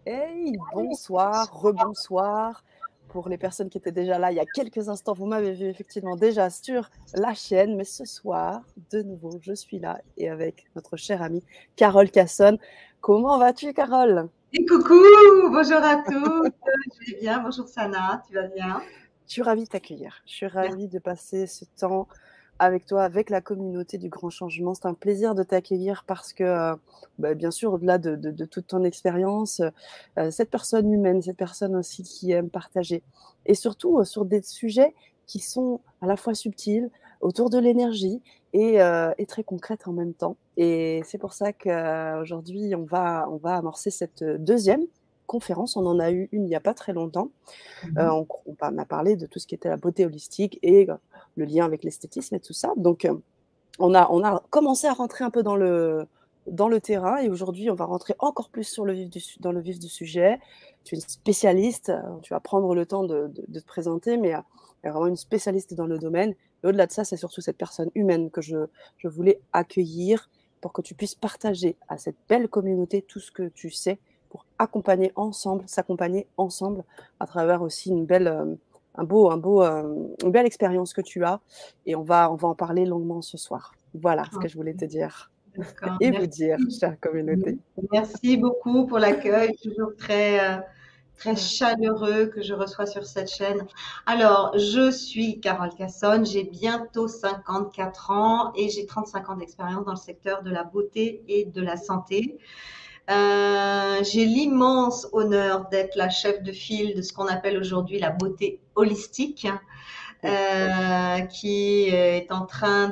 Hey, bonsoir, rebonsoir. Pour les personnes qui étaient déjà là il y a quelques instants, vous m'avez vu effectivement déjà sur la chaîne, mais ce soir, de nouveau, je suis là et avec notre chère amie Carole Cassonne. Comment vas-tu, Carole? Et coucou, bonjour à tous, je vais bien, bonjour Sana, tu vas bien? Je suis ravie de t'accueillir. Je suis Merci. ravie de passer ce temps avec toi, avec la communauté du Grand Changement. C'est un plaisir de t'accueillir parce que, bien sûr, au-delà de toute ton expérience, cette personne humaine, cette personne aussi qui aime partager et surtout, sur des sujets qui sont à la fois subtils, autour de l'énergie et très concrètes en même temps et c'est pour ça qu'aujourd'hui, on va amorcer cette, 2e conférence. On en a eu une il y a pas très longtemps. Mhm. On a parlé de tout ce qui était la beauté holistique et le lien avec l'esthétisme et tout ça. Donc, on a commencé à rentrer un peu dans le terrain et aujourd'hui, on va rentrer encore plus dans le vif du sujet. Tu es une spécialiste, tu vas prendre le temps de te présenter, mais vraiment une spécialiste dans le domaine. Et au-delà de ça, c'est surtout cette personne humaine que je voulais accueillir pour que tu puisses partager à cette belle communauté tout ce que tu sais pour s'accompagner ensemble à travers aussi une belle expérience que tu as et on va en parler longuement ce soir. Voilà ce que je voulais te dire D'accord, et vous merci. dire, chère communauté. Merci beaucoup pour l'accueil, toujours très chaleureux que je reçois sur cette chaîne. Alors, je suis Carole Cassonne, j'ai bientôt 54 ans et j'ai 35 ans d'expérience dans le secteur de la beauté et de la santé. J'ai l'immense honneur d'être la chef de file de ce qu'on appelle aujourd'hui la beauté holistique, qui est en train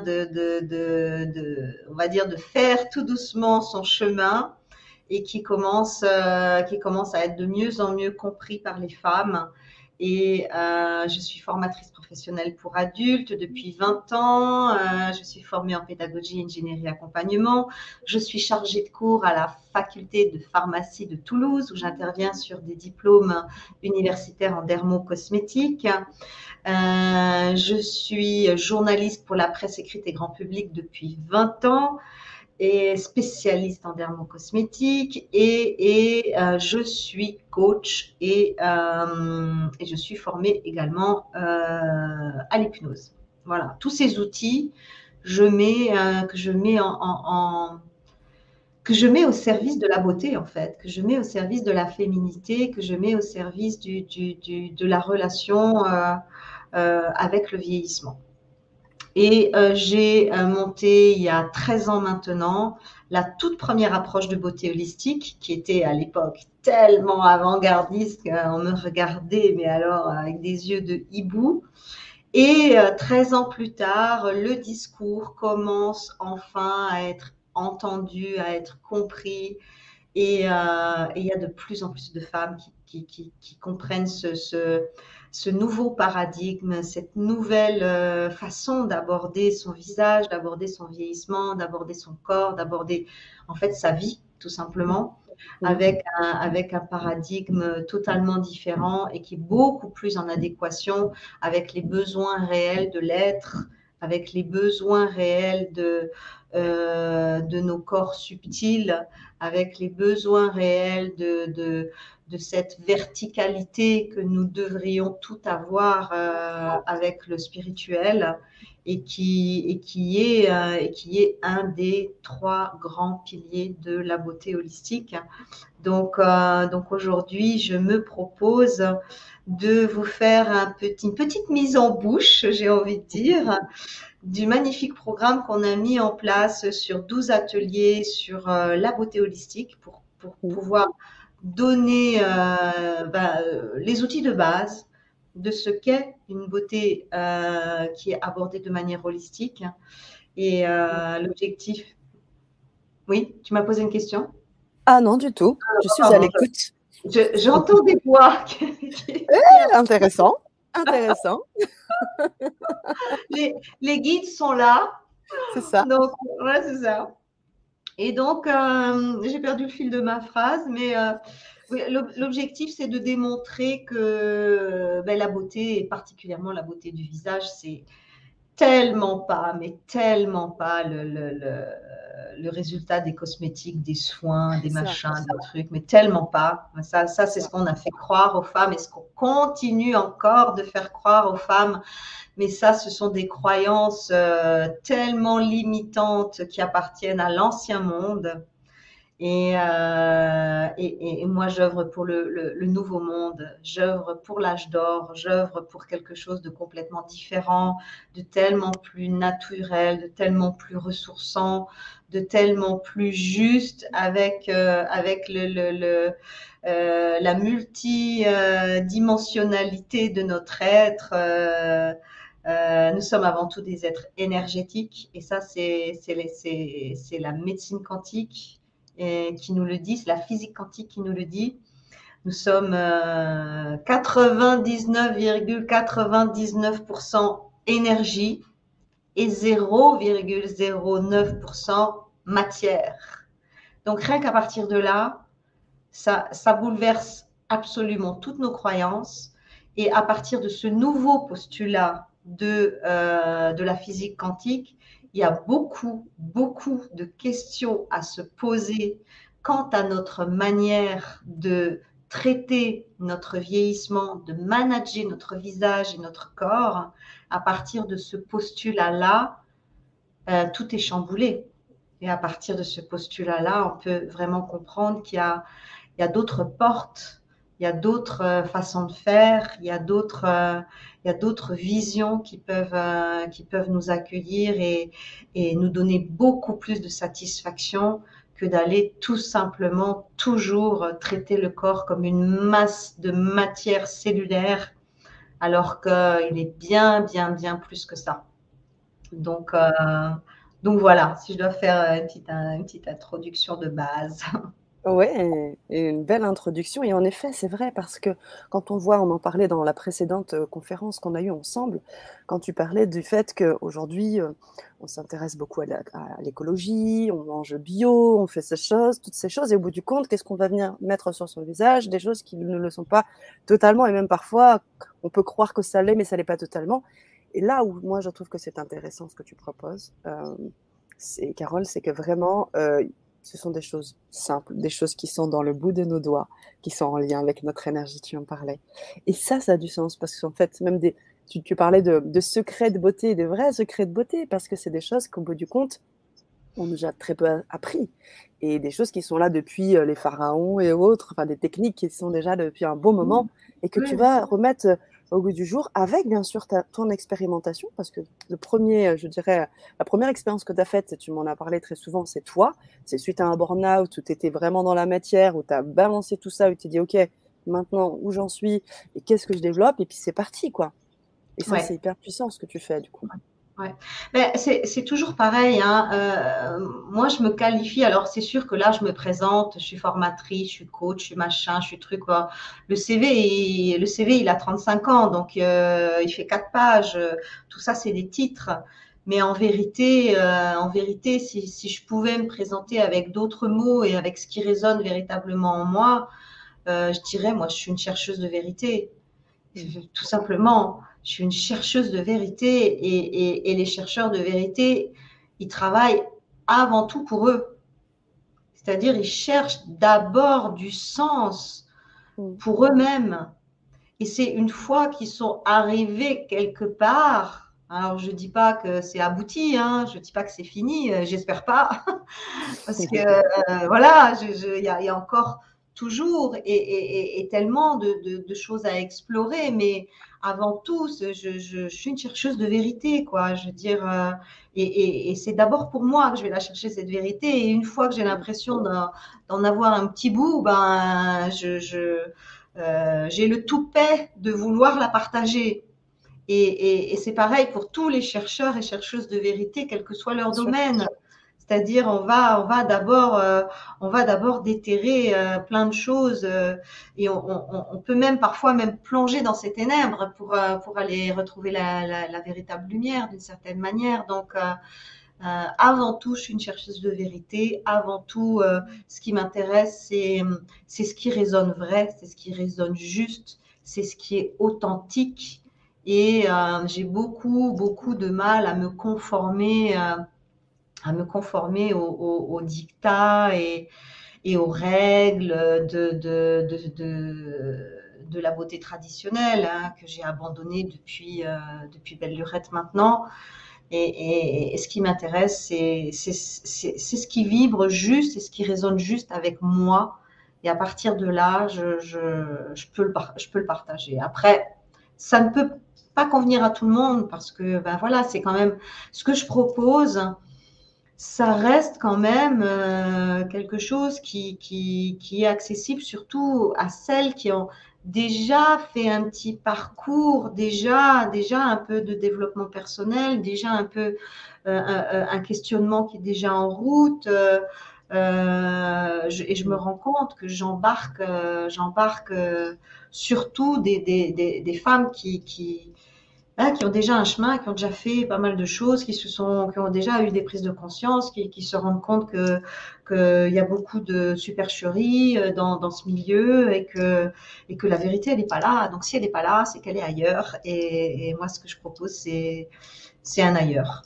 on va dire, de faire tout doucement son chemin et qui commence à être de mieux en mieux compris par les femmes. Et je suis formatrice professionnelle pour adultes depuis 20 ans. Je suis formée en pédagogie, ingénierie, accompagnement. Je suis chargée de cours à la faculté de pharmacie de Toulouse où j'interviens sur des diplômes universitaires en dermocosmétique. Je suis journaliste pour la presse écrite et grand public depuis 20 ans et spécialiste en dermocosmétique je suis coach et je suis formée également à l'hypnose. Voilà, tous ces outils que je mets que je mets au service de la beauté, en fait, que je mets au service de la féminité, que je mets au service de la relation avec le vieillissement. Et j'ai monté il y a 13 ans maintenant la toute première approche de beauté holistique qui était à l'époque tellement avant-gardiste qu'on me regardait, mais alors avec des yeux de hibou. Et 13 ans plus tard, le discours commence enfin à être entendu, à être compris. Et il y a de plus en plus de femmes qui comprennent ce nouveau paradigme, cette nouvelle façon d'aborder son visage, d'aborder son vieillissement, d'aborder son corps, d'aborder en fait sa vie, tout simplement, Mhm. avec un paradigme totalement différent et qui est beaucoup plus en adéquation avec les besoins réels de l'être, avec les besoins réels de nos corps subtils, avec les besoins réels de cette verticalité que nous devrions tout avoir avec le spirituel et qui est un des 3 grands piliers de la beauté holistique. Donc aujourd'hui, je me propose de vous faire une petite mise en bouche, j'ai envie de dire, du magnifique programme qu'on a mis en place sur 12 ateliers sur la beauté holistique pour Mhm. pouvoir donner les outils de base de ce qu'est une beauté qui est abordée de manière holistique. Et l'objectif, oui, tu m'as posé une question. Ah non, du tout. Je suis à Pardon, l'écoute. j'entends des voix Intéressant, intéressant. les guides sont là, C'est ça. donc voilà, c'est ça. Et donc, j'ai perdu le fil de ma phrase, mais oui, l'objectif, c'est de démontrer que la beauté, et particulièrement la beauté du visage, c'est tellement pas, mais tellement pas le résultat des cosmétiques, des soins, des C'est ça, machins, des trucs, mais tellement pas. Ça c'est c'est ce ça. qu'on a fait croire aux femmes et ce qu'on continue encore de faire croire aux femmes. Mais ça, ce sont des croyances tellement limitantes qui appartiennent à l'ancien monde. Et moi, j'œuvre pour le nouveau monde, j'œuvre pour l'âge d'or, j'œuvre pour quelque chose de complètement différent, de tellement plus naturel, de tellement plus ressourçant, de tellement plus juste avec la multidimensionnalité de notre être. Nous sommes avant tout des êtres énergétiques et ça, c'est la médecine quantique qui nous le dit, c'est la physique quantique qui nous le dit. Nous sommes 99,99% énergie et 0,09% matière. Donc rien qu'à partir de là, ça bouleverse absolument toutes nos croyances. Et à partir de ce nouveau postulat de la physique quantique, il y a beaucoup, beaucoup de questions à se poser quant à notre manière de traiter notre vieillissement, de manager notre visage et notre corps. À partir de ce postulat-là, tout est chamboulé. Et à partir de ce postulat-là, on peut vraiment comprendre qu'il y a d'autres portes, il y a d'autres façons de faire, il y a d'autres visions qui peuvent nous accueillir et nous donner beaucoup plus de satisfaction que d'aller tout simplement toujours traiter le corps comme une masse de matière cellulaire, alors qu'il est bien, bien, bien plus que ça. Donc, donc voilà, si je dois faire une petite introduction de base. Ouais, et une belle introduction. Et en effet, c'est vrai parce que quand on voit, on en parlait dans la précédente conférence qu'on a eue ensemble, quand tu parlais du fait qu'aujourd'hui, on s'intéresse beaucoup à l'écologie, on mange bio, on fait ces choses, toutes ces choses, et au bout du compte, qu'est-ce qu'on va venir mettre sur son visage? Des choses qui ne le sont pas totalement, et même parfois, on peut croire que ça l'est, mais ça l'est pas totalement. Et là où moi, je trouve que c'est intéressant ce que tu proposes, Carole, c'est que vraiment, ce sont des choses simples, des choses qui sont dans le bout de nos doigts, qui sont en lien avec notre énergie, tu en parlais. Et ça a du sens, parce qu'en fait, même tu parlais de secrets de beauté, de vrais secrets de beauté, parce que c'est des choses qu'au bout du compte, on nous a très peu appris. Et des choses qui sont là depuis les pharaons et autres, enfin des techniques qui sont déjà depuis un bon moment, et que tu Oui, vas remettre au goût du jour avec bien sûr ton expérimentation, parce que le premier, je dirais, la première expérience que tu as faite, tu m'en as parlé très souvent, c'est toi, c'est suite à un burn-out où tu étais vraiment dans la matière, où tu as balancé tout ça, où tu t'es dit, ok, maintenant où j'en suis et qu'est-ce que je développe, et puis c'est parti, quoi. Et ça, c'est ouais. hyper puissant ce que tu fais, du coup. Ouais. Mais c'est toujours pareil, hein. Moi, je me qualifie. Alors, c'est sûr que là, je me présente, je suis formatrice, je suis coach, je suis machin, je suis truc, quoi. Le CV, il a 35 ans, donc il fait 4 pages. Tout ça, c'est des titres. Mais en vérité, si je pouvais me présenter avec d'autres mots et avec ce qui résonne véritablement en moi, je dirais, moi, je suis une chercheuse de vérité. Tout simplement, je suis une chercheuse de vérité et les chercheurs de vérité, ils travaillent avant tout pour eux. C'est-à-dire, ils cherchent d'abord du sens Mm. pour eux-mêmes. Et c'est une fois qu'ils sont arrivés quelque part, alors je ne dis pas que c'est abouti, hein, je ne dis pas que c'est fini, j'espère pas, parce que voilà, il y a encore toujours et tellement de choses à explorer, mais avant tout, je suis une chercheuse de vérité, quoi. Je veux dire, et c'est d'abord pour moi que je vais la chercher cette vérité, et une fois que j'ai l'impression d'en avoir un petit bout, ben, j'ai le toupet de vouloir la partager. Et c'est pareil pour tous les chercheurs et chercheuses de vérité, quel que soit leur Bien sûr. domaine. C'est-à-dire, on va d'abord déterrer plein de choses et on peut même parfois même plonger dans ces ténèbres pour aller retrouver la véritable lumière d'une certaine manière. Donc, avant tout, je suis une chercheuse de vérité. Avant tout, ce qui m'intéresse, c'est ce qui résonne vrai, c'est ce qui résonne juste, c'est ce qui est authentique. Et j'ai beaucoup, beaucoup de mal à me conformer à me conformer aux dictats et aux règles de la beauté traditionnelle, hein, que j'ai abandonné depuis belle lurette maintenant. Et ce qui m'intéresse, c'est ce qui vibre juste et ce qui résonne juste avec moi. Et à partir de là, je peux le partager. Après, ça ne peut pas convenir à tout le monde parce que, ben voilà, c'est quand même ce que je propose. Ça reste quand même quelque chose qui est accessible surtout à celles qui ont déjà fait un petit parcours, déjà un peu de développement personnel, déjà un peu un questionnement qui est déjà en route. Et je me rends compte que j'embarque surtout des femmes qui ont déjà un chemin, qui ont déjà fait pas mal de choses, qui ont déjà eu des prises de conscience, qui se rendent compte qu'il y a beaucoup de supercherie dans ce milieu et que la vérité, elle n'est pas là. Donc, si elle n'est pas là, c'est qu'elle est ailleurs. Et moi, ce que je propose, c'est un ailleurs.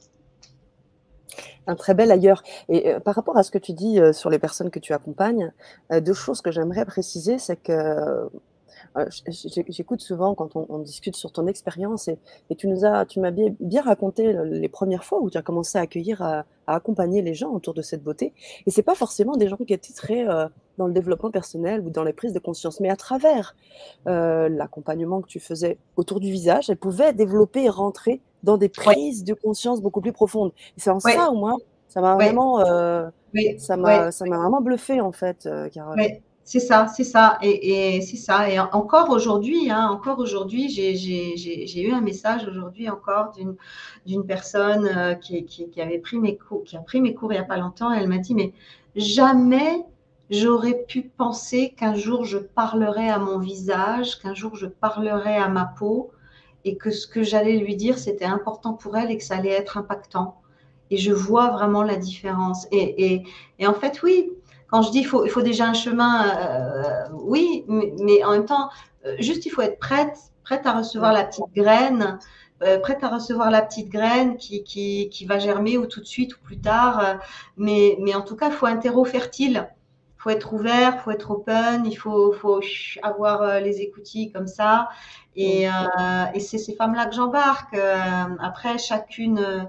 Un très bel ailleurs. Et par rapport à ce que tu dis sur les personnes que tu accompagnes, deux choses que j'aimerais préciser, c'est que j'écoute souvent quand on discute sur ton expérience et tu m'as bien raconté les premières fois où tu as commencé à accueillir, à accompagner les gens autour de cette beauté. Et c'est pas forcément des gens qui étaient très dans le développement personnel ou dans les prises de conscience, mais à travers l'accompagnement que tu faisais autour du visage, elles pouvaient développer et rentrer dans des Oui, prises de conscience beaucoup plus profondes. Et c'est en oui, ça, au moins, ça m'a oui, vraiment, oui, oui. ça m'a vraiment bluffé en fait, Carole. Ouais, c'est ça, c'est ça. Et c'est ça. Et encore aujourd'hui, hein, encore aujourd'hui, j'ai eu un message aujourd'hui encore d'une personne qui avait pris mes cours, qui a pris mes cours il n'y a pas longtemps. Et elle m'a dit, mais jamais j'aurais pu penser qu'un jour je parlerais à mon visage, qu'un jour je parlerais à ma peau et que ce que j'allais lui dire, c'était important pour elle et que ça allait être impactant. Et je vois vraiment la différence. Et en fait, oui, quand je dis il faut déjà un chemin, oui, mais en même temps, juste il faut être prête à recevoir Ouais. la petite graine, prête à recevoir la petite graine qui va germer ou tout de suite ou plus tard. Mais en tout cas, il faut un terreau fertile. Il faut être ouvert, il faut être open, faut avoir les écoutilles comme ça. Mm. Et c'est ces femmes-là que j'embarque. Après, chacune,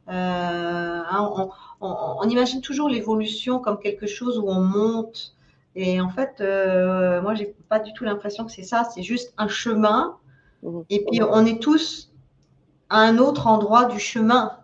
hein, on imagine toujours l'évolution comme quelque chose où on monte. Et en fait, moi, j'ai pas du tout l'impression que c'est ça. C'est juste un chemin. Mhm. Et puis, on est tous à un autre endroit du chemin,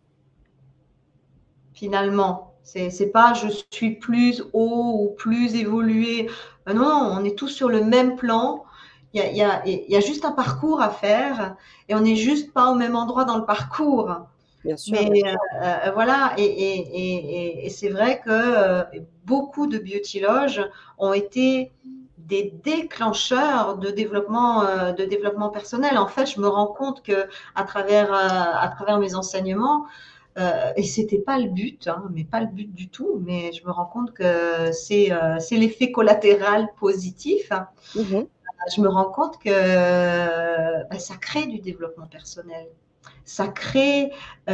finalement. C'est pas je suis plus haut ou plus évolué. Non, on est tous sur le même plan. Il y a juste un parcours à faire et on n'est juste pas au même endroit dans le parcours. Bien sûr. Mais voilà, et c'est vrai que beaucoup de beauty-loges ont été des déclencheurs de développement personnel. En fait, je me rends compte que à travers mes enseignements, et c'était pas le but, hein, mais pas le but du tout, mais je me rends compte que c'est l'effet collatéral positif. Mhm. Je me rends compte que ça crée du développement personnel. Ça crée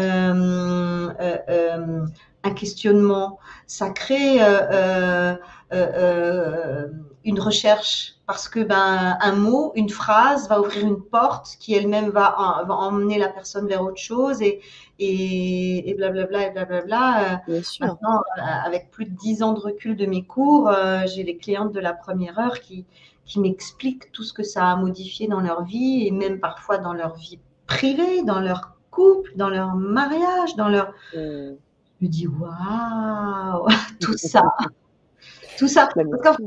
un questionnement, ça crée une recherche parce que un mot, une phrase va ouvrir une porte qui elle-même va emmener la personne vers autre chose et blablabla et blablabla. Bien sûr. Maintenant, avec plus de 10 ans de recul de mes cours, j'ai les clientes de la première heure qui m'expliquent tout ce que ça a modifié dans leur vie et même parfois dans leur vie privée, dans leur couple, dans leur mariage, dans leur... Mm. Je me dis, waouh, tout ça, tout ça. Bah, bien Parce que sûr.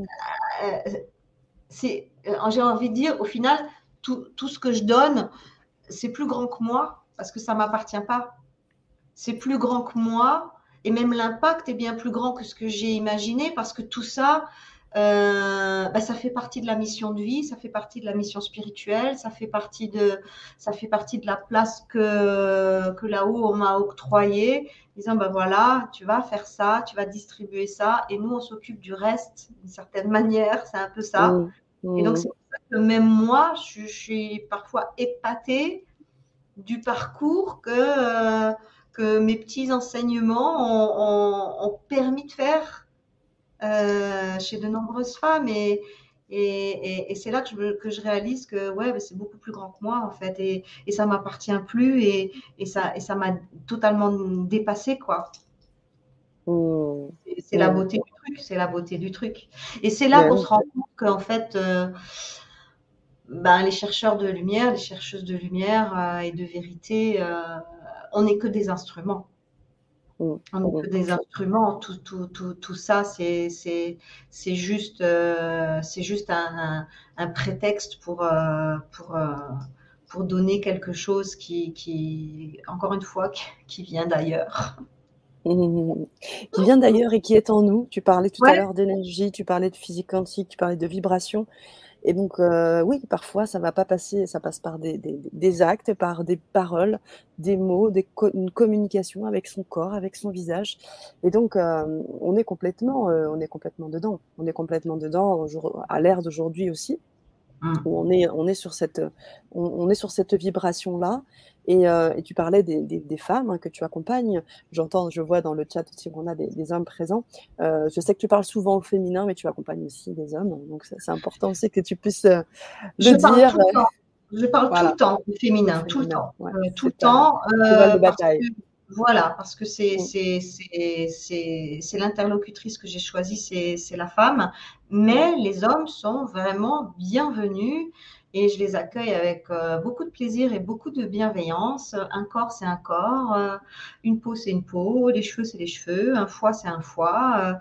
j'ai envie de dire, au final, tout ce que je donne, c'est plus grand que moi parce que ça ne m'appartient pas. C'est plus grand que moi et même l'impact est bien plus grand que ce que j'ai imaginé parce que tout ça, ça fait partie de la mission de vie, ça fait partie de la mission spirituelle, ça fait partie de la place que là-haut on m'a octroyée, disant voilà, tu vas faire ça, tu vas distribuer ça, et nous on s'occupe du reste d'une certaine manière, c'est un peu ça. Mm. Et donc Mm. c'est pour ça que même moi, je suis parfois épatée du parcours que mes petits enseignements ont permis de faire chez de nombreuses femmes. Et c'est là que je réalise que ouais, bah, c'est beaucoup plus grand que moi en fait. Et ça m'appartient plus et ça m'a totalement dépassée, quoi. Mmh. C'est la Mmh. beauté du truc, c'est la beauté du truc. Et c'est là Ben qu'on oui. se rend compte qu'en fait, ben, les chercheurs de lumière, les chercheuses de lumière et de vérité, on n'est que des instruments. Mmh. On n'est Mmh. que des instruments. Tout ça, c'est juste un prétexte pour donner quelque chose encore une fois, qui vient d'ailleurs. Mmh mh, mmh. Qui vient d'ailleurs et qui est en nous. Tu parlais tout à Ouais, l'heure d'énergie, tu parlais de physique quantique, tu parlais de vibration et donc oui, parfois ça va pas passer, ça passe par des actes, par des paroles, des mots, une communication avec son corps, avec son visage et donc on est complètement dedans. On est complètement dedans à l'ère d'aujourd'hui aussi. mm. Où on est sur cette, on est sur cette vibration-là et tu parlais des femmes, hein, que tu accompagnes. Je vois dans le chat aussi qu'on a des hommes présents. Je sais que tu parles souvent au féminin, mais tu accompagnes aussi des hommes, donc c'est important aussi que tu puisses, le Je parle dire, tout le temps. Je parle tout le voilà, temps du au féminin, tout le féminin. temps. Ouais, Tout le c'est ta temps, cheval de parce bataille. que voilà, parce que Mmh, c'est l'interlocutrice que j'ai choisie, c'est la femme. mmh, Mais les hommes sont vraiment bienvenus et je les accueille avec beaucoup de plaisir et beaucoup de bienveillance. Un corps, c'est un corps, une peau, c'est une peau, les cheveux, c'est les cheveux, un foie, c'est un foie.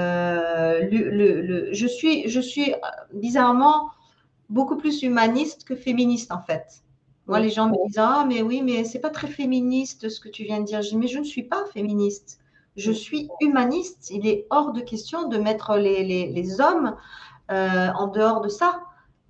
Je suis bizarrement beaucoup plus humaniste que féministe en fait. Moi, mmh, les gens me disent ah mais oui mais c'est pas très féministe ce que tu viens de dire. Je dis mais je ne suis pas féministe. Je mmh, suis humaniste. Il est hors de question de mettre les hommes en dehors de ça.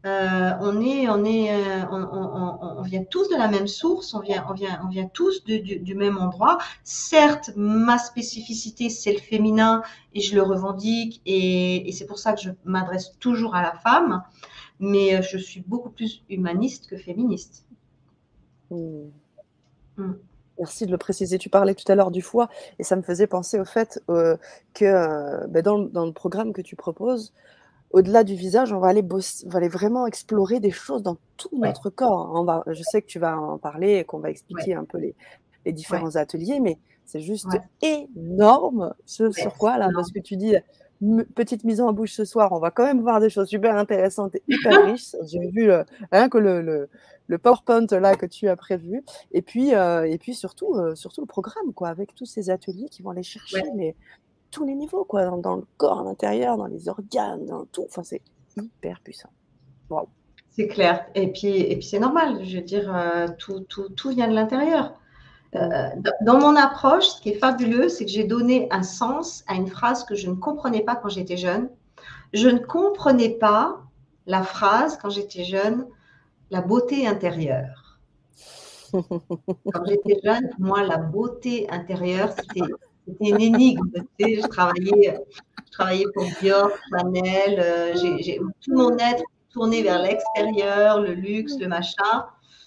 On vient tous de la même source, on vient tous du même endroit. Certes, ma spécificité, c'est le féminin et je le revendique et c'est pour ça que je m'adresse toujours à la femme mais je suis beaucoup plus humaniste que féministe. mmh. Mm. Merci de le préciser. Tu parlais tout à l'heure du foie et ça me faisait penser au fait, que, dans le programme que tu proposes, au-delà du visage, on va aller vraiment explorer des choses dans tout Ouais, notre corps. Je sais que tu vas en parler et qu'on va ouais, expliquer un peu les ouais, différents ateliers, mais c'est juste ouais, énorme ce ouais. sur quoi là, Non, parce que tu dis, petite mise en bouche ce soir, on va quand même voir des choses super intéressantes et hyper riches. J'ai vu, rien que le PowerPoint là que tu as prévu et puis surtout le programme quoi, avec tous ces ateliers qui vont aller ouais, chercher mais tous les niveaux quoi, dans le corps, à l'intérieur, dans les organes, dans tout, enfin c'est hyper puissant. Waouh! c'est clair. Et puis c'est normal. Je veux dire, tout vient de l'intérieur. Mmh. Dans mon approche, ce qui est fabuleux, c'est que j'ai donné un sens à une phrase que je ne comprenais pas quand j'étais jeune. Je ne comprenais pas la phrase quand j'étais jeune, la beauté intérieure. Quand j'étais jeune, pour moi, la beauté intérieure, c'était une énigme. Tu sais, je travaillais pour Dior, Chanel. Tout mon être tourné vers l'extérieur, le luxe, le machin.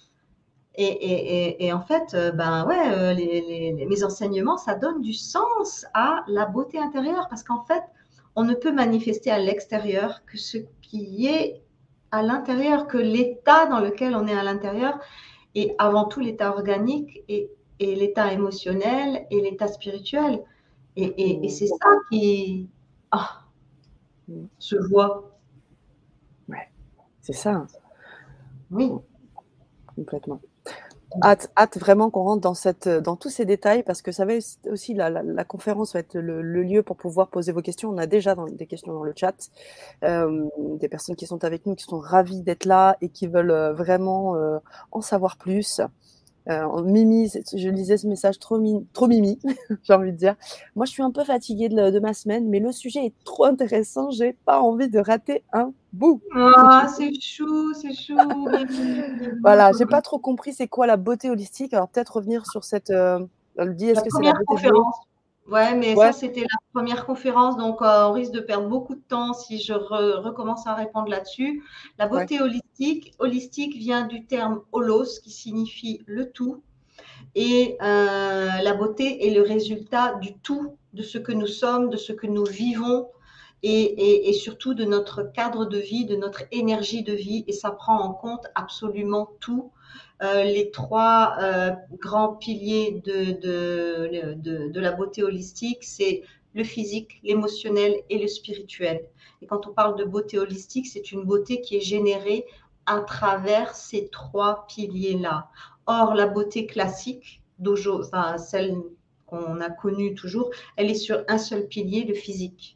Et en fait, ben ouais, mes enseignements, ça donne du sens à la beauté intérieure parce qu'en fait, on ne peut manifester à l'extérieur que ce qui est à l'intérieur, que l'état dans lequel on est à l'intérieur et avant tout l'état organique et l'état émotionnel et l'état spirituel. Et Mmh. c'est ça qui ah, Mmh. se voit. Ouais, c'est ça, Oui, mmh, complètement. Hâte vraiment qu'on rentre dans tous ces détails parce que ça va aussi la conférence va être le lieu pour pouvoir poser vos questions. On a déjà des questions dans le chat, des personnes qui sont avec nous, qui sont ravies d'être là et qui veulent, vraiment, en savoir plus. Mimi, je lisais ce message trop Mimi, j'ai envie de dire. Moi, je suis un peu fatiguée de ma semaine, mais le sujet est trop intéressant, j'ai pas envie de rater un bout. ah, c'est chou, c'est chou. Voilà, j'ai pas trop compris c'est quoi la beauté holistique. Alors peut-être revenir sur elle dit: La «Est-ce que c'est la première beauté de l'eau?» conférence. Ouais, mais ça, Ouais, c'était la première conférence, donc on risque de perdre beaucoup de temps si je recommence à répondre là-dessus. La ouais. beauté holistique, holistique vient du terme holos, qui signifie le tout. Et la beauté est le résultat du tout, de ce que nous sommes, de ce que nous vivons et surtout de notre cadre de vie, de notre énergie de vie. Et ça prend en compte absolument tout. Les trois grands piliers de la beauté holistique, c'est le physique, l'émotionnel et le spirituel. Et quand on parle de beauté holistique, c'est une beauté qui est générée à travers ces trois piliers-là. Or, la beauté classique, enfin, celle qu'on a connue toujours, elle est sur un seul pilier, le physique.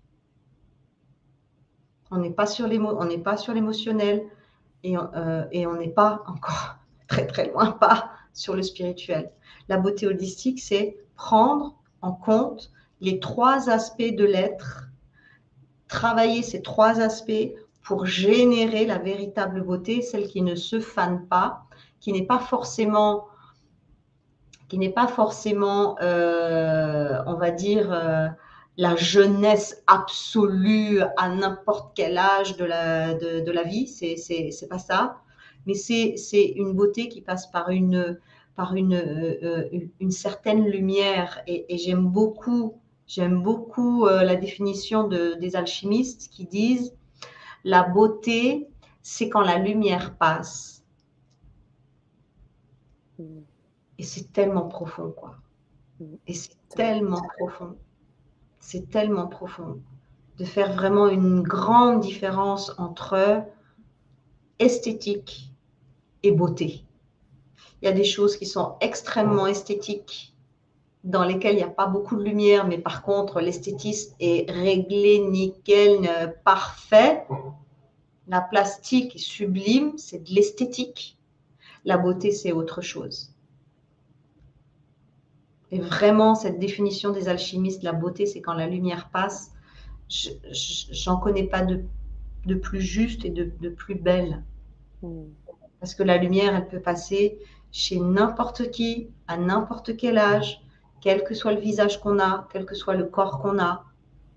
On n'est pas sur l'émotionnel et on n'est pas encore très très loin, pas sur le spirituel. La beauté holistique, c'est prendre en compte les trois aspects de l'être, travailler ces trois aspects pour générer la véritable beauté, celle qui ne se fane pas, qui n'est pas forcément, on va dire, la jeunesse absolue à n'importe quel âge de la vie, c'est pas ça, mais c'est une beauté qui passe par une certaine lumière et j'aime beaucoup la définition des alchimistes qui disent la beauté, c'est quand la lumière passe. Et c'est tellement profond, quoi. Et c'est tellement profond. C'est tellement profond de faire vraiment une grande différence entre esthétique et beauté. Il y a des choses qui sont extrêmement esthétiques, dans lesquelles il n'y a pas beaucoup de lumière, mais par contre, l'esthétisme est réglé, nickel, parfait. La plastique est sublime, c'est de l'esthétique. La beauté, c'est autre chose. Et vraiment, cette définition des alchimistes, la beauté, c'est quand la lumière passe. J'en connais pas de plus juste et de plus belle. Parce que la lumière, elle peut passer chez n'importe qui, à n'importe quel âge, quel que soit le visage qu'on a, quel que soit le corps qu'on a.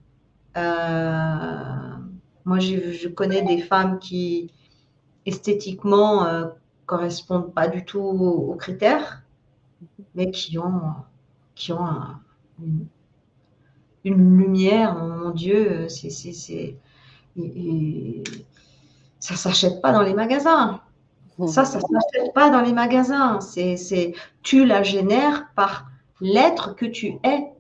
Moi, je connais des femmes qui, esthétiquement, correspondent pas du tout aux critères, mais qui ont une lumière, mon Dieu, ça s'achète pas dans les magasins. Ça s'achète pas dans les magasins. Tu la génères par l'être que tu es.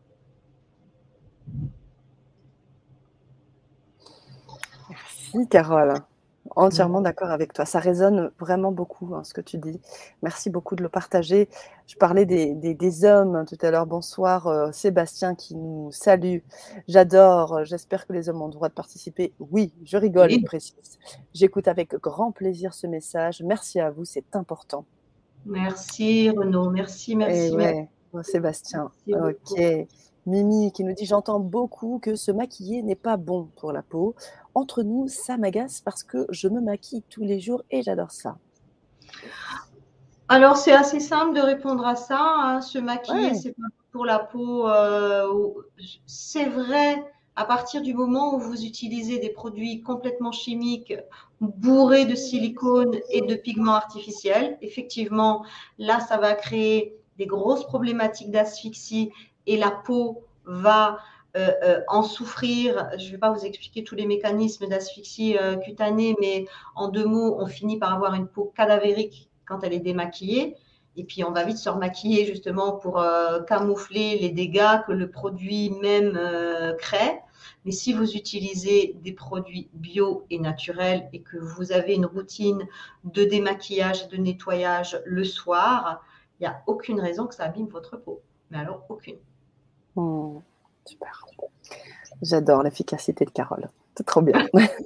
Merci, Carole. Entièrement d'accord avec toi. Ça résonne vraiment beaucoup, ce que tu dis. Merci beaucoup de le partager. Je parlais des hommes tout à l'heure. Bonsoir, Sébastien qui nous salue. J'adore. J'espère que les hommes ont le droit de participer. Oui, je rigole, Oui. il précise. J'écoute avec grand plaisir ce message. Merci à vous, c'est important. Merci, Renaud. Merci. Ouais, Sébastien. Merci ok. Mimi qui nous dit: j'entends beaucoup que se maquiller n'est pas bon pour la peau. Entre nous, ça m'agace parce que je me maquille tous les jours et j'adore ça. Alors, c'est assez simple de répondre à ça, hein. Se maquiller, Ouais. c'est pas pour la peau. C'est vrai, à partir du moment où vous utilisez des produits complètement chimiques, bourrés de silicone et de pigments artificiels, effectivement, là, ça va créer des grosses problématiques d'asphyxie et la peau va en souffrir. Je ne vais pas vous expliquer tous les mécanismes d'asphyxie cutanée, mais en deux mots, on finit par avoir une peau cadavérique quand elle est démaquillée. Et puis, on va vite se remaquiller justement pour camoufler les dégâts que le produit même crée. Mais si vous utilisez des produits bio et naturels et que vous avez une routine de démaquillage et de nettoyage le soir, il n'y a aucune raison que ça abîme votre peau. Mais alors, aucune. Super. J'adore l'efficacité de Carole. C'est trop bien.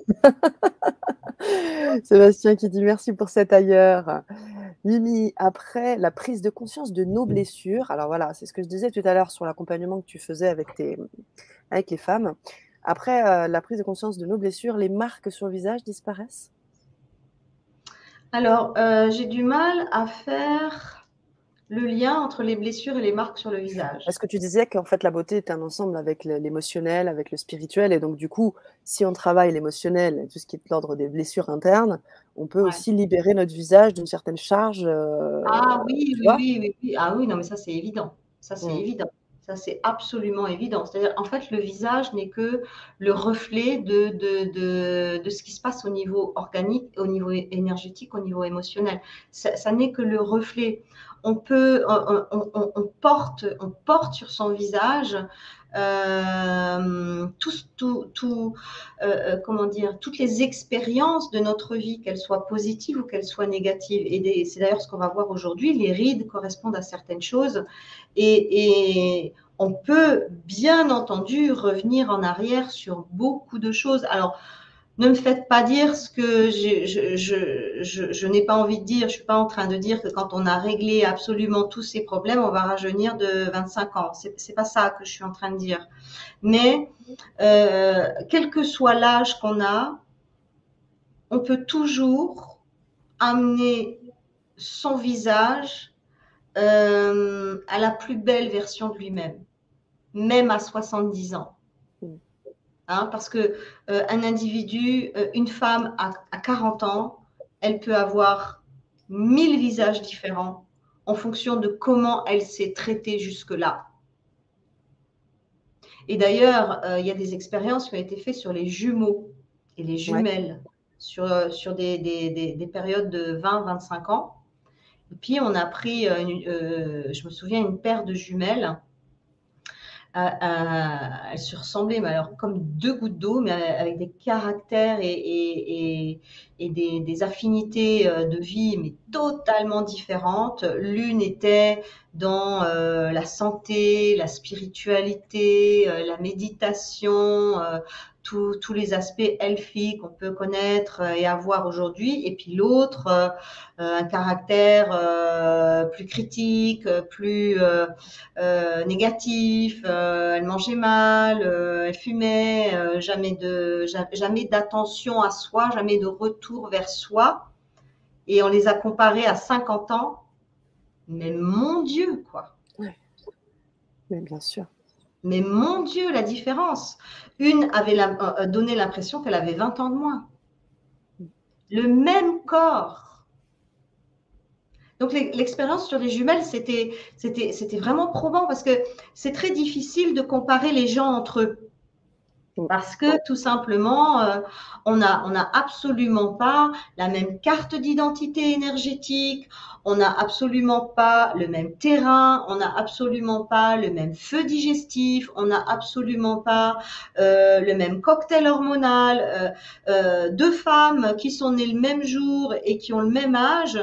Sébastien qui dit merci pour cet ailleurs. Mimi, après la prise de conscience de nos blessures, alors voilà, c'est ce que je disais tout à l'heure sur l'accompagnement que tu faisais avec les femmes. Après la prise de conscience de nos blessures, les marques sur le visage disparaissent? Alors, j'ai du mal à faire le lien entre les blessures et les marques sur le visage. Parce que tu disais qu'en fait, la beauté est un ensemble avec l'émotionnel, avec le spirituel. Et donc, du coup, si on travaille l'émotionnel et tout ce qui est de l'ordre des blessures internes, on peut Ouais. aussi libérer notre visage d'une certaine charge, Ah oui, tu oui, vois? oui, oui, oui. Ah oui, non, mais ça, c'est évident. Ça, c'est Mmh. évident. Ça, c'est absolument évident. C'est-à-dire, en fait, le visage n'est que le reflet de ce qui se passe au niveau organique, au niveau énergétique, au niveau émotionnel. Ça n'est que le reflet. On porte sur son visage comment dire, toutes les expériences de notre vie, qu'elles soient positives ou qu'elles soient négatives. Et c'est d'ailleurs ce qu'on va voir aujourd'hui. Les rides correspondent à certaines choses. Et on peut, bien entendu, revenir en arrière sur beaucoup de choses. Alors, ne me faites pas dire ce que je n'ai pas envie de dire. Je suis pas en train de dire que quand on a réglé absolument tous ces problèmes, on va rajeunir de 25 ans. C'est pas ça que je suis en train de dire. Mais quel que soit l'âge qu'on a, on peut toujours amener son visage à la plus belle version de lui-même, même à 70 ans. Mmh. Hein, parce que un individu, une femme à 40 ans, elle peut avoir 1000 visages différents en fonction de comment elle s'est traitée jusque-là. Et d'ailleurs, il y a des expériences qui ont été faites sur les jumeaux et les Ouais. jumelles sur des périodes de 20-25 ans. Et puis, on a pris, je me souviens, une paire de jumelles. Elles se ressemblaient, mais alors comme deux gouttes d'eau, mais avec des caractères et des affinités de vie, mais totalement différentes. L'une était dans la santé, la spiritualité, la méditation, tous les aspects healthy qu'on peut connaître et avoir aujourd'hui. Et puis l'autre, un caractère plus critique, plus négatif, elle mangeait mal, elle fumait, jamais d'attention à soi, jamais de retour vers soi. Et on les a comparés à 50 ans. Mais mon Dieu, quoi. Ouais. Mais bien sûr. Mais mon Dieu, la différence. Une avait donné l'impression qu'elle avait 20 ans de moins. Le même corps. Donc l'expérience sur les jumelles, c'était vraiment probant parce que c'est très difficile de comparer les gens entre eux. Mmh. Parce que tout simplement, on a absolument pas la même carte d'identité énergétique, on n'a absolument pas le même terrain, on n'a absolument pas le même feu digestif, on n'a absolument pas le même cocktail hormonal. Deux femmes qui sont nées le même jour et qui ont le même âge,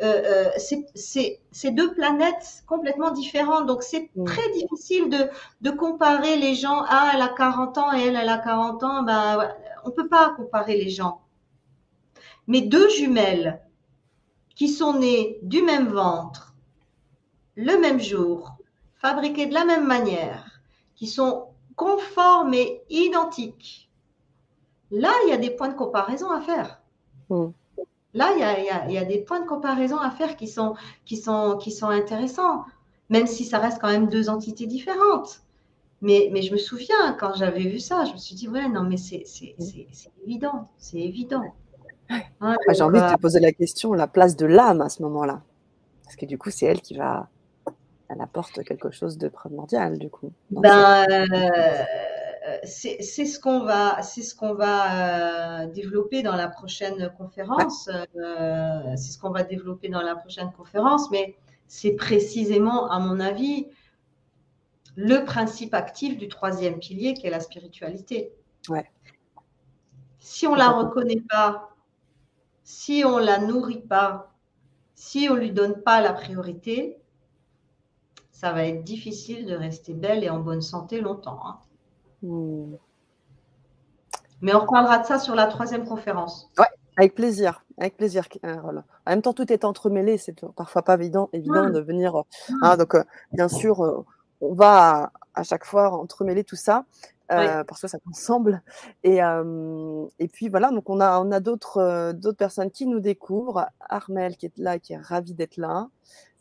c'est deux planètes complètement différentes. Donc c'est Mmh. très difficile de comparer les gens. Ah, elle a 40 ans et elle a 40 ans. Ben, on peut pas comparer les gens. Mais deux jumelles qui sont nées du même ventre, le même jour, fabriquées de la même manière, qui sont conformes et identiques, là, il y a des points de comparaison à faire. Mmh. Là, il y a des points de comparaison à faire qui sont intéressants, même si ça reste quand même deux entités différentes. Mais je me souviens, quand j'avais vu ça, je me suis dit, ouais, non, mais c'est évident, c'est évident. Hein, Bah, j'ai donc, envie de te poser la question, la place de l'âme à ce moment-là. Parce que du coup, c'est elle qui va, elle apporte quelque chose de primordial, du coup, dans cette. ben, c'est ce qu'on va développer dans la prochaine Ouais. conférence. C'est ce qu'on va développer dans la prochaine conférence, mais c'est précisément, à mon avis, le principe actif du troisième pilier qui est la spiritualité. Ouais. Si on la Complètement. reconnaît pas, si on la nourrit pas, si on lui donne pas la priorité, ça va être difficile de rester belle et en bonne santé longtemps. Hein. Mmh. Mais on reparlera de ça sur la troisième conférence. Ouais, avec plaisir, Carole. En même temps, tout est entremêlé, c'est parfois pas évident de venir. Hein, donc, bien sûr, on va à chaque fois entremêler tout ça Oui, parce que ça ensemble. Et puis voilà, donc on a d'autres personnes qui nous découvrent. Armel qui est là, qui est ravie d'être là.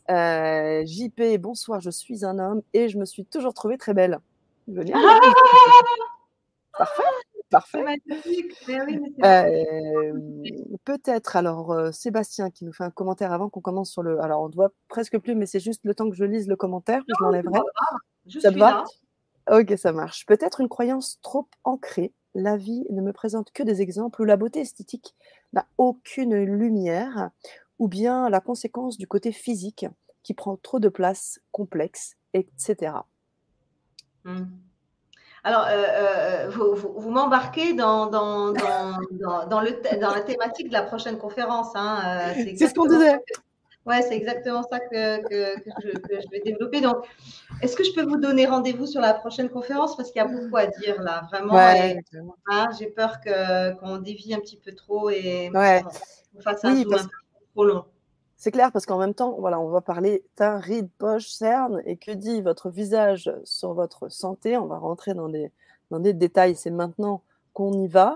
JP, bonsoir, je suis un homme et je me suis toujours trouvée très belle. Joli, hein, parfait, parfait. Magnifique. Mais oui, mais c'est Peut-être, alors, Sébastien qui nous fait un commentaire avant qu'on commence sur le. Alors, on ne voit presque plus, mais c'est juste le temps que je lise le commentaire, puis je non, c'est pas l'enlèverai. grave. Je Ça te suis va? là. Ok, ça marche. Peut-être une croyance trop ancrée. La vie ne me présente que des exemples où la beauté esthétique n'a aucune lumière, ou bien la conséquence du côté physique qui prend trop de place, complexe, etc. Alors, vous m'embarquez dans la thématique de la prochaine conférence. Hein. C'est C'est ce qu'on exactement ça disait. ouais, c'est exactement ça que je vais développer. Donc, est-ce que je peux vous donner rendez-vous sur la prochaine conférence? Parce qu'il y a beaucoup à dire là, vraiment. Ouais, Et j'ai peur qu'on dévie un petit peu trop et ouais. qu'on fasse un Oui, zoom un peu trop long. c'est clair, parce qu'en même temps, voilà, on va parler teint, rides, poches, cernes, et que dit votre visage sur votre santé. On va rentrer dans des détails, c'est maintenant qu'on y va.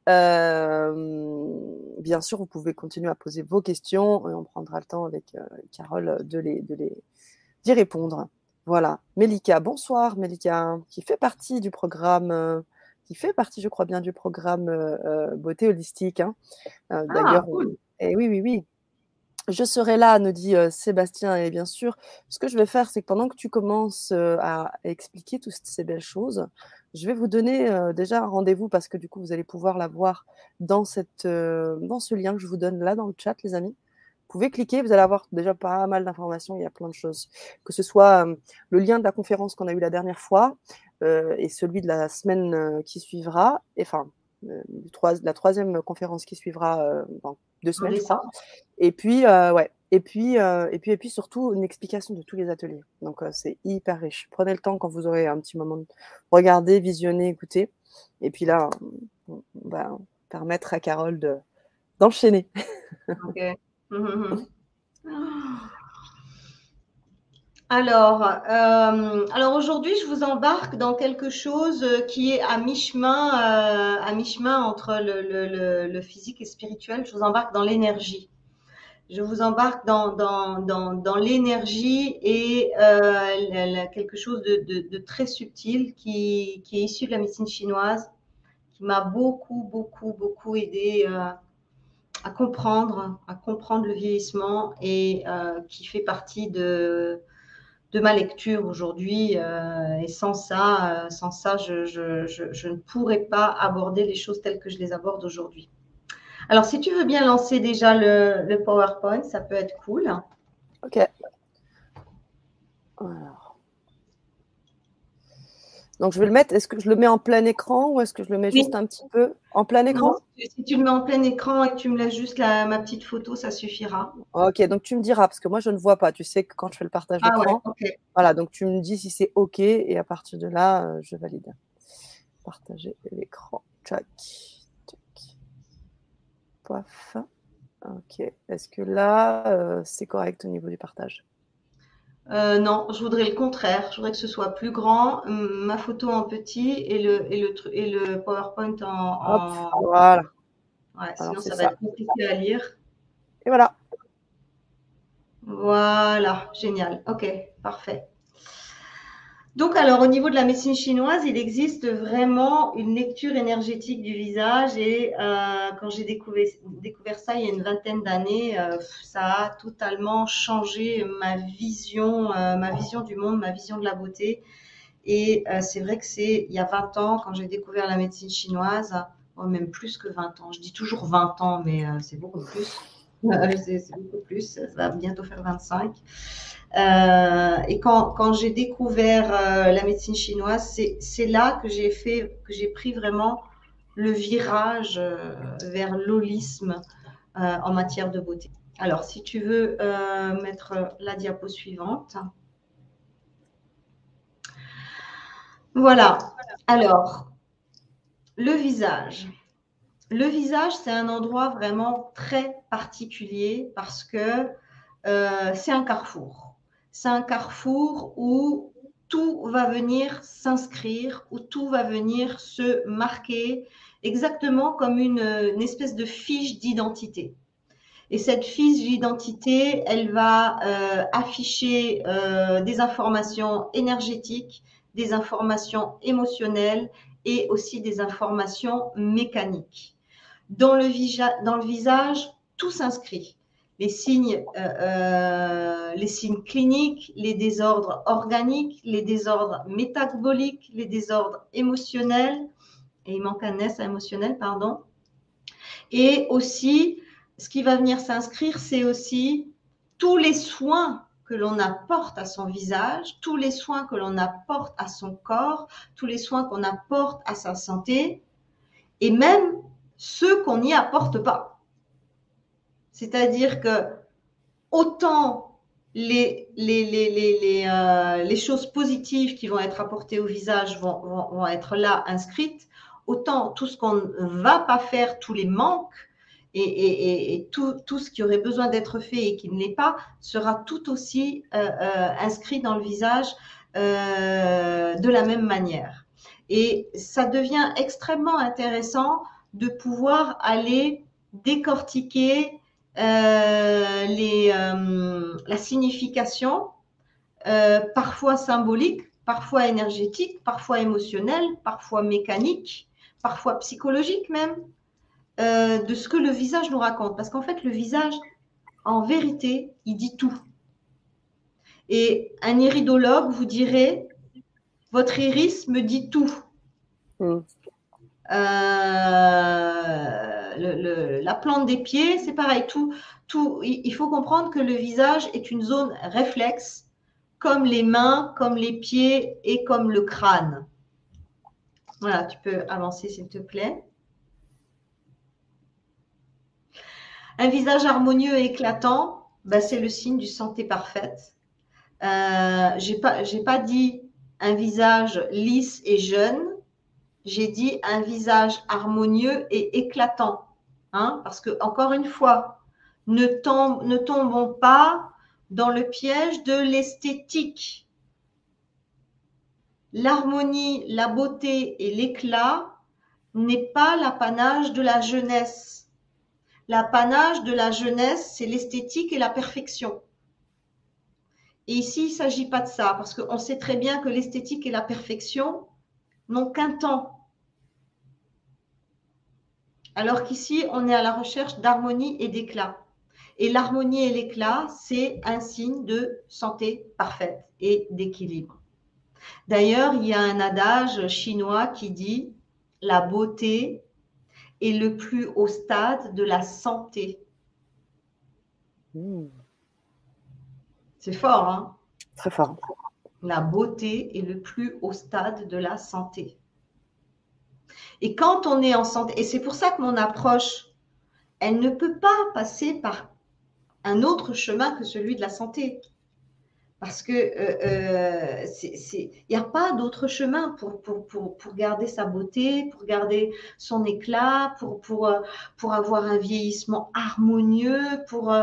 Bien sûr, vous pouvez continuer à poser vos questions, et on prendra le temps avec Carole d'y répondre. Voilà. Mélika, bonsoir Mélika, qui fait partie du programme, je crois bien, du programme Beauté Holistique. Hein. D'ailleurs, Cool. et oui, oui, oui. Je serai là, nous dit Sébastien, et bien sûr, ce que je vais faire, c'est que pendant que tu commences à expliquer toutes ces belles choses, je vais vous donner déjà un rendez-vous parce que du coup, vous allez pouvoir la voir dans ce lien que je vous donne là dans le chat, les amis. Vous pouvez cliquer, vous allez avoir déjà pas mal d'informations, il y a plein de choses. Que ce soit le lien de la conférence qu'on a eu la dernière fois et celui de la semaine qui suivra, enfin, la troisième conférence qui suivra dans 2 semaines, je crois. Et puis, ouais. Et puis surtout, une explication de tous les ateliers. Donc, c'est hyper riche. Prenez le temps quand vous aurez un petit moment de regarder, visionner, écouter. Et puis là, on va permettre à Carole d'enchaîner. Ok. Alors aujourd'hui, je vous embarque dans quelque chose qui est à mi-chemin entre le physique et spirituel. Je vous embarque dans l'énergie. Je vous embarque dans l'énergie et quelque chose de très subtil qui est issu de la médecine chinoise, qui m'a beaucoup aidé à comprendre le vieillissement et qui fait partie de ma lecture aujourd'hui. Et sans ça, je ne pourrais pas aborder les choses telles que je les aborde aujourd'hui. Alors, si tu veux bien lancer déjà le PowerPoint, ça peut être cool. Ok. Alors. Donc, je vais le mettre. Est-ce que je le mets en plein écran ou est-ce que je le mets juste un petit peu en plein écran? Non, si tu le mets en plein écran et que tu me laisses juste ma petite photo, ça suffira. Ok, donc tu me diras, parce que moi, je ne vois pas. Tu sais que quand je fais le partage d'écran, voilà, donc tu me dis si c'est ok et à partir de là, je valide. Partager l'écran. Tchac. Paf. Ok. Est-ce que là, c'est correct au niveau du partage? Non, je voudrais le contraire. Je voudrais que ce soit plus grand, ma photo en petit et le PowerPoint Hop, voilà. Ouais, Alors, sinon c'est ça va ça. être compliqué à lire. Et voilà. Voilà, génial. Ok, parfait. Donc, alors, au niveau de la médecine chinoise, il existe vraiment une lecture énergétique du visage et quand j'ai découvert ça il y a une vingtaine d'années, ça a totalement changé ma vision du monde, ma vision de la beauté. Et c'est vrai que c'est il y a 20 ans, quand j'ai découvert la médecine chinoise, même plus que 20 ans, je dis toujours 20 ans, mais c'est beaucoup plus. C'est beaucoup plus, ça va bientôt faire 25. Et quand j'ai découvert la médecine chinoise, c'est là que j'ai pris vraiment le virage vers l'holisme en matière de beauté. Alors, si tu veux mettre la diapo suivante. Voilà. Alors, le visage. Le visage, c'est un endroit vraiment très particulier parce que c'est un carrefour. C'est un carrefour où tout va venir s'inscrire, où tout va venir se marquer exactement comme une espèce de fiche d'identité. Et cette fiche d'identité, elle va afficher des informations énergétiques, des informations émotionnelles et aussi des informations mécaniques. Dans le visage, tout s'inscrit. Les signes cliniques, les désordres organiques, les désordres métaboliques, les désordres émotionnels, et il manque un S émotionnel, pardon. Et aussi, ce qui va venir s'inscrire, c'est aussi tous les soins que l'on apporte à son visage, tous les soins que l'on apporte à son corps, tous les soins qu'on apporte à sa santé, et même ceux qu'on n'y apporte pas. C'est-à-dire que autant les choses positives qui vont être apportées au visage vont être là inscrites, autant tout ce qu'on ne va pas faire, tous les manques et tout ce qui aurait besoin d'être fait et qui ne l'est pas, sera tout aussi inscrit dans le visage de la même manière. Et ça devient extrêmement intéressant de pouvoir aller décortiquer la signification, parfois symbolique, parfois énergétique, parfois émotionnelle, parfois mécanique, parfois psychologique même, de ce que le visage nous raconte. Parce qu'en fait, le visage, en vérité, il dit tout. Et un iridologue vous dirait, votre iris me dit tout. La plante des pieds, c'est pareil. Il faut comprendre que le visage est une zone réflexe, comme les mains, comme les pieds et comme le crâne. Voilà, tu peux avancer s'il te plaît. Un visage harmonieux et éclatant, ben, c'est le signe du santé parfaite. J'ai pas dit un visage lisse et jeune. J'ai dit un visage harmonieux et éclatant. Hein, parce que, encore une fois, ne tombons pas dans le piège de l'esthétique. L'harmonie, la beauté et l'éclat n'est pas l'apanage de la jeunesse. L'apanage de la jeunesse, c'est l'esthétique et la perfection. Et ici, il ne s'agit pas de ça, parce qu'on sait très bien que l'esthétique et la perfection n'ont qu'un temps. Alors qu'ici, on est à la recherche d'harmonie et d'éclat. Et l'harmonie et l'éclat, c'est un signe de santé parfaite et d'équilibre. D'ailleurs, il y a un adage chinois qui dit « La beauté est le plus haut stade de la santé ». C'est fort, hein? Très fort. La beauté est le plus haut stade de la santé. Et quand on est en santé, et c'est pour ça que mon approche, elle ne peut pas passer par un autre chemin que celui de la santé. Parce que il n'y a pas d'autre chemin pour garder sa beauté, pour garder son éclat, pour avoir un vieillissement harmonieux, pour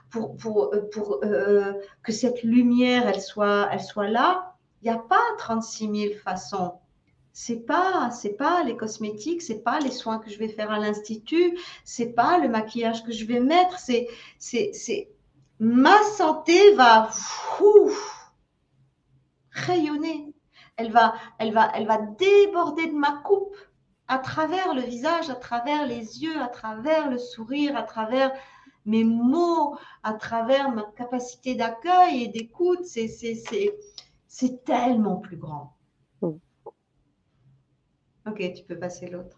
que cette lumière, elle soit là. Il n'y a pas 36 000 façons. C'est pas les cosmétiques, c'est pas les soins que je vais faire à l'institut, c'est pas le maquillage que je vais mettre, c'est ma santé va rayonner. Elle va déborder de ma coupe à travers le visage, à travers les yeux, à travers le sourire, à travers mes mots, à travers ma capacité d'accueil et d'écoute. C'est tellement plus grand. Ok, tu peux passer l'autre.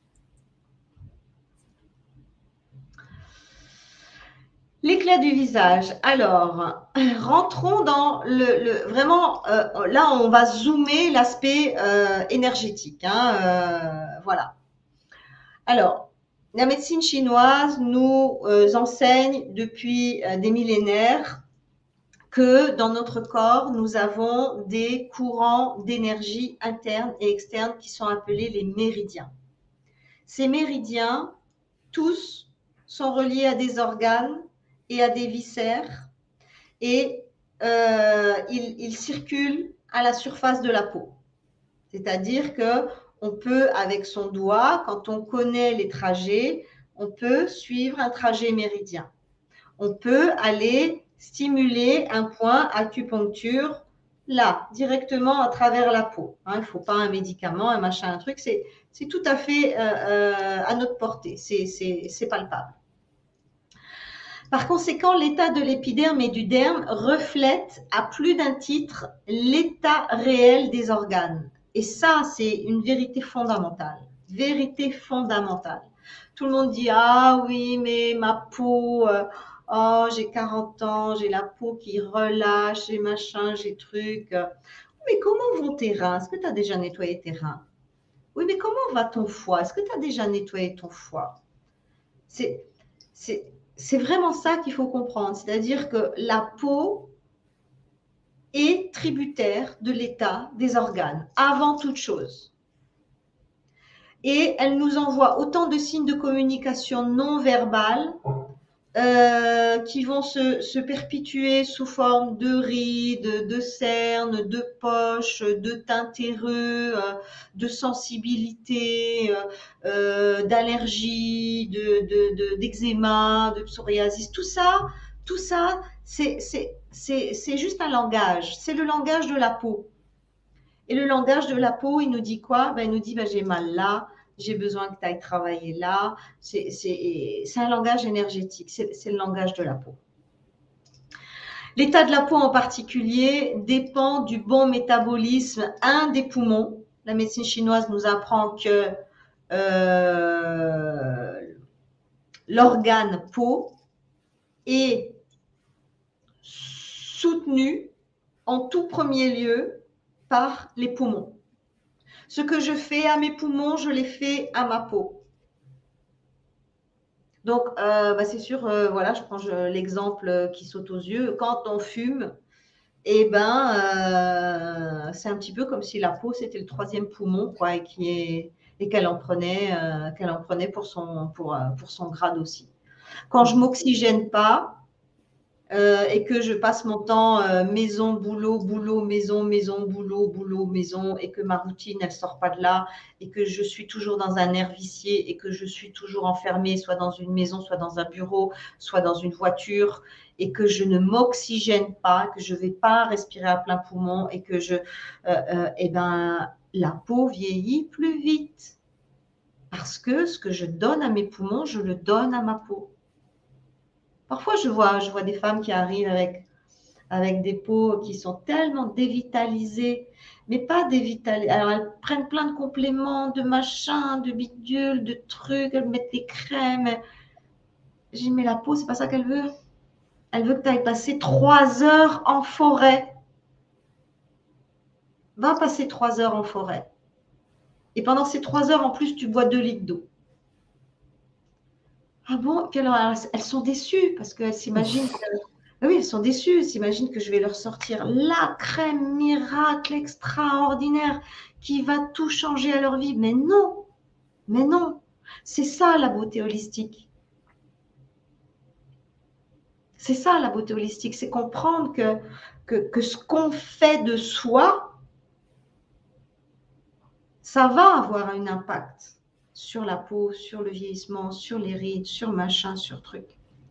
L'éclat du visage. Alors, rentrons dans vraiment, là, on va zoomer l'aspect énergétique. Hein, voilà. Alors, la médecine chinoise nous enseigne depuis des millénaires que dans notre corps, nous avons des courants d'énergie internes et externes qui sont appelés les méridiens. Ces méridiens, tous, sont reliés à des organes et à des viscères et ils circulent à la surface de la peau. C'est-à-dire qu'on peut, avec son doigt, quand on connaît les trajets, on peut suivre un trajet méridien. on peut aller stimuler un point acupuncture là, directement à travers la peau. Hein, il ne faut pas un médicament, un machin, un truc. C'est tout à fait à notre portée. C'est palpable. Par conséquent, l'état de l'épiderme et du derme reflète à plus d'un titre l'état réel des organes. Et ça, c'est une vérité fondamentale. Vérité fondamentale. Tout le monde dit, ah oui, mais ma peau, oh, j'ai 40 ans, j'ai la peau qui relâche, j'ai machin, j'ai truc. Mais comment vont tes reins? Est-ce que tu as déjà nettoyé tes reins? Oui, mais comment va ton foie? Est-ce que tu as déjà nettoyé ton foie? C'est vraiment ça qu'il faut comprendre. C'est-à-dire que la peau est tributaire de l'état des organes, avant toute chose. Et elle nous envoie autant de signes de communication non verbale qui vont se perpétuer sous forme de rides, de cernes, de poches, de teint terreux, de sensibilité, d'allergie, d'eczéma, de psoriasis. Tout ça, c'est juste un langage. C'est le langage de la peau. Et le langage de la peau, il nous dit quoi? Il nous dit, j'ai mal là, j'ai besoin que tu ailles travailler là. C'est un langage énergétique, c'est le langage de la peau. L'état de la peau en particulier dépend du bon métabolisme, des poumons. La médecine chinoise nous apprend que l'organe peau est soutenu en tout premier lieu par les poumons. Ce que je fais à mes poumons, je les fais à ma peau. Donc, c'est sûr, voilà, je prends l'exemple qui saute aux yeux. Quand on fume, c'est un petit peu comme si la peau, c'était le troisième poumon, quoi, et qu'elle en prenait pour son grade aussi. Quand je m'oxygène pas, et que je passe mon temps maison, boulot, boulot, maison, maison, boulot, boulot, maison, et que ma routine, elle sort pas de là, et que je suis toujours dans un air vicié, et que je suis toujours enfermée, soit dans une maison, soit dans un bureau, soit dans une voiture, et que je ne m'oxygène pas, que je vais pas respirer à plein poumon, et que la peau vieillit plus vite. Parce que ce que je donne à mes poumons, je le donne à ma peau. Parfois, je vois des femmes qui arrivent avec des peaux qui sont tellement dévitalisées, mais pas dévitalisées. Alors, elles prennent plein de compléments, de machins, de bidules, de trucs, elles mettent des crèmes. J'ai dit, mais la peau, c'est pas ça qu'elle veut. Elle veut que tu ailles passer 3 heures en forêt. Va passer 3 heures en forêt. Et pendant ces 3 heures, en plus, tu bois 2 litres d'eau. Ah bon? Puis alors, elles sont déçues parce qu'elles s'imaginent que… Oui, elles sont déçues. Elles s'imaginent que je vais leur sortir la crème miracle extraordinaire qui va tout changer à leur vie. Mais non, mais non. C'est ça la beauté holistique. C'est ça la beauté holistique. C'est comprendre que ce qu'on fait de soi, ça va avoir un impact sur la peau, sur le vieillissement, sur les rides, sur machin, sur truc.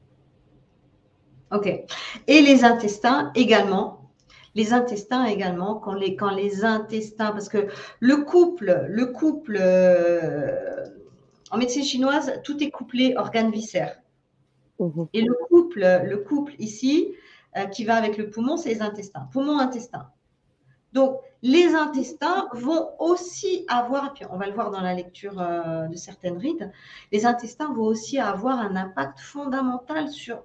Ok. Et les intestins également. Les intestins également, quand les intestins, parce que le couple, en médecine chinoise, tout est couplé organe-viscère. Et le couple ici, qui va avec le poumon, c'est les intestins. Poumon-intestin. Donc, les intestins vont aussi avoir, et puis on va le voir dans la lecture de certaines rides, les intestins vont aussi avoir un impact fondamental sur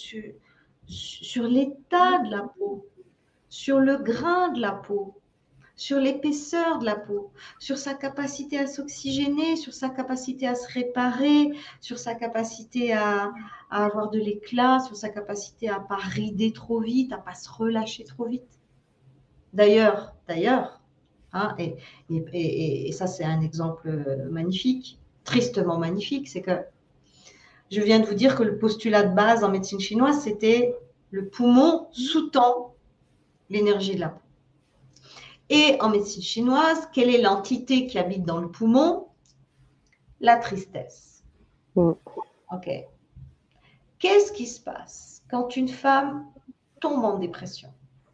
l'état de la peau, sur le grain de la peau, sur l'épaisseur de la peau, sur sa capacité à s'oxygéner, sur sa capacité à se réparer, sur sa capacité à avoir de l'éclat, sur sa capacité à ne pas rider trop vite, à ne pas se relâcher trop vite. D'ailleurs, hein, et ça c'est un exemple magnifique, tristement magnifique, c'est que je viens de vous dire que le postulat de base en médecine chinoise, c'était le poumon sous-tend l'énergie de la peau. Et en médecine chinoise, quelle est l'entité qui habite dans le poumon? La tristesse. Ok. Qu'est-ce qui se passe quand une femme tombe en dépression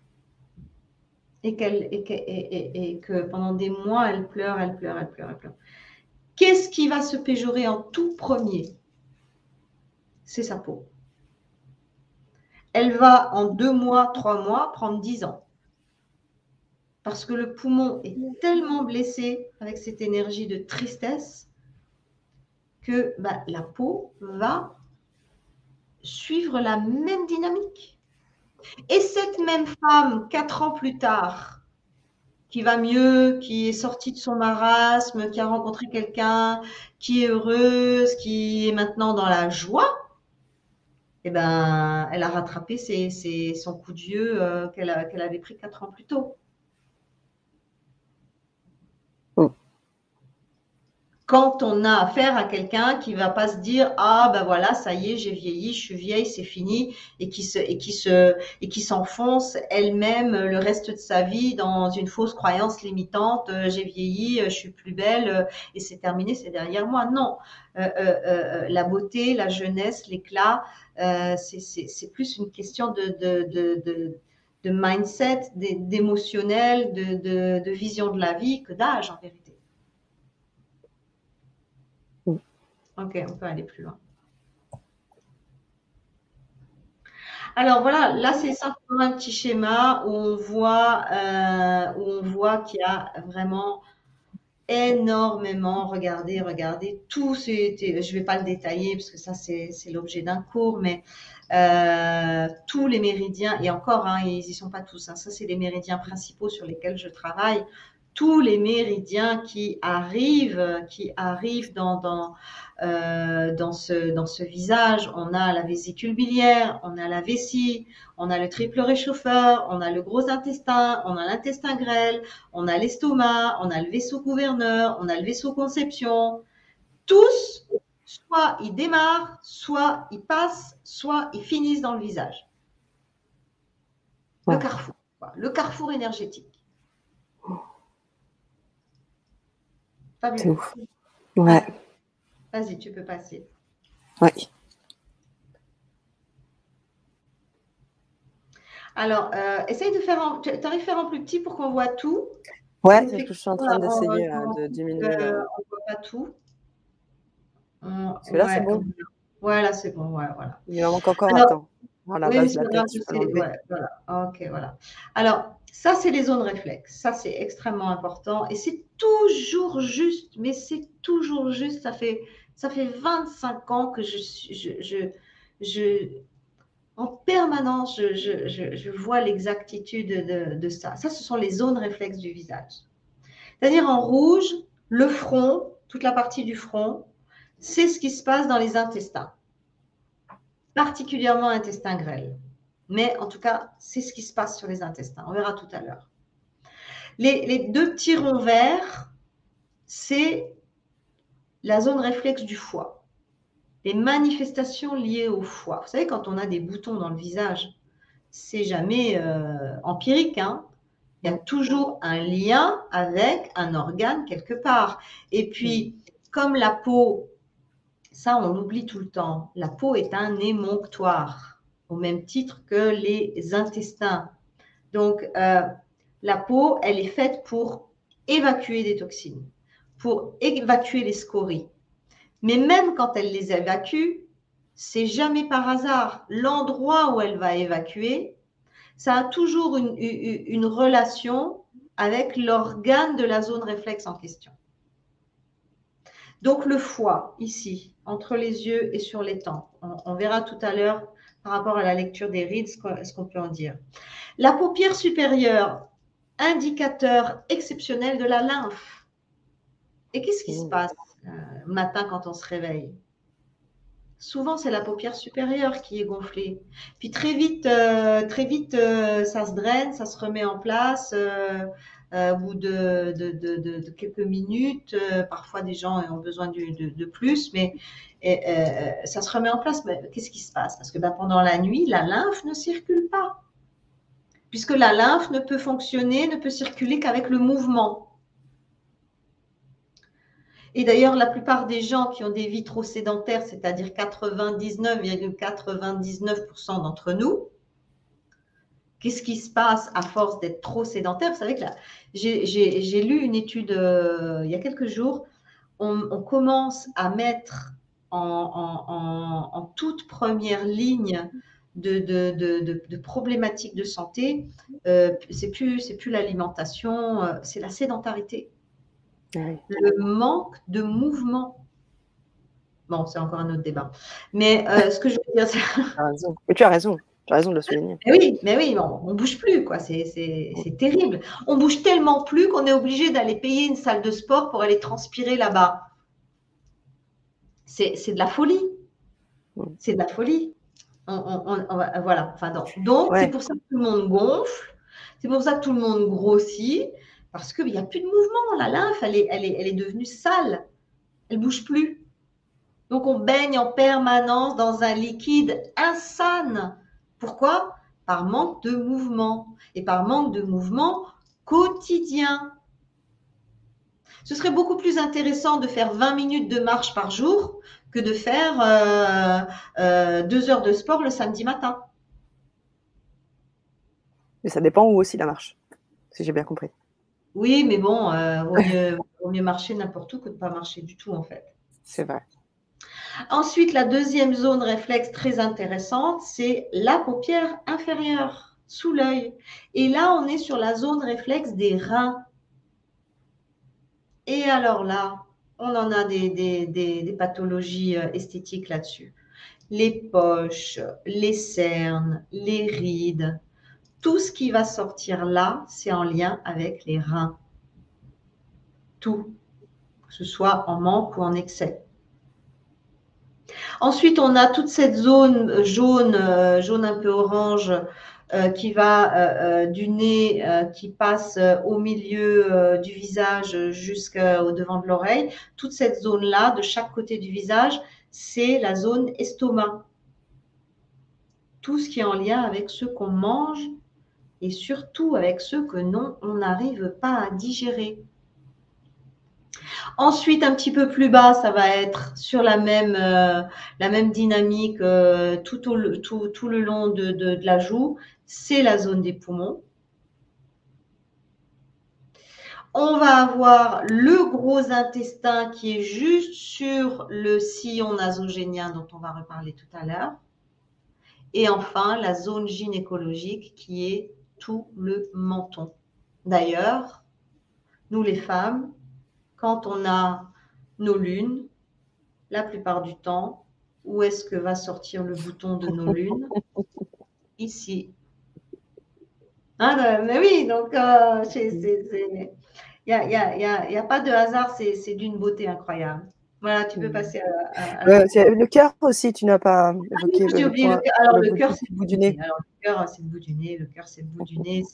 et que pendant des mois, elle pleure, elle pleure, elle pleure, elle pleure. Qu'est-ce qui va se péjorer en tout premier? C'est sa peau. Elle va en 2 mois, 3 mois prendre 10 ans. Parce que le poumon est tellement blessé avec cette énergie de tristesse que la peau va suivre la même dynamique. Et cette même femme, 4 ans plus tard, qui va mieux, qui est sortie de son marasme, qui a rencontré quelqu'un, qui est heureuse, qui est maintenant dans la joie, elle a rattrapé son coup de vieux qu'elle avait pris 4 ans plus tôt. Quand on a affaire à quelqu'un qui va pas se dire ah ben voilà, ça y est, j'ai vieilli, je suis vieille, c'est fini, et qui s'enfonce elle-même le reste de sa vie dans une fausse croyance limitante, j'ai vieilli, je suis plus belle, et c'est terminé, c'est derrière moi. Non, la beauté, la jeunesse, l'éclat, c'est plus une question de mindset, d'émotionnel, de vision de la vie que d'âge en vérité. Ok, on peut aller plus loin. Alors voilà, là c'est simplement un petit schéma où on voit qu'il y a vraiment énormément, regardez, tout je vais pas le détailler parce que ça c'est l'objet d'un cours, mais tous les méridiens, et encore, hein, ils y sont pas tous, hein, ça c'est les méridiens principaux sur lesquels je travaille, tous les méridiens qui arrivent dans ce visage. On a la vésicule biliaire, on a la vessie, on a le triple réchauffeur, on a le gros intestin, on a l'intestin grêle, on a l'estomac, on a le vaisseau gouverneur, on a le vaisseau conception. Tous, soit ils démarrent, soit ils passent, soit ils finissent dans le visage. Le carrefour, le carrefour énergétique. C'est ouf. Ouais. Vas-y, tu peux passer. Oui. Alors, essaye de faire tu arrives à faire en plus petit pour qu'on voit tout. Ouais, c'est ce que je suis en train d'essayer de diminuer. On ne voit pas tout. Parce que là, c'est bon. Voilà, c'est bon. Ouais, voilà. Il me manque encore un temps. Voilà, oui, base de la tête, je peux l'enlever. Ouais, voilà. Ok, voilà. Alors, ça, c'est les zones réflexes. Ça, c'est extrêmement important. Et c'est toujours juste, mais c'est toujours juste. Ça fait 25 ans que en permanence, je vois l'exactitude de ça. Ça, ce sont les zones réflexes du visage. C'est-à-dire en rouge, le front, toute la partie du front, c'est ce qui se passe dans les intestins, particulièrement intestin grêle. Mais en tout cas, c'est ce qui se passe sur les intestins. On verra tout à l'heure. Les deux petits ronds verts, c'est la zone réflexe du foie. Les manifestations liées au foie. Vous savez, quand on a des boutons dans le visage, c'est jamais empirique, hein. Il y a toujours un lien avec un organe quelque part. Et puis, comme la peau, ça on l'oublie tout le temps, la peau est un émonctoire, au même titre que les intestins. Donc, la peau, elle est faite pour évacuer des toxines, pour évacuer les scories. Mais même quand elle les évacue, c'est jamais par hasard. L'endroit où elle va évacuer, ça a toujours une relation avec l'organe de la zone réflexe en question. Donc le foie, ici, entre les yeux et sur les tempes. On verra tout à l'heure par rapport à la lecture des rides ce qu'on peut en dire. La paupière supérieure, indicateur exceptionnel de la lymphe. Et qu'est-ce qui se passe le matin quand on se réveille? Souvent, c'est la paupière supérieure qui est gonflée. Puis très vite, ça se draine, ça se remet en place au bout de quelques minutes. Parfois, des gens ont besoin de plus, mais ça se remet en place. Mais qu'est-ce qui se passe? Parce que pendant la nuit, la lymphe ne circule pas. Puisque la lymphe ne peut fonctionner, ne peut circuler qu'avec le mouvement. Et d'ailleurs, la plupart des gens qui ont des vies trop sédentaires, c'est-à-dire 99,99% d'entre nous, qu'est-ce qui se passe à force d'être trop sédentaire? Vous savez que là, j'ai lu une étude il y a quelques jours. On commence à mettre en toute première ligne de problématiques de santé, c'est plus l'alimentation, c'est la sédentarité, Oui. le manque de mouvement. Bon, c'est encore un autre débat. Mais ce que je veux dire, c'est… Tu as raison. Mais tu as raison. Tu as raison de le souligner. Mais oui, on ne bouge plus, quoi. C'est terrible. On bouge tellement plus qu'on est obligé d'aller payer une salle de sport pour aller transpirer là-bas. C'est de la folie. C'est de la folie. Voilà. Enfin, donc, Ouais. c'est pour ça que tout le monde gonfle. C'est pour ça que tout le monde grossit. Parce qu'il n'y a plus de mouvement. La lymphe, elle est devenue sale. Elle ne bouge plus. Donc, on baigne en permanence dans un liquide insane. Pourquoi? Par manque de mouvement. Et par manque de mouvement quotidien. Ce serait beaucoup plus intéressant de faire 20 minutes de marche par jour que de faire 2 heures de sport le samedi matin. Mais ça dépend où aussi la marche, si j'ai bien compris. Oui, mais bon, vaut mieux marcher n'importe où que de ne pas marcher du tout, en fait. C'est vrai. Ensuite, la deuxième zone réflexe très intéressante, c'est la paupière inférieure, sous l'œil. Et là, on est sur la zone réflexe des reins. Et alors là, on en a des pathologies esthétiques là-dessus. Les poches, les cernes, les rides, tout ce qui va sortir là, c'est en lien avec les reins. Tout, que ce soit en manque ou en excès. Ensuite, on a toute cette zone jaune un peu orange, qui va du nez, qui passe au milieu du visage jusqu'au devant de l'oreille. Toute cette zone-là, de chaque côté du visage, c'est la zone estomac. Tout ce qui est en lien avec ce qu'on mange et surtout avec ceux que on n'arrive pas à digérer. Ensuite, un petit peu plus bas, ça va être sur la même dynamique tout le long de la joue. C'est la zone des poumons. On va avoir le gros intestin qui est juste sur le sillon nasogénien dont on va reparler tout à l'heure. Et enfin, la zone gynécologique qui est tout le menton. D'ailleurs, nous les femmes, quand on a nos lunes, la plupart du temps, où est-ce que va sortir le bouton de nos lunes? Ici. Hein, mais oui, donc il n'y a pas de hasard, c'est d'une beauté incroyable. Voilà, tu peux passer à le cœur aussi, tu n'as pas évoqué j'ai le oublié point. Alors, le cœur, c'est le bout du nez. Alors, le cœur, c'est le bout du nez. Le cœur, c'est le bout du nez.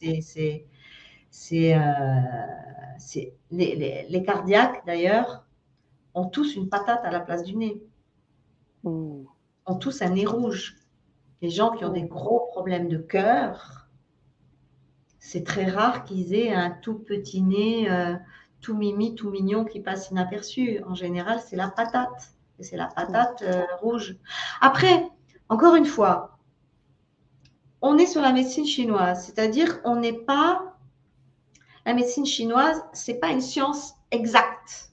Les cardiaques, d'ailleurs, ont tous une patate à la place du nez. Ont tous un nez rouge. Les gens qui ont des gros problèmes de cœur, c'est très rare qu'ils aient un tout petit nez, tout mimi, tout mignon qui passe inaperçu. En général, c'est la patate. Et c'est la patate rouge. Après, encore une fois, on est sur la médecine chinoise, c'est-à-dire on n'est pas… La médecine chinoise, ce n'est pas une science exacte.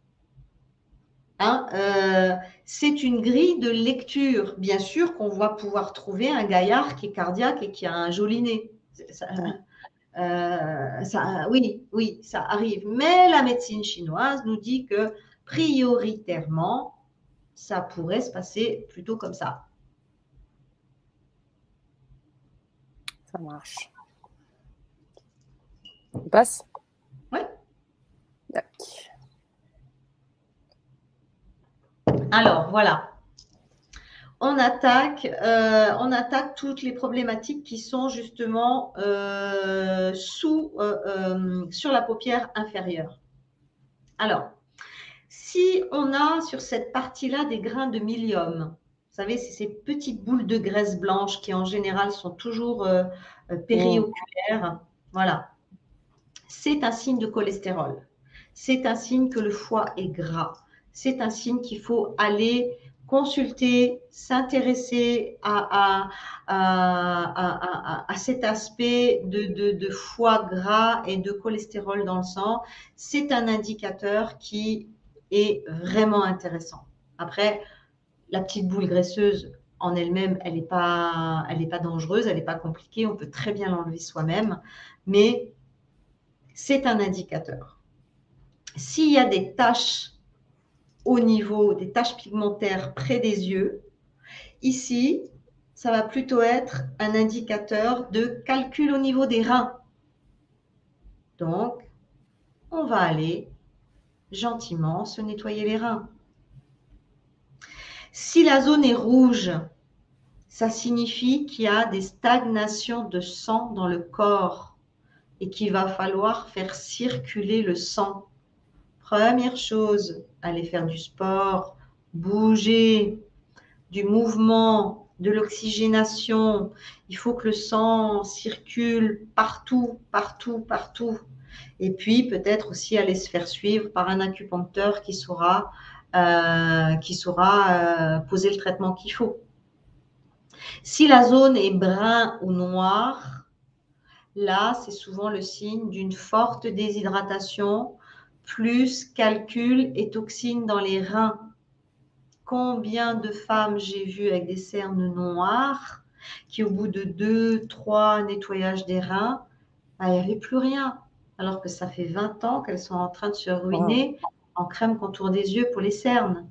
C'est une grille de lecture. Bien sûr qu'on va pouvoir trouver un gaillard qui est cardiaque et qui a un joli nez. Oui, ça arrive. Mais la médecine chinoise nous dit que prioritairement, ça pourrait se passer plutôt comme ça. Ça marche. On passe? Oui. D'accord. Alors, voilà. On attaque toutes les problématiques qui sont justement sur la paupière inférieure. Alors, si on a sur cette partie-là des grains de milium, vous savez, c'est ces petites boules de graisse blanche qui en général sont toujours périoculaires. Voilà. C'est un signe de cholestérol. c'est un signe que le foie est gras. C'est un signe qu'il faut aller consulter, s'intéresser à cet aspect de foie gras et de cholestérol dans le sang. C'est un indicateur qui est vraiment intéressant. Après, la petite boule graisseuse en elle-même, elle n'est pas dangereuse, elle n'est pas compliquée, on peut très bien l'enlever soi-même, mais c'est un indicateur. S'il y a des taches au niveau des taches pigmentaires près des yeux, ici, ça va plutôt être un indicateur de calcul au niveau des reins. Donc, on va aller gentiment se nettoyer les reins. Si la zone est rouge, ça signifie qu'il y a des stagnations de sang dans le corps et qu'il va falloir faire circuler le sang. Première chose, aller faire du sport, bouger, du mouvement, de l'oxygénation. Il faut que le sang circule partout, partout, partout. Et puis peut-être aussi aller se faire suivre par un acupuncteur qui saura poser le traitement qu'il faut. Si la zone est brun ou noir, là, c'est souvent le signe d'une forte déshydratation, plus calcul et toxines dans les reins. Combien de femmes j'ai vues avec des cernes noires qui, au bout de 2, 3 nettoyages des reins, il n'y avait plus rien. Alors que ça fait 20 ans qu'elles sont en train de se ruiner en crème contour des yeux pour les cernes.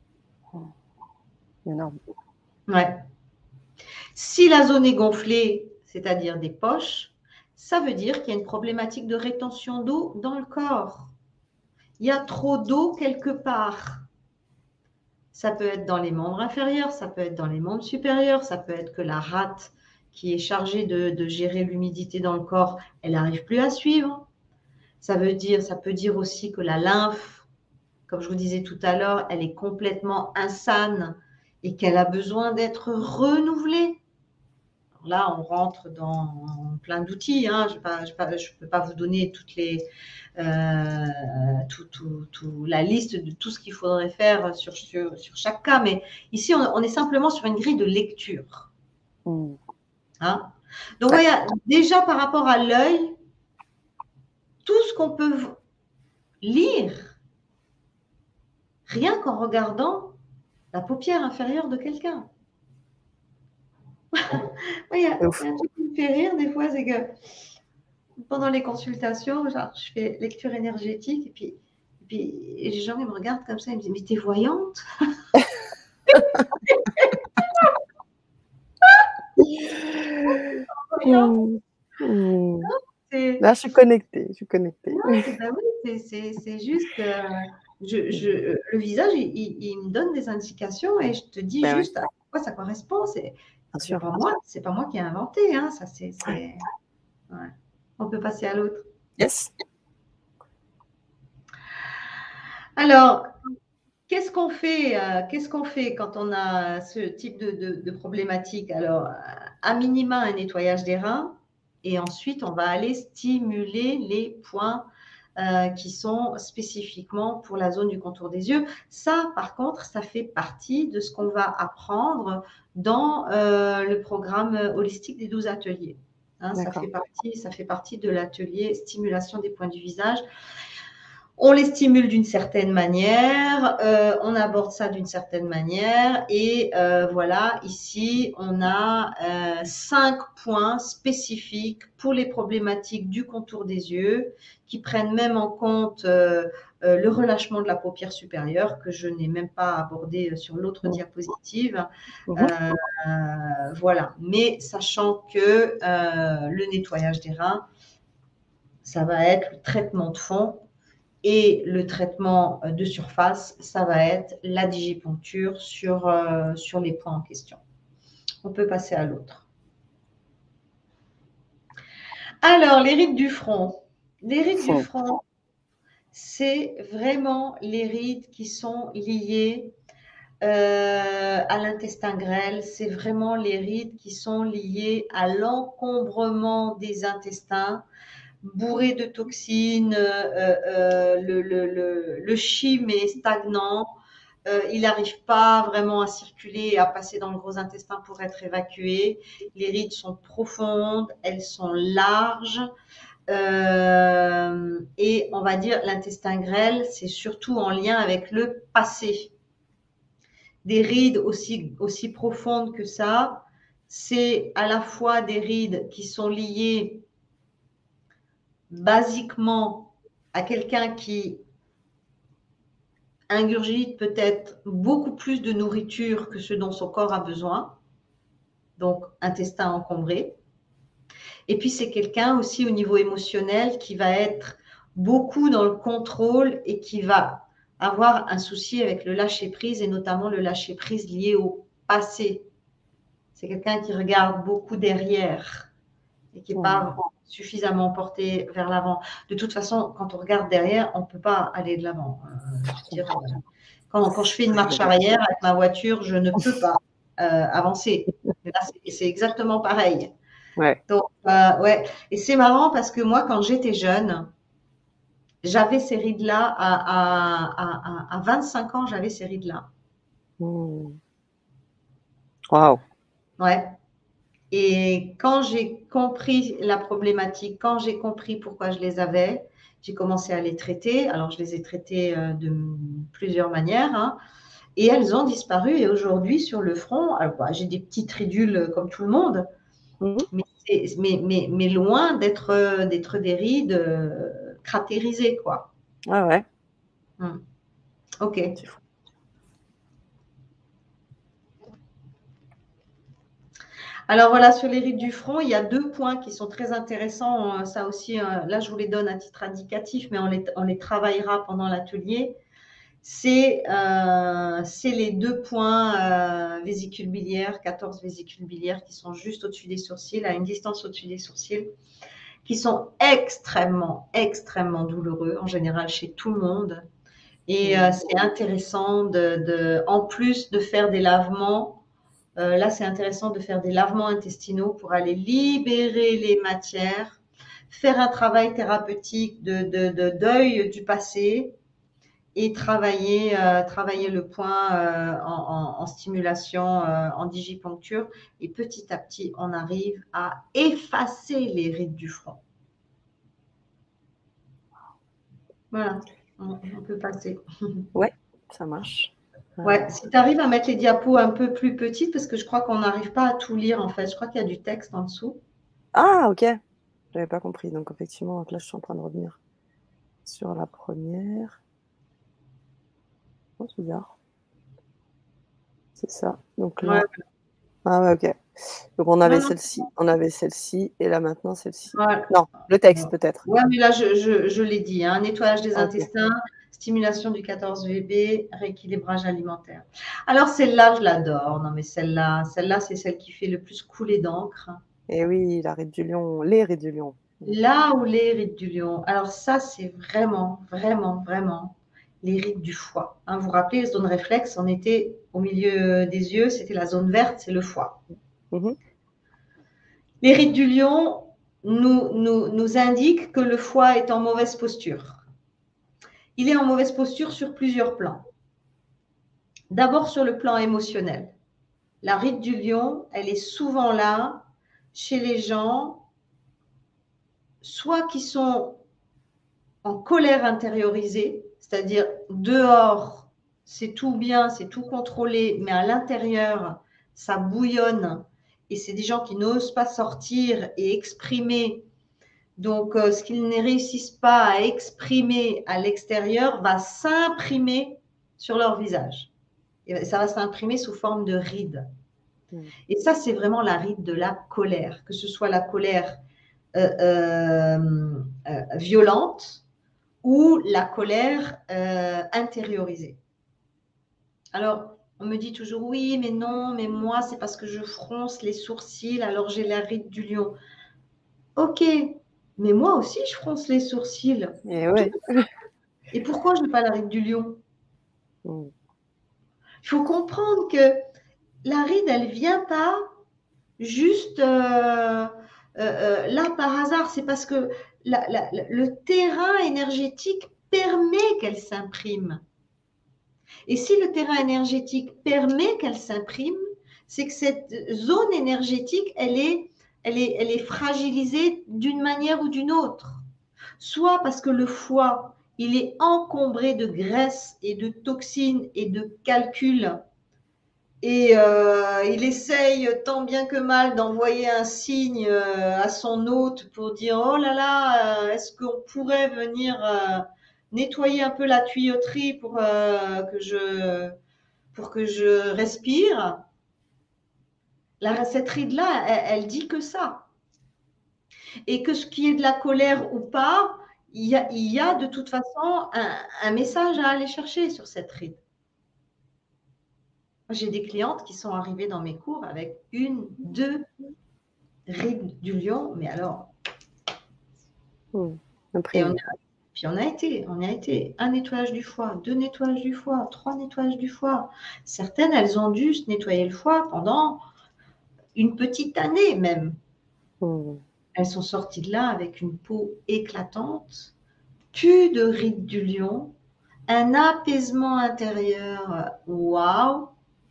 Énorme. Ouais. Si la zone est gonflée, c'est-à-dire des poches, ça veut dire qu'il y a une problématique de rétention d'eau dans le corps. Il y a trop d'eau quelque part. Ça peut être dans les membres inférieurs, ça peut être dans les membres supérieurs, ça peut être que la rate qui est chargée de gérer l'humidité dans le corps, elle n'arrive plus à suivre. Ça peut dire aussi que la lymphe, comme je vous disais tout à l'heure, elle est complètement insane et qu'elle a besoin d'être renouvelée. Alors là, on rentre dans plein d'outils. Hein. Je ne peux pas vous donner toutes les, la liste de tout ce qu'il faudrait faire sur chaque cas. Mais ici, on est simplement sur une grille de lecture. Hein? Donc, voilà, déjà par rapport à l'œil, tout ce qu'on peut lire, rien qu'en regardant la paupière inférieure de quelqu'un. Il y a un truc qui me fait rire des fois, c'est que pendant les consultations, genre, je fais lecture énergétique et puis les gens ils me regardent comme ça, ils me disent mais t'es voyante? Là, je suis connectée. C'est juste que le visage, il me donne des indications et je te dis juste à quoi ça correspond. C'est pas moi qui ai inventé. Hein, ça, ouais. On peut passer à l'autre. Yes. Alors, qu'est-ce qu'on fait quand on a ce type de problématique? Alors, à minima, un nettoyage des reins. Et ensuite, on va aller stimuler les points qui sont spécifiquement pour la zone du contour des yeux. Ça, par contre, ça fait partie de ce qu'on va apprendre dans le programme holistique des 12 ateliers. Hein, ça fait partie de l'atelier stimulation des points du visage. On les stimule d'une certaine manière, on aborde ça d'une certaine manière et voilà, ici, on a 5 points spécifiques pour les problématiques du contour des yeux qui prennent même en compte le relâchement de la paupière supérieure que je n'ai même pas abordé sur l'autre diapositive. Voilà, mais sachant que le nettoyage des reins, ça va être le traitement de fond. Et le traitement de surface, ça va être la digipuncture sur les points en question. On peut passer à l'autre. Alors, les rides du front. Les rides du front, c'est vraiment les rides qui sont liées à l'intestin grêle. C'est vraiment les rides qui sont liées à l'encombrement des intestins. bourré de toxines, le chyme est stagnant, il n'arrive pas vraiment à circuler et à passer dans le gros intestin pour être évacué. Les rides sont profondes, elles sont larges. Et on va dire l'intestin grêle, c'est surtout en lien avec le passé. Des rides aussi profondes que ça, c'est à la fois des rides qui sont liées basiquement à quelqu'un qui ingurgite peut-être beaucoup plus de nourriture que ce dont son corps a besoin, donc intestin encombré. Et puis c'est quelqu'un aussi au niveau émotionnel qui va être beaucoup dans le contrôle et qui va avoir un souci avec le lâcher-prise et notamment le lâcher-prise lié au passé. C'est quelqu'un qui regarde beaucoup derrière et qui n'est pas suffisamment porté vers l'avant. De toute façon, quand on regarde derrière, on ne peut pas aller de l'avant. Quand je fais une marche arrière avec ma voiture, je ne peux pas avancer. C'est exactement pareil. Ouais. Donc, ouais. Et c'est marrant parce que moi, quand j'étais jeune, j'avais ces rides-là. À 25 ans, j'avais ces rides-là. Waouh. Ouais. Et quand j'ai compris la problématique, quand j'ai compris pourquoi je les avais, j'ai commencé à les traiter. Alors, je les ai traitées de plusieurs manières, hein, et elles ont disparu. Et aujourd'hui, sur le front, alors, j'ai des petites ridules comme tout le monde, mais loin d'être des rides cratérisées, quoi. Ah ouais. Ok. Alors voilà, sur les rides du front, il y a 2 points qui sont très intéressants. Ça aussi, là, je vous les donne à titre indicatif, mais on les travaillera pendant l'atelier. C'est les 2 points vésicules biliaires, 14 vésicules biliaires qui sont juste au-dessus des sourcils, à une distance au-dessus des sourcils, qui sont extrêmement, extrêmement douloureux, en général chez tout le monde. Et c'est intéressant en plus de faire des lavements, là, c'est intéressant de faire des lavements intestinaux pour aller libérer les matières, faire un travail thérapeutique de deuil du passé et travailler le point en stimulation, en digiponcture. Et petit à petit, on arrive à effacer les rides du front. Voilà, on peut passer. Ouais, ça marche. Ouais, si tu arrives à mettre les diapos un peu plus petites, parce que je crois qu'on n'arrive pas à tout lire en fait. Je crois qu'il y a du texte en dessous. Ah, ok. J'avais pas compris. Donc, effectivement, là, je suis en train de revenir sur la première. Oh, c'est bizarre. C'est ça. Donc là. Ouais. Ah ouais, ok. Donc on avait celle-ci, et là maintenant celle-ci. Ouais. Non, le texte peut-être. Ouais, mais là je l'ai dit, hein, nettoyage des intestins, stimulation du 14 VB, rééquilibrage alimentaire. Alors celle-là, je l'adore. Non mais celle-là, c'est celle qui fait le plus couler d'encre. Et oui, la ride du lion, les rides du lion. Là où les rides du lion. Alors ça, c'est vraiment, vraiment, vraiment les rides du foie. Hein, vous vous rappelez, les zones réflexes, on était au milieu des yeux, c'était la zone verte, c'est le foie. Les rides du lion nous indiquent que le foie est en mauvaise posture. Il est en mauvaise posture sur plusieurs plans. D'abord sur le plan émotionnel. La ride du lion, elle est souvent là chez les gens, soit qui sont en colère intériorisée, c'est-à-dire dehors, c'est tout bien, c'est tout contrôlé, mais à l'intérieur, ça bouillonne. Et c'est des gens qui n'osent pas sortir et exprimer. Donc, ce qu'ils ne réussissent pas à exprimer à l'extérieur va s'imprimer sur leur visage. Et ça va s'imprimer sous forme de rides. Et ça, c'est vraiment la ride de la colère, que ce soit la colère violente ou la colère intériorisée. Alors, on me dit toujours, oui, mais non, mais moi, c'est parce que je fronce les sourcils, alors j'ai la ride du lion. Ok, mais moi aussi, je fronce les sourcils. Et ouais. Et pourquoi je n'ai pas la ride du lion? Il faut comprendre que la ride, elle ne vient pas juste là par hasard. C'est parce que le terrain énergétique permet qu'elle s'imprime. Et si le terrain énergétique permet qu'elle s'imprime, c'est que cette zone énergétique, elle est fragilisée d'une manière ou d'une autre. Soit parce que le foie, il est encombré de graisse et de toxines et de calculs, et il essaye tant bien que mal d'envoyer un signe à son hôte pour dire « Oh là là, est-ce qu'on pourrait venir nettoyer un peu la tuyauterie pour que je respire ?» Cette ride-là, elle dit que ça. Et que ce qui est de la colère ou pas, il y a de toute façon un message à aller chercher sur cette ride. J'ai des clientes qui sont arrivées dans mes cours avec 1, 2 rides du lion, mais alors. Et on a été. 1 nettoyage du foie, 2 nettoyages du foie, 3 nettoyages du foie. Certaines, elles ont dû se nettoyer le foie pendant une petite année même. Elles sont sorties de là avec une peau éclatante, plus de rides du lion, un apaisement intérieur. Waouh!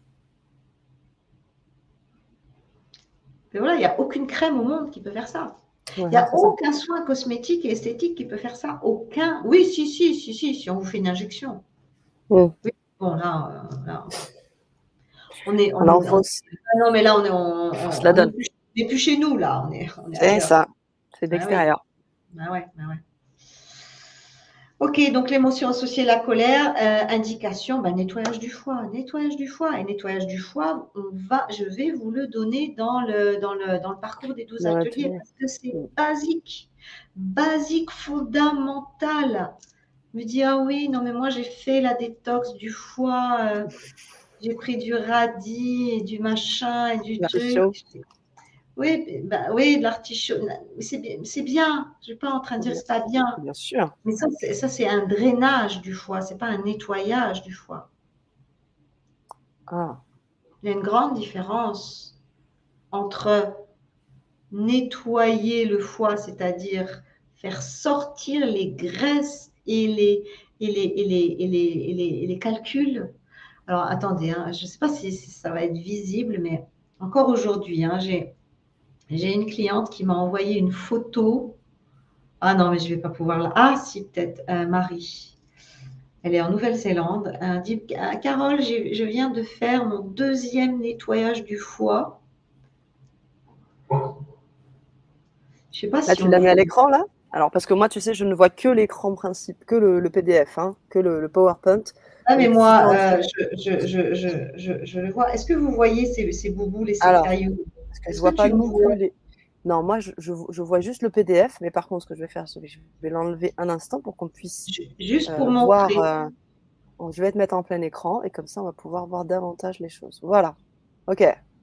Mais voilà, il n'y a aucune crème au monde qui peut faire ça. Il n'y a aucun soin cosmétique et esthétique qui peut faire ça. Aucun. Oui, si on vous fait une injection. Oui. Bon, là. On est. Non, mais là, on se la donne. On n'est plus chez nous, là. C'est ça. C'est d'extérieur. Ah ouais. Ok, donc l'émotion associée à la colère, indication, nettoyage du foie. Et nettoyage du foie, je vais vous le donner dans le parcours des 12 ateliers parce que c'est basique, fondamental. Je me dis, ah oui, non mais moi j'ai fait la détox du foie, j'ai pris du radis et du machin et du truc. Oui, de l'artichaut. C'est bien. Je ne suis pas en train de dire que ce n'est pas bien. Bien sûr. Mais ça c'est un drainage du foie. Ce n'est pas un nettoyage du foie. Ah. Il y a une grande différence entre nettoyer le foie, c'est-à-dire faire sortir les graisses et les calculs. Alors, attendez, je ne sais pas si ça va être visible, mais encore aujourd'hui, j'ai une cliente qui m'a envoyé une photo. Ah non, mais je ne vais pas pouvoir là. Ah, si, peut-être, Marie. Elle est en Nouvelle-Zélande. Elle dit, Carole, je viens de faire mon 2e nettoyage du foie. Je ne sais pas si là, tu l'as mis à l'écran, là? Alors, parce que moi, tu sais, je ne vois que l'écran principe, que le PDF, que le PowerPoint. Ah, mais moi, je le vois. Est-ce que vous voyez ces boubous, les cailloux? Parce que je ne vois pas non plus les... Non, moi, je vois juste le PDF, mais par contre, ce que je vais faire, c'est que je vais l'enlever un instant pour qu'on puisse juste pour montrer. voir. Je vais te mettre en plein écran et comme ça, on va pouvoir voir davantage les choses. Voilà. OK.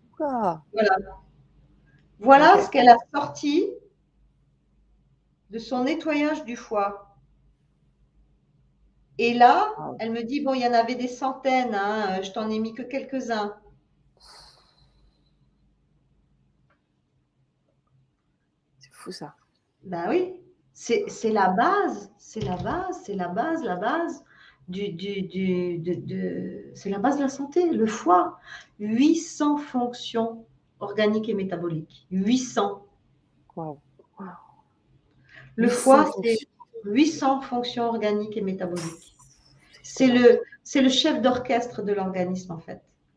Voilà ce qu'elle a sorti de son nettoyage du foie. Et là, elle me dit, bon, il y en avait des centaines, je t'en ai mis que quelques-uns. C'est fou ça. Ben oui, c'est la base, c'est la base c'est la base de la santé, le foie. 800 fonctions organiques et métaboliques. 800. Wow. Le foie, c'est 800 fonctions organiques et métaboliques. C'est le chef d'orchestre de l'organisme, en fait.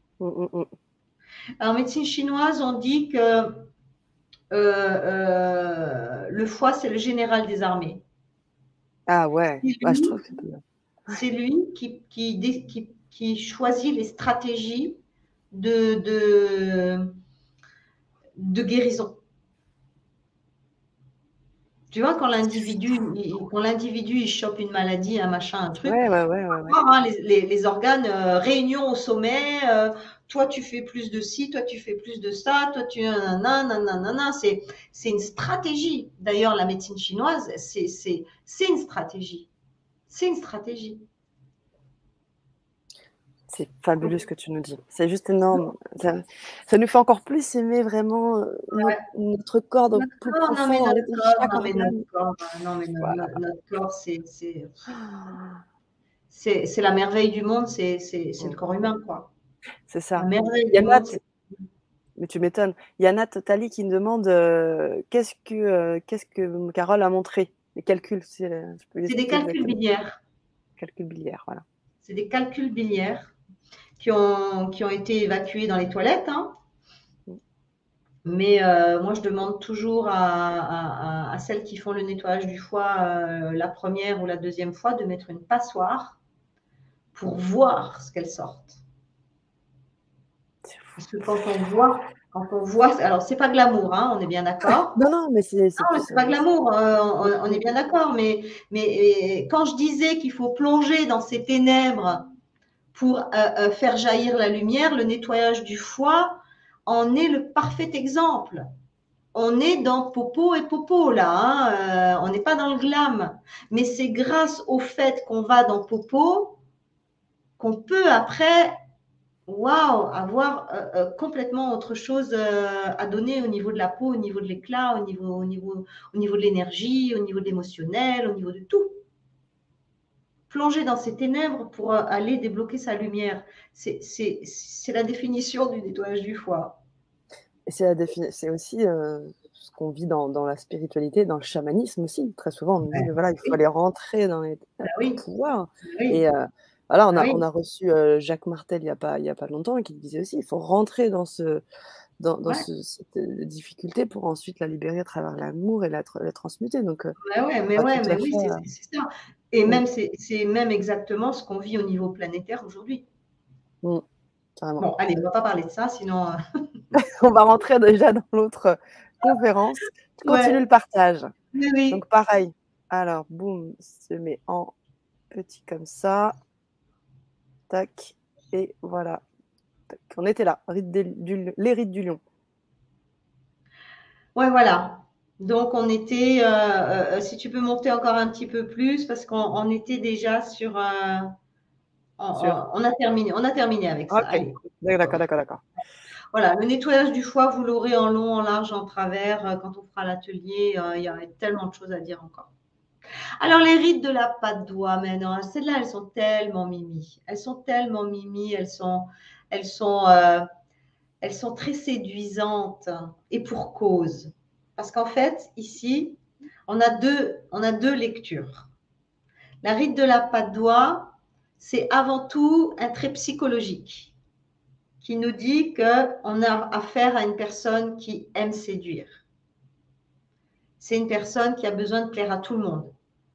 En médecine chinoise, on dit que le foie, c'est le général des armées. Ah ouais, je trouve que c'est bien. C'est lui qui choisit les stratégies de guérison. Tu vois, quand l'individu il chope une maladie, un machin, un truc, les organes, réunion au sommet, toi tu fais plus de ci, toi tu fais plus de ça, toi tu nanana, c'est une stratégie. D'ailleurs, la médecine chinoise, c'est une stratégie. C'est une stratégie. C'est fabuleux ce que tu nous dis. C'est juste énorme. Ça nous fait encore plus aimer vraiment, Ouais. notre corps donc Notre plus corps, non mais profond, notre aller dans corps, chaque non mais notre organe. corps, non mais Voilà. notre corps, c'est la merveille du monde, c'est le Mmh. corps humain, quoi. C'est La ça. merveille Il y du en a monde, c'est mais tu m'étonnes. Il y a Nat Tali qui me demande, qu'est-ce que Carole a montré? Les calculs, tu peux lui c'est des expliquer calculs exactement? biliaires. Calcul biliaire, voilà. C'est des calculs biliaires qui ont été évacués dans les toilettes, hein. Mmh. Mais moi, je demande toujours à celles qui font le nettoyage du foie la première ou la deuxième fois de mettre une passoire pour voir ce qu'elles sortent. C'est fou. Parce que quand on voit, alors c'est pas glamour, hein, on est bien d'accord. Non, non, mais c'est Non, plus, c'est pas glamour, on est mmh, bien d'accord. Mais quand je disais qu'il faut plonger dans ces ténèbres pour faire jaillir la lumière, le nettoyage du foie en est le parfait exemple. On est dans popo et popo là, hein, on n'est pas dans le glam. Mais c'est grâce au fait qu'on va dans popo qu'on peut après, waouh, avoir complètement autre chose à donner au niveau de la peau, au niveau de l'éclat, au niveau de l'énergie, au niveau de l'émotionnel, au niveau de tout. Plonger dans ces ténèbres pour aller débloquer sa lumière, c'est la définition du nettoyage du foie. et c'est aussi, ce qu'on vit dans la spiritualité, dans le chamanisme aussi. Très souvent, on nous dit: Ouais. «Mais voilà, il faut Oui, aller rentrer dans les bah ténèbres pour oui, pouvoir» bah oui, et voilà, bah on oui. a reçu, Jacques Martel il y a pas longtemps et qui disait aussi: «Il faut rentrer dans Ouais. cette, difficulté pour ensuite la libérer à travers l'amour et la transmuter» donc Ouais, tout mais à oui, fait, c'est ça. Et mmh, même, c'est même exactement ce qu'on vit au niveau planétaire aujourd'hui. mmh, carrément. Bon, allez, on va pas parler de ça, sinon. On va rentrer déjà dans l'autre conférence. Tu continues Ouais, le partage. oui, Donc oui. pareil, alors boum, se met en petit comme ça, tac et voilà, tac. On était là, les rites du lion. Ouais, voilà. Donc, on était, si tu peux monter encore un petit peu plus, parce qu'on était déjà sur, Sur on a terminé avec ça. OK. Allez. D'accord, d'accord, d'accord. Voilà, le nettoyage du foie, vous l'aurez en long, en large, en travers, quand on fera l'atelier. Il y a tellement de choses à dire encore. Alors, les rides de la patte d'oie, mais non, celles-là, elles sont tellement mimi. Elles sont tellement mimi, elles sont, euh, elles sont très séduisantes et pour cause. Parce qu'en fait, ici, on a deux lectures. La ride de la patte d'oie, c'est avant tout un trait psychologique qui nous dit qu'on a affaire à une personne qui aime séduire. C'est une personne qui a besoin de plaire à tout le monde.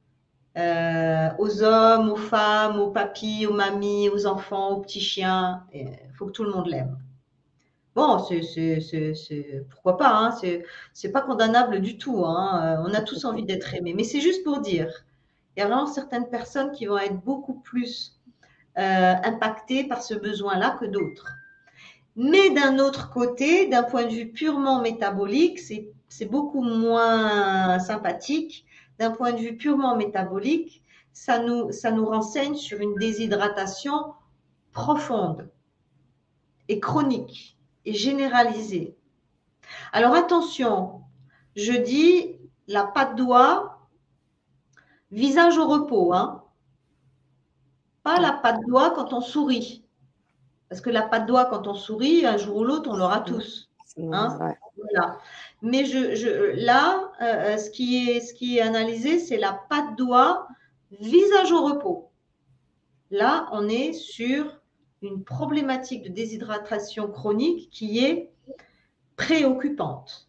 Aux hommes, aux femmes, aux papis, aux mamies, aux enfants, aux petits chiens. Il faut que tout le monde l'aime. Bon, pourquoi pas, hein, c'est pas condamnable du tout, hein. On a tous envie d'être aimés, mais c'est juste pour dire, il y a vraiment certaines personnes qui vont être beaucoup plus impactées par ce besoin-là que d'autres. Mais d'un autre côté, d'un point de vue purement métabolique, c'est beaucoup moins sympathique. D'un point de vue purement métabolique, ça nous renseigne sur une déshydratation profonde et chronique et généralisée. Alors attention, je dis la patte d'oie, visage au repos, hein, pas la Ouais. patte d'oie quand on sourit. Parce que la patte d'oie, quand on sourit, un jour ou l'autre, on l'aura Mmh. tous. C'est normal, Hein, ouais. voilà. Mais là, ce qui est analysé, c'est la patte d'oie, visage au repos. Là, on est sur une problématique de déshydratation chronique qui est préoccupante.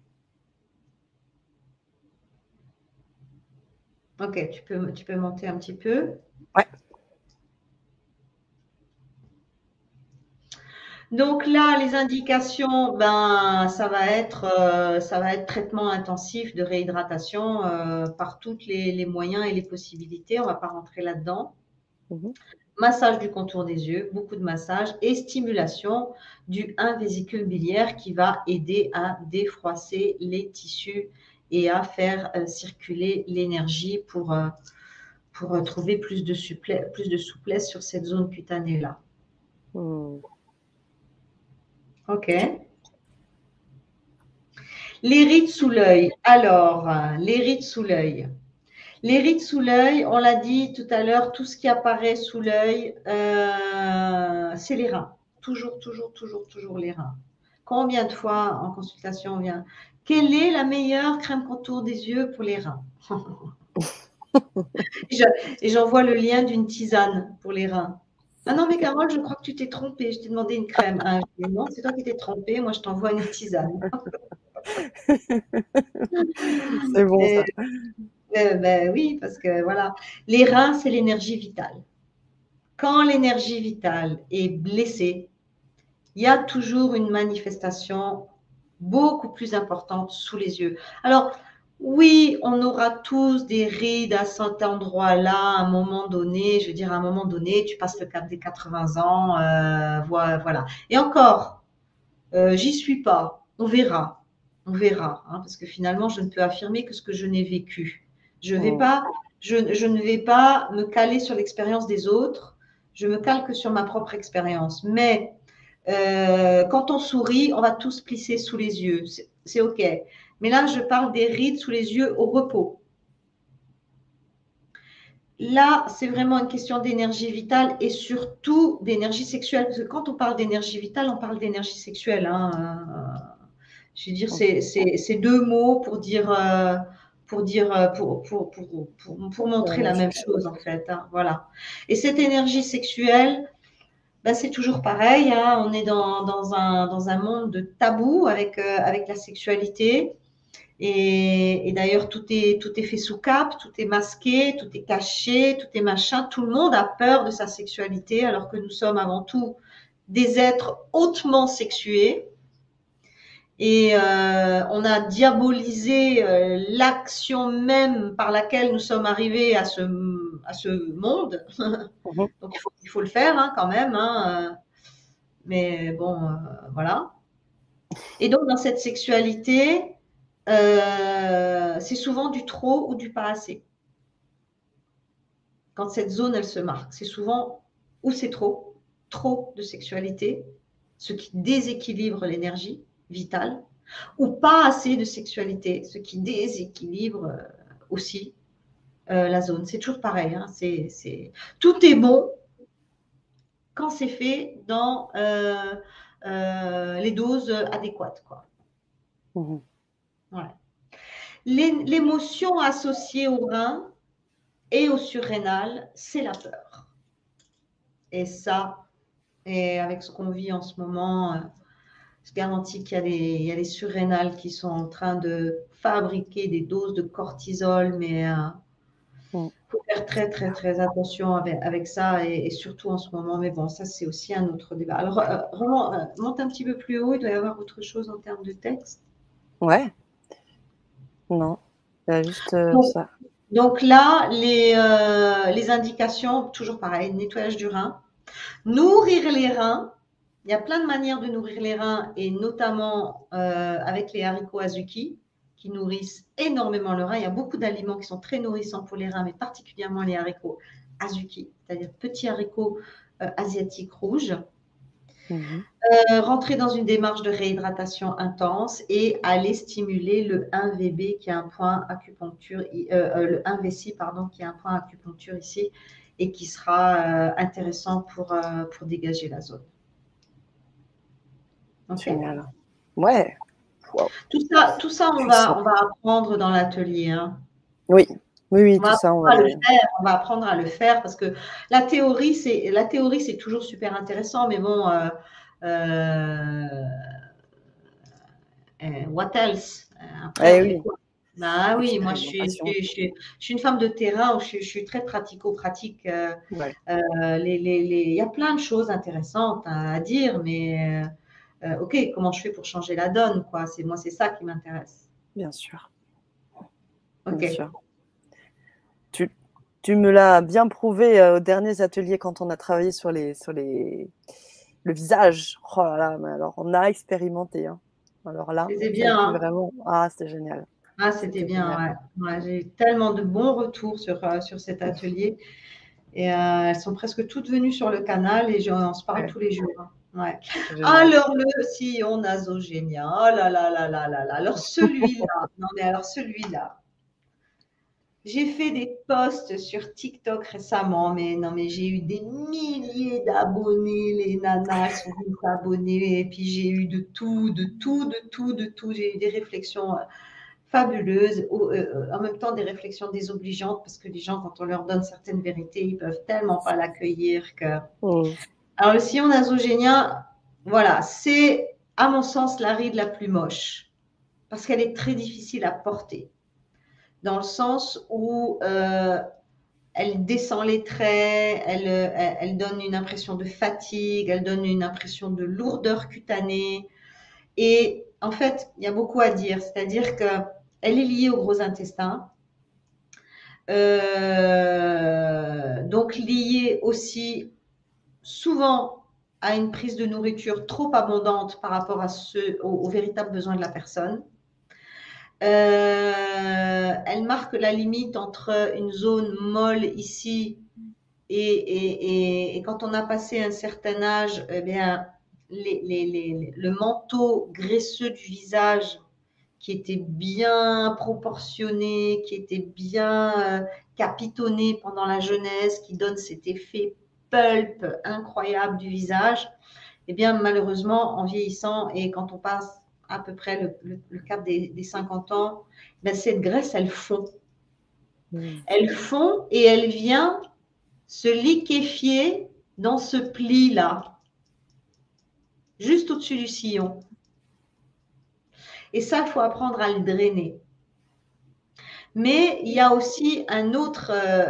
Ok, tu peux monter un petit peu. Ouais. Donc là, les indications, ben, ça va être traitement intensif de réhydratation par tous les moyens et les possibilités. On ne va pas rentrer là-dedans. Mmh. Massage du contour des yeux, beaucoup de massage et stimulation du 1 vésicule biliaire qui va aider à défroisser les tissus et à faire circuler l'énergie pour trouver plus de souplesse sur cette zone cutanée-là. Mmh. Ok. Les rides sous l'œil. Alors, les rides sous l'œil. Les rides sous l'œil, on l'a dit tout à l'heure, tout ce qui apparaît sous l'œil, c'est les reins. Toujours, toujours, toujours, toujours les reins. Combien de fois en consultation on vient? Quelle est la meilleure crème contour des yeux pour les reins? Et j'envoie le lien d'une tisane pour les reins. Ah non, mais Carole, je crois que tu t'es trompée. Je t'ai demandé une crème. Ah, je dis, non, c'est toi qui t'es trompée. Moi, je t'envoie une tisane. C'est bon Et, ça. ben oui, parce que voilà, les reins, c'est l'énergie vitale. Quand l'énergie vitale est blessée, il y a toujours une manifestation beaucoup plus importante sous les yeux. Alors, oui, on aura tous des rides à cet endroit-là à un moment donné. Je veux dire, à un moment donné, tu passes le cap des 80 ans, voilà. Et encore, j'y suis pas. On verra. On verra. Hein, parce que finalement, je ne peux affirmer que ce que je n'ai vécu. Je vais Mmh. pas, je ne vais pas me caler sur l'expérience des autres. Je me cale que sur ma propre expérience. Mais quand on sourit, on va tous plisser sous les yeux. C'est OK. Mais là, je parle des rides sous les yeux au repos. Là, c'est vraiment une question d'énergie vitale et surtout d'énergie sexuelle. Parce que quand on parle d'énergie vitale, on parle d'énergie sexuelle. Hein. Je veux dire, c'est deux mots pour dire, pour C'est la montrer même la même chose. chose, en fait. Hein, voilà. Et cette énergie sexuelle, ben, c'est toujours pareil. Hein, on est dans un monde de tabou avec la sexualité. Et d'ailleurs, tout est fait sous cape, tout est masqué, tout est caché, tout est machin. Tout le monde a peur de sa sexualité, alors que nous sommes avant tout des êtres hautement sexués. Et on a diabolisé l'action même par laquelle nous sommes arrivés à ce monde. Mmh. Donc il faut le faire hein, quand même. Hein, mais bon, voilà. Et donc dans cette sexualité, c'est souvent du trop ou du pas assez. Quand cette zone, elle se marque, c'est souvent ou c'est trop de sexualité, ce qui déséquilibre l'énergie vitale, ou pas assez de sexualité, ce qui déséquilibre aussi la zone. C'est toujours pareil. Hein, tout est bon quand c'est fait dans les doses adéquates. Quoi. Mmh. Ouais. L'émotion associée au rein et au surrénal, c'est la peur. Et ça, et avec ce qu'on vit en ce moment, je garantis qu'il y a les surrénales qui sont en train de fabriquer des doses de cortisol, mais Mmh. faut faire très, très, très attention avec ça et surtout en ce moment. Mais bon, ça, c'est aussi un autre débat. Alors, vraiment, monte un petit peu plus haut, il doit y avoir autre chose en termes de texte. Ouais, non, il y a juste, Donc, ça. donc là, les indications, toujours pareil, nettoyage du rein, nourrir les reins. Il y a plein de manières de nourrir les reins et notamment avec les haricots azuki qui nourrissent énormément le rein. Il y a beaucoup d'aliments qui sont très nourrissants pour les reins, mais particulièrement les haricots azuki, c'est-à-dire petits haricots asiatiques rouges. Mmh. Rentrer dans une démarche de réhydratation intense et aller stimuler le 1VB qui est un point acupuncture, le 1VC pardon, qui est un point acupuncture ici et qui sera intéressant pour dégager la zone. Ok. Génial. Ouais. Waouh, Tout ça puissant. on va apprendre dans l'atelier. Hein. Oui, oui, oui, On va tout ça, on va apprendre à le le faire. On va apprendre à le faire parce que la théorie, c'est toujours super intéressant, mais bon, what else? Après, on eh fait oui, quoi? Bah oui, moi, expérimentation. je suis une femme de terrain où je suis très pratico-pratique. Ouais, Il y a plein de choses intéressantes à dire, mais ok, comment je fais pour changer la donne, quoi? Moi, c'est ça qui m'intéresse. bien sûr, bien Ok. sûr. Tu tu me l'as bien prouvé, aux derniers ateliers quand on a travaillé sur les le visage. Oh là là, mais alors on a expérimenté, hein. Alors là, C'était ça a bien, été hein? vraiment ah, c'était génial. Ah, c'était C'était bien, génial. ouais. Ouais, j'ai eu tellement de bons retours sur cet atelier. Et elles sont presque toutes venues sur le canal et on se parle Ouais, tous les jours. Ouais. génial. Alors, le sillon nasogénien, oh là là là là là là. Alors, celui-là, non mais alors celui-là, j'ai fait des posts sur TikTok récemment, mais non, mais j'ai eu des milliers d'abonnés, les nanas sont venues s'abonner, et puis j'ai eu de tout, de tout, de tout, de tout. J'ai eu des réflexions fabuleuses, en même temps des réflexions désobligeantes, parce que les gens, quand on leur donne certaines vérités, ils peuvent tellement pas l'accueillir que… Mm. Alors, le sillon nasogénien, voilà, c'est, à mon sens, la ride la plus moche, parce qu'elle est très difficile à porter, dans le sens où elle descend les traits, elle donne une impression de fatigue, elle donne une impression de lourdeur cutanée. Et en fait, il y a beaucoup à dire, c'est-à-dire qu'elle est liée au gros intestin, donc liée aussi souvent à une prise de nourriture trop abondante par rapport aux véritables besoins de la personne. Elle marque la limite entre une zone molle ici et quand on a passé un certain âge, eh bien, le manteau graisseux du visage qui était bien proportionné, qui était bien capitonné pendant la jeunesse, qui donne cet effet pulpe incroyable du visage, eh bien, malheureusement, en vieillissant et quand on passe à peu près le cap des 50 ans, ben, cette graisse, elle fond. Mm. Elle fond et elle vient se liquéfier dans ce pli-là, juste au-dessus du sillon. Et ça, il faut apprendre à le drainer. Mais il y a aussi un autre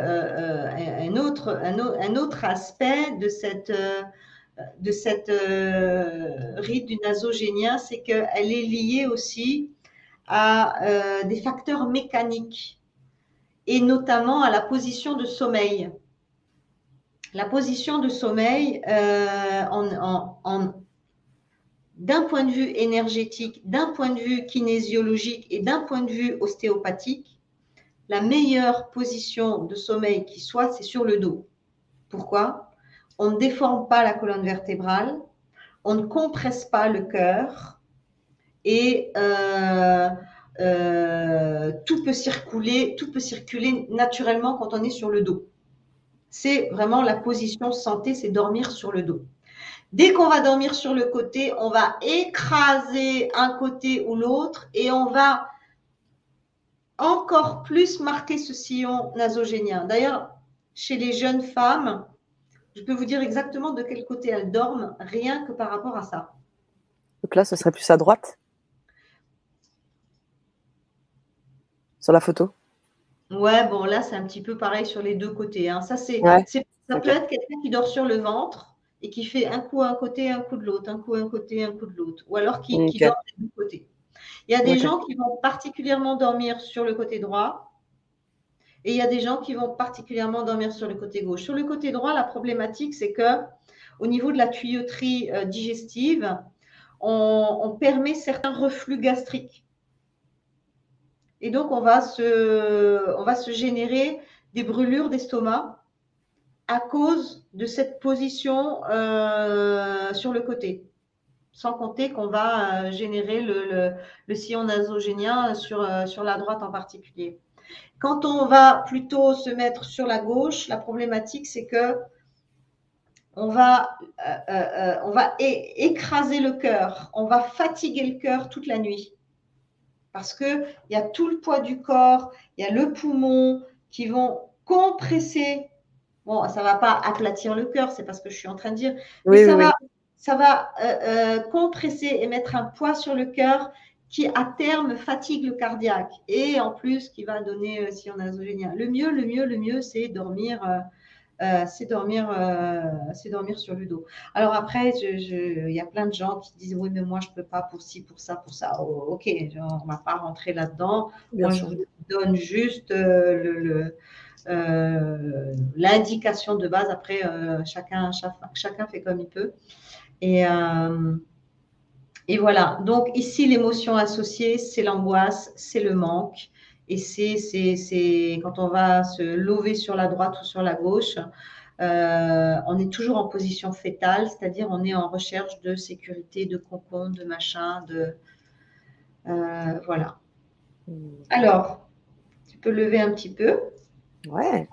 aspect de cette ride du nasogénien, c'est qu'elle est liée aussi à des facteurs mécaniques et notamment à la position de sommeil. La position de sommeil, d'un point de vue énergétique, d'un point de vue kinésiologique et d'un point de vue ostéopathique, la meilleure position de sommeil qui soit, c'est sur le dos. Pourquoi? On ne déforme pas la colonne vertébrale, on ne compresse pas le cœur et tout peut circuler naturellement quand on est sur le dos. C'est vraiment la position santé, c'est dormir sur le dos. Dès qu'on va dormir sur le côté, on va écraser un côté ou l'autre et on va encore plus marquer ce sillon nasogénien. D'ailleurs, chez les jeunes femmes, je peux vous dire exactement de quel côté elles dorment, rien que par rapport à ça. Donc là, ce serait plus à droite, sur la photo. Ouais, bon, là, c'est un petit peu pareil sur les deux côtés. Hein. Ça Ouais, peut ok. être quelqu'un qui dort sur le ventre et qui fait un coup à un côté, un coup de l'autre, un coup à un côté, un coup de l'autre. Ou alors qui Ok, dort des deux côtés. Il y a des ok. gens qui vont particulièrement dormir sur le côté droit et il y a des gens qui vont particulièrement dormir sur le côté gauche. Sur le côté droit, la problématique, c'est que au niveau de la tuyauterie digestive, on permet certains reflux gastriques. Et donc, on va se générer des brûlures d'estomac à cause de cette position sur le côté. Sans compter qu'on va générer le sillon nasogénien sur la droite en particulier. Quand on va plutôt se mettre sur la gauche, la problématique, c'est que on va écraser le cœur, on va fatiguer le cœur toute la nuit. Parce qu'il y a tout le poids du corps, il y a le poumon qui vont compresser. Bon, ça ne va pas aplatir le cœur, c'est pas ce que je suis en train de dire, mais Oui, oui, ça va compresser et mettre un poids sur le cœur qui, à terme, fatigue le cardiaque et en plus qui va donner sillon nasogénien. Le mieux, c'est dormir. C'est dormir sur le dos. Alors après, il y a plein de gens qui disent oui, mais moi je peux pas pour ci, pour ça, pour ça. Oh, ok, on va pas rentrer là-dedans. bien Moi, je sûr. vous donne juste l'indication de base. Après, chacun fait comme il peut. Et voilà. Donc ici, l'émotion associée, c'est l'angoisse, c'est le manque. Et c'est quand on va se lever sur la droite ou sur la gauche, on est toujours en position fétale, c'est-à-dire on est en recherche de sécurité, de cocon, de machin, voilà. Alors, tu peux lever un petit peu. Ouais.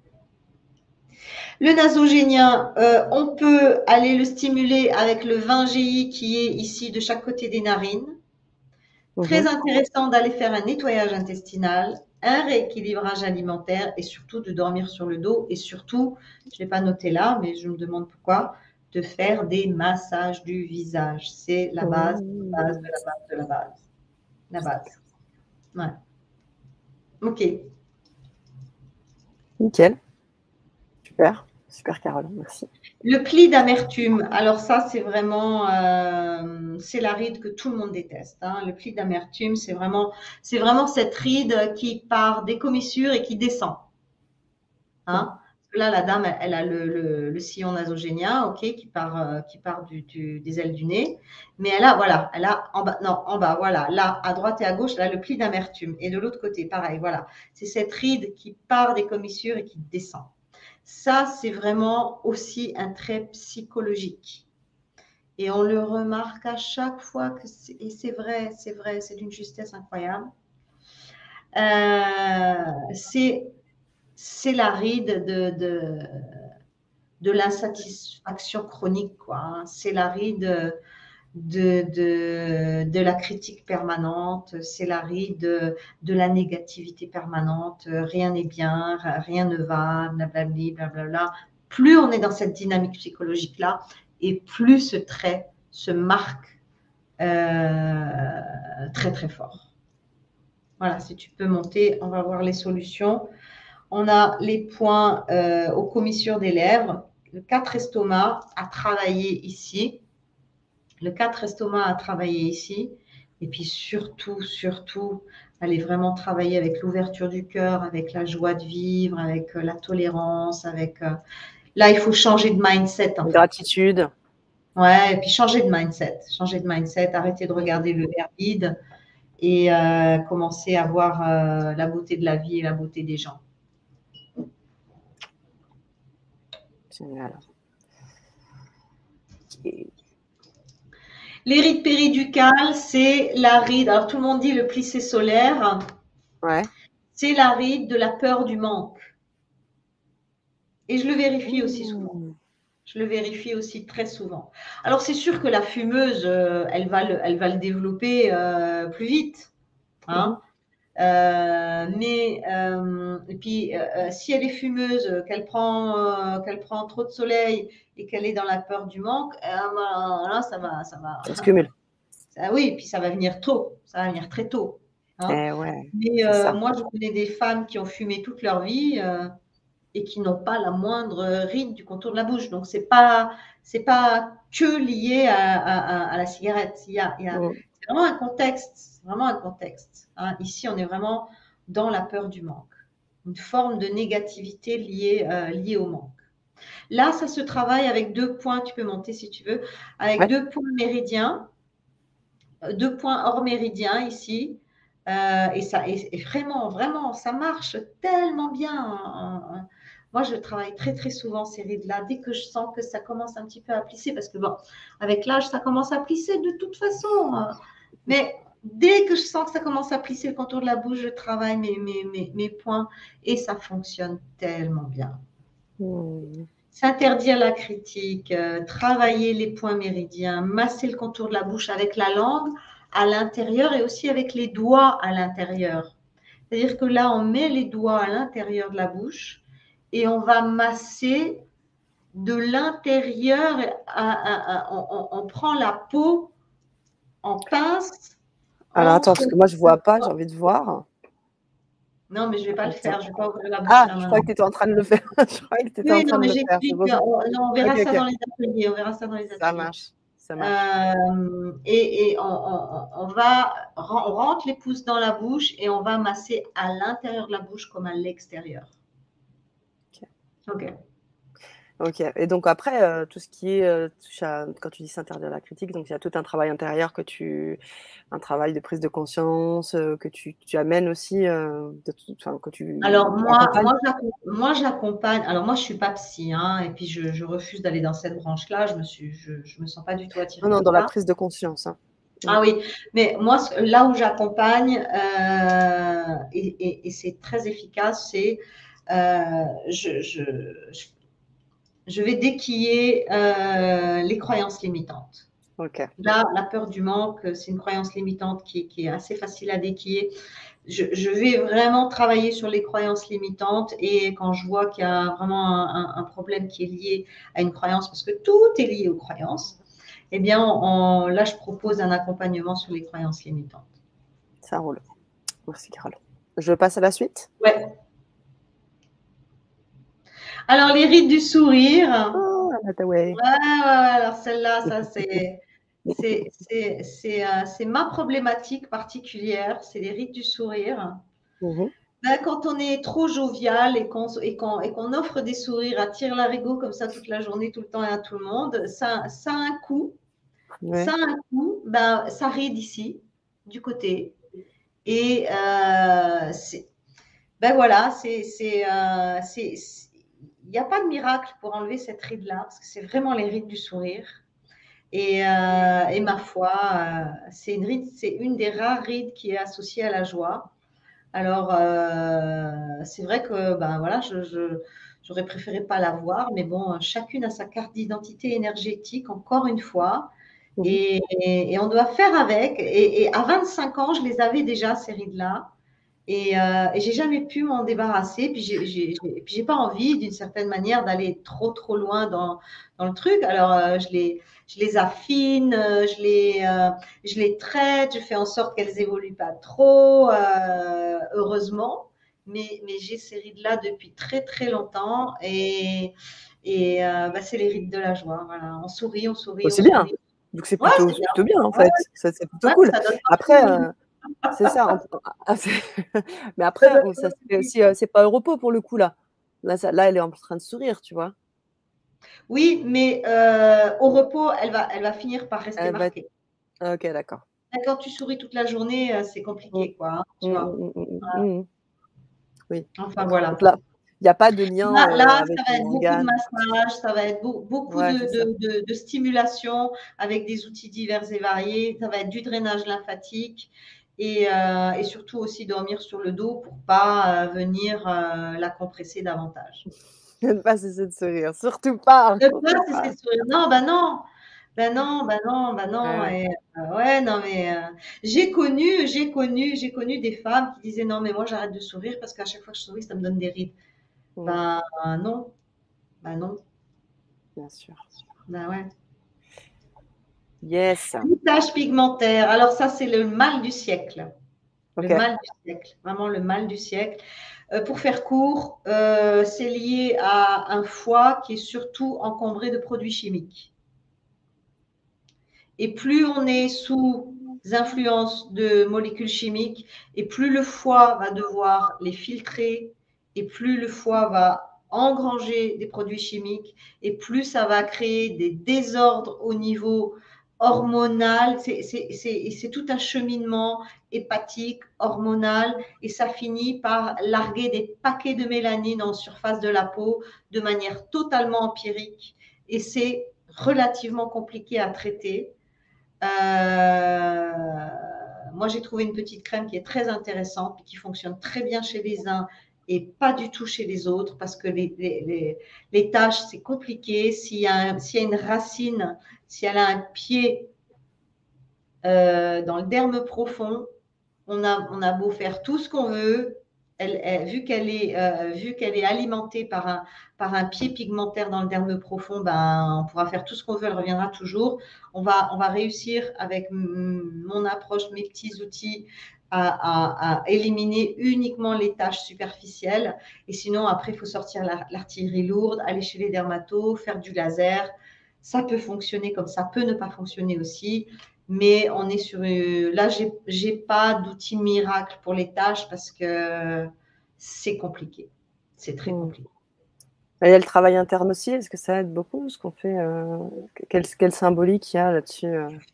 Le nasogénien, on peut aller le stimuler avec le 20 GI qui est ici de chaque côté des narines. Très intéressant d'aller faire un nettoyage intestinal, un rééquilibrage alimentaire et surtout de dormir sur le dos et surtout, je ne l'ai pas noté là, mais je me demande pourquoi, de faire des massages du visage. C'est la base, la base de la base de la base. La base. Ouais. Ok. Nickel. Super. Super, Carole. Merci. Le pli d'amertume, alors ça, c'est vraiment, c'est la ride que tout le monde déteste. Hein. Le pli d'amertume, c'est vraiment cette ride qui part des commissures et qui descend. Hein. Là, la dame, elle a le sillon nasogénien, ok, qui part des ailes du nez, mais elle a en bas, voilà, là, à droite et à gauche, là, le pli d'amertume, et de l'autre côté, pareil, voilà, c'est cette ride qui part des commissures et qui descend. Ça, c'est vraiment aussi un trait psychologique. Et on le remarque à chaque fois que et c'est vrai, c'est d'une justesse incroyable. C'est la ride de l'insatisfaction chronique, quoi. Hein. C'est la ride de la critique permanente, c'est la ride de la négativité permanente, rien n'est bien, rien ne va, blablabli, blablabla. Plus on est dans cette dynamique psychologique-là, et plus ce trait se marque très très fort. Voilà, si tu peux monter, on va voir les solutions. On a les points aux commissures des lèvres, le 4 estomac à travailler ici. Le 4 estomac à travailler ici. Et puis surtout, aller vraiment travailler avec l'ouverture du cœur, avec la joie de vivre, avec la tolérance, avec… Là, il faut changer de mindset. En fait. Gratitude. Ouais, et puis changer de mindset, arrêter de regarder le verre vide et commencer à voir la beauté de la vie et la beauté des gens. Génial. Les rides péridurales, c'est la ride. Alors tout le monde dit le plissé solaire. Ouais. C'est la ride de la peur du manque. Et je le vérifie aussi souvent. Je le vérifie aussi très souvent. Alors c'est sûr que la fumeuse, elle va le développer plus vite. Hein. Mais et puis si elle est fumeuse, qu'elle prend trop de soleil et qu'elle est dans la peur du manque, là ça va. Ça se cumule. Oui, puis ça va venir tôt, ça va venir très tôt. Hein. Ouais, mais moi, je connais des femmes qui ont fumé toute leur vie et qui n'ont pas la moindre ride du contour de la bouche. Donc, c'est pas que lié à la cigarette. C'est vraiment un contexte. Vraiment un contexte. Hein. Ici, on est vraiment dans la peur du manque. Une forme de négativité liée au manque. Là, ça se travaille avec 2 points. Tu peux monter si tu veux. Avec 2 points méridiens. 2 points hors méridien ici. Et vraiment, ça marche tellement bien. Moi, je travaille très, très souvent ces rides-là. Dès que je sens que ça commence un petit peu à plisser, parce que bon, avec l'âge, ça commence à plisser de toute façon. Mais dès que je sens que ça commence à plisser le contour de la bouche, je travaille mes points et ça fonctionne tellement bien. S'interdire la critique, travailler les points méridiens, masser le contour de la bouche avec la langue à l'intérieur et aussi avec les doigts à l'intérieur. C'est-à-dire que là, on met les doigts à l'intérieur de la bouche et on va masser de l'intérieur. On prend la peau en pince. Alors attends, parce que moi je vois pas, j'ai envie de voir. Non, mais je ne vais pas le faire. Je ne vais pas ouvrir la bouche. Ah, je croyais que tu étais en train de le faire. Je croyais que tu étais en train de le faire. On verra ça dans les ateliers. On verra ça dans les ateliers. Ça marche. Ça marche. Et on rentre les pouces dans la bouche et on va masser à l'intérieur de la bouche comme à l'extérieur. Ok. OK. Et donc après, tout ce qui est, touche à quand tu dis s'interdire la critique, donc il y a tout un travail intérieur un travail de prise de conscience, que tu amènes aussi, de toute enfin, que tu Alors accompagnes? moi j'accompagne. Alors moi je suis pas psy, hein, et puis je refuse d'aller dans cette branche-là. Je me sens pas du tout Non, attirée non, par dans la ça. prise de conscience, hein. Mmh. Ah oui, mais moi là où j'accompagne et c'est très efficace, c'est euh, je, je, je je vais déquiller les croyances limitantes. OK. Là, la peur du manque, c'est une croyance limitante qui est assez facile à déquiller. Je vais vraiment travailler sur les croyances limitantes et quand je vois qu'il y a vraiment un problème qui est lié à une croyance, parce que tout est lié aux croyances, eh bien, là, je propose un accompagnement sur les croyances limitantes. Ça roule. Merci Carole. Je passe à la suite? Ouais. Alors, les rides du sourire. Oh, another way. Ouais, ouais, ouais. Alors, celle-là, ça, c'est ma problématique particulière, c'est les rides du sourire. Mmh mh. Ben, quand on est trop jovial et qu'on offre des sourires à tire-larigot comme ça toute la journée, tout le temps et à tout le monde, ça a un coût. Ça Ouais. a un coût. Ben, ça ride ici, du côté. Et ben voilà, il n'y a pas de miracle pour enlever cette ride-là, parce que c'est vraiment les rides du sourire. Et ma foi, c'est une des rares rides qui est associée à la joie. Alors, c'est vrai que ben voilà, j'aurais préféré pas l'avoir, mais bon, chacune a sa carte d'identité énergétique, encore une fois, Mmh mh. et on doit faire avec. Et à 25 ans, je les avais déjà, ces rides-là. Et j'ai jamais pu m'en débarrasser. Puis j'ai pas envie, d'une certaine manière, d'aller trop loin dans le truc. Alors, je les affine, je les traite, je fais en sorte qu'elles évoluent pas trop, heureusement. Mais j'ai ces rides-là depuis très longtemps et bah, c'est les rides de la joie. Voilà. On Bah, sourit, on c'est bien. sourit. Donc c'est Ouais, plutôt c'est c'est bien. plutôt bien, en Ouais, fait. Ça, c'est plutôt ouais, cool. ça donne pas Après, fini. c'est ça, ah, c'est mais Ça après, donne ça pas se fait fini. aussi, c'est pas au repos pour le coup, là. Là, elle est en train de sourire, tu vois? Oui, mais au repos, elle va finir par rester Elle va être marquée. OK, d'accord. Là, quand tu souris toute la journée, c'est Mmh. compliqué, quoi, hein, Mmh, tu vois. mmh, mmh, mmh, mmh. Mmh. Oui. Enfin, Donc voilà. là, il y a pas de lien, Là, avec ça va un être beaucoup de organe massage, ça va être beaucoup ouais, c'est ça. de stimulation avec des outils divers et variés. Ça va être du drainage lymphatique et surtout aussi dormir sur le dos pour pas venir la compresser davantage. Ne pas cesser de sourire, surtout pas, Ne pas surtout cesser pas. de sourire. Non, bah non. Ben non, ben non, ben Ouais, non. ouais. Et, ouais, non, mais j'ai connu des femmes qui disaient non, mais moi j'arrête de sourire parce qu'à chaque fois que je souris, ça me donne des rides. Mmh, Ben non, ben non, bien sûr. ben ouais. Yes. Les taches pigmentaires. Alors ça, c'est le mal du siècle. Le OK. mal du siècle, vraiment le mal du siècle. Pour faire court, c'est lié à un foie qui est surtout encombré de produits chimiques. Et plus on est sous influence de molécules chimiques, et plus le foie va devoir les filtrer, et plus le foie va engranger des produits chimiques, et plus ça va créer des désordres au niveau hormonal. C'est tout un cheminement hépatique, hormonal, et ça finit par larguer des paquets de mélanine en surface de la peau de manière totalement empirique. Et c'est relativement compliqué à traiter. Moi, j'ai trouvé une petite crème qui est très intéressante et qui fonctionne très bien chez les uns et pas du tout chez les autres parce que les taches, c'est compliqué. S'il y a une racine, si elle a un pied dans le derme profond, on a beau faire tout ce qu'on veut, vu qu'elle est alimentée par un pied pigmentaire dans le derme profond, ben, on pourra faire tout ce qu'on veut, elle reviendra toujours. On va réussir avec mon approche, mes petits outils, à éliminer uniquement les taches superficielles. Et sinon, après, il faut sortir l'artillerie lourde, aller chez les dermatos, faire du laser. Ça peut fonctionner comme ça peut ne pas fonctionner aussi. Mais on est sur. Là, j'ai pas d'outil miracle pour les tâches parce que c'est compliqué. C'est très Mmh. compliqué. Et il y a le travail interne aussi, est-ce que ça aide beaucoup ce qu'on fait quelle symbolique il y a là-dessus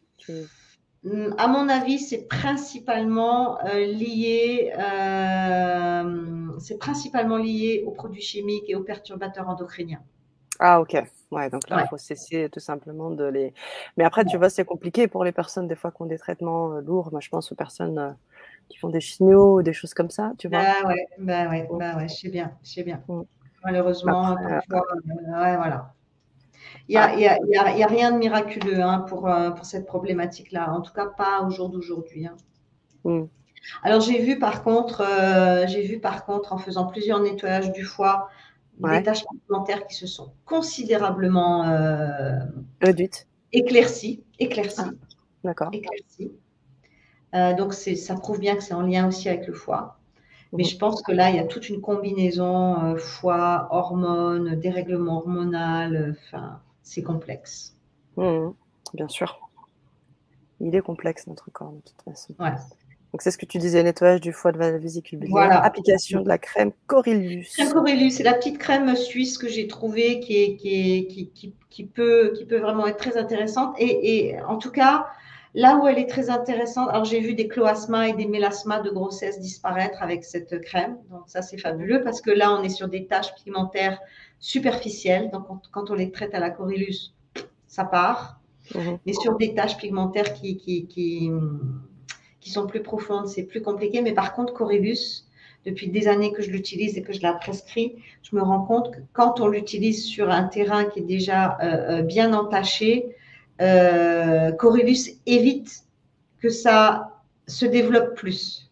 À mon avis, c'est principalement lié aux produits chimiques et aux perturbateurs endocriniens. Ah OK. Ouais, donc là, il Ouais. faut cesser tout simplement de les mais après, tu vois, c'est compliqué pour les personnes des fois qui ont des traitements, lourds. Moi, je pense aux personnes, qui font des chimios ou des choses comme ça, tu vois? Mmh, Je sais bien, je sais bien. mmh. Malheureusement, Après, parfois, ouais, voilà. ouais. Il y a rien de miraculeux hein, pour cette problématique-là. En tout cas, pas au jour d'aujourd'hui. Hein. Mmh. Alors, j'ai vu par contre, en faisant plusieurs nettoyages du foie, des Ouais, taches pigmentaires qui se sont considérablement réduite. éclaircies, Ah, éclaircies, d'accord. éclaircies. Donc, ça prouve bien que c'est en lien aussi avec le foie. Mais Mmh. je pense que là, il y a toute une combinaison foie, hormones, dérèglement hormonal. Enfin, c'est complexe. Mmh. Bien sûr. Il est complexe notre corps de toute façon. Ouais. Donc c'est ce que tu disais, nettoyage du foie, de la vésicule biliaire, Voilà. application de la crème Crème Corylus. Corellus, c'est la petite crème suisse que j'ai trouvée qui peut vraiment être très intéressante. Et en tout cas, là où elle est très intéressante, alors j'ai vu des cloasmas et des mélasmas de grossesse disparaître avec cette crème. Donc ça, c'est Mmh. fabuleux parce que là, on est sur des taches pigmentaires superficielles. Donc quand on les traite à la Corylus, ça part. Mmh. Mais sur des taches pigmentaires qui sont plus profondes, c'est plus compliqué. Mais par contre, Corylus, depuis des années que je l'utilise et que je la prescris, je me rends compte que quand on l'utilise sur un terrain qui est déjà bien entaché, Corylus évite que ça se développe plus.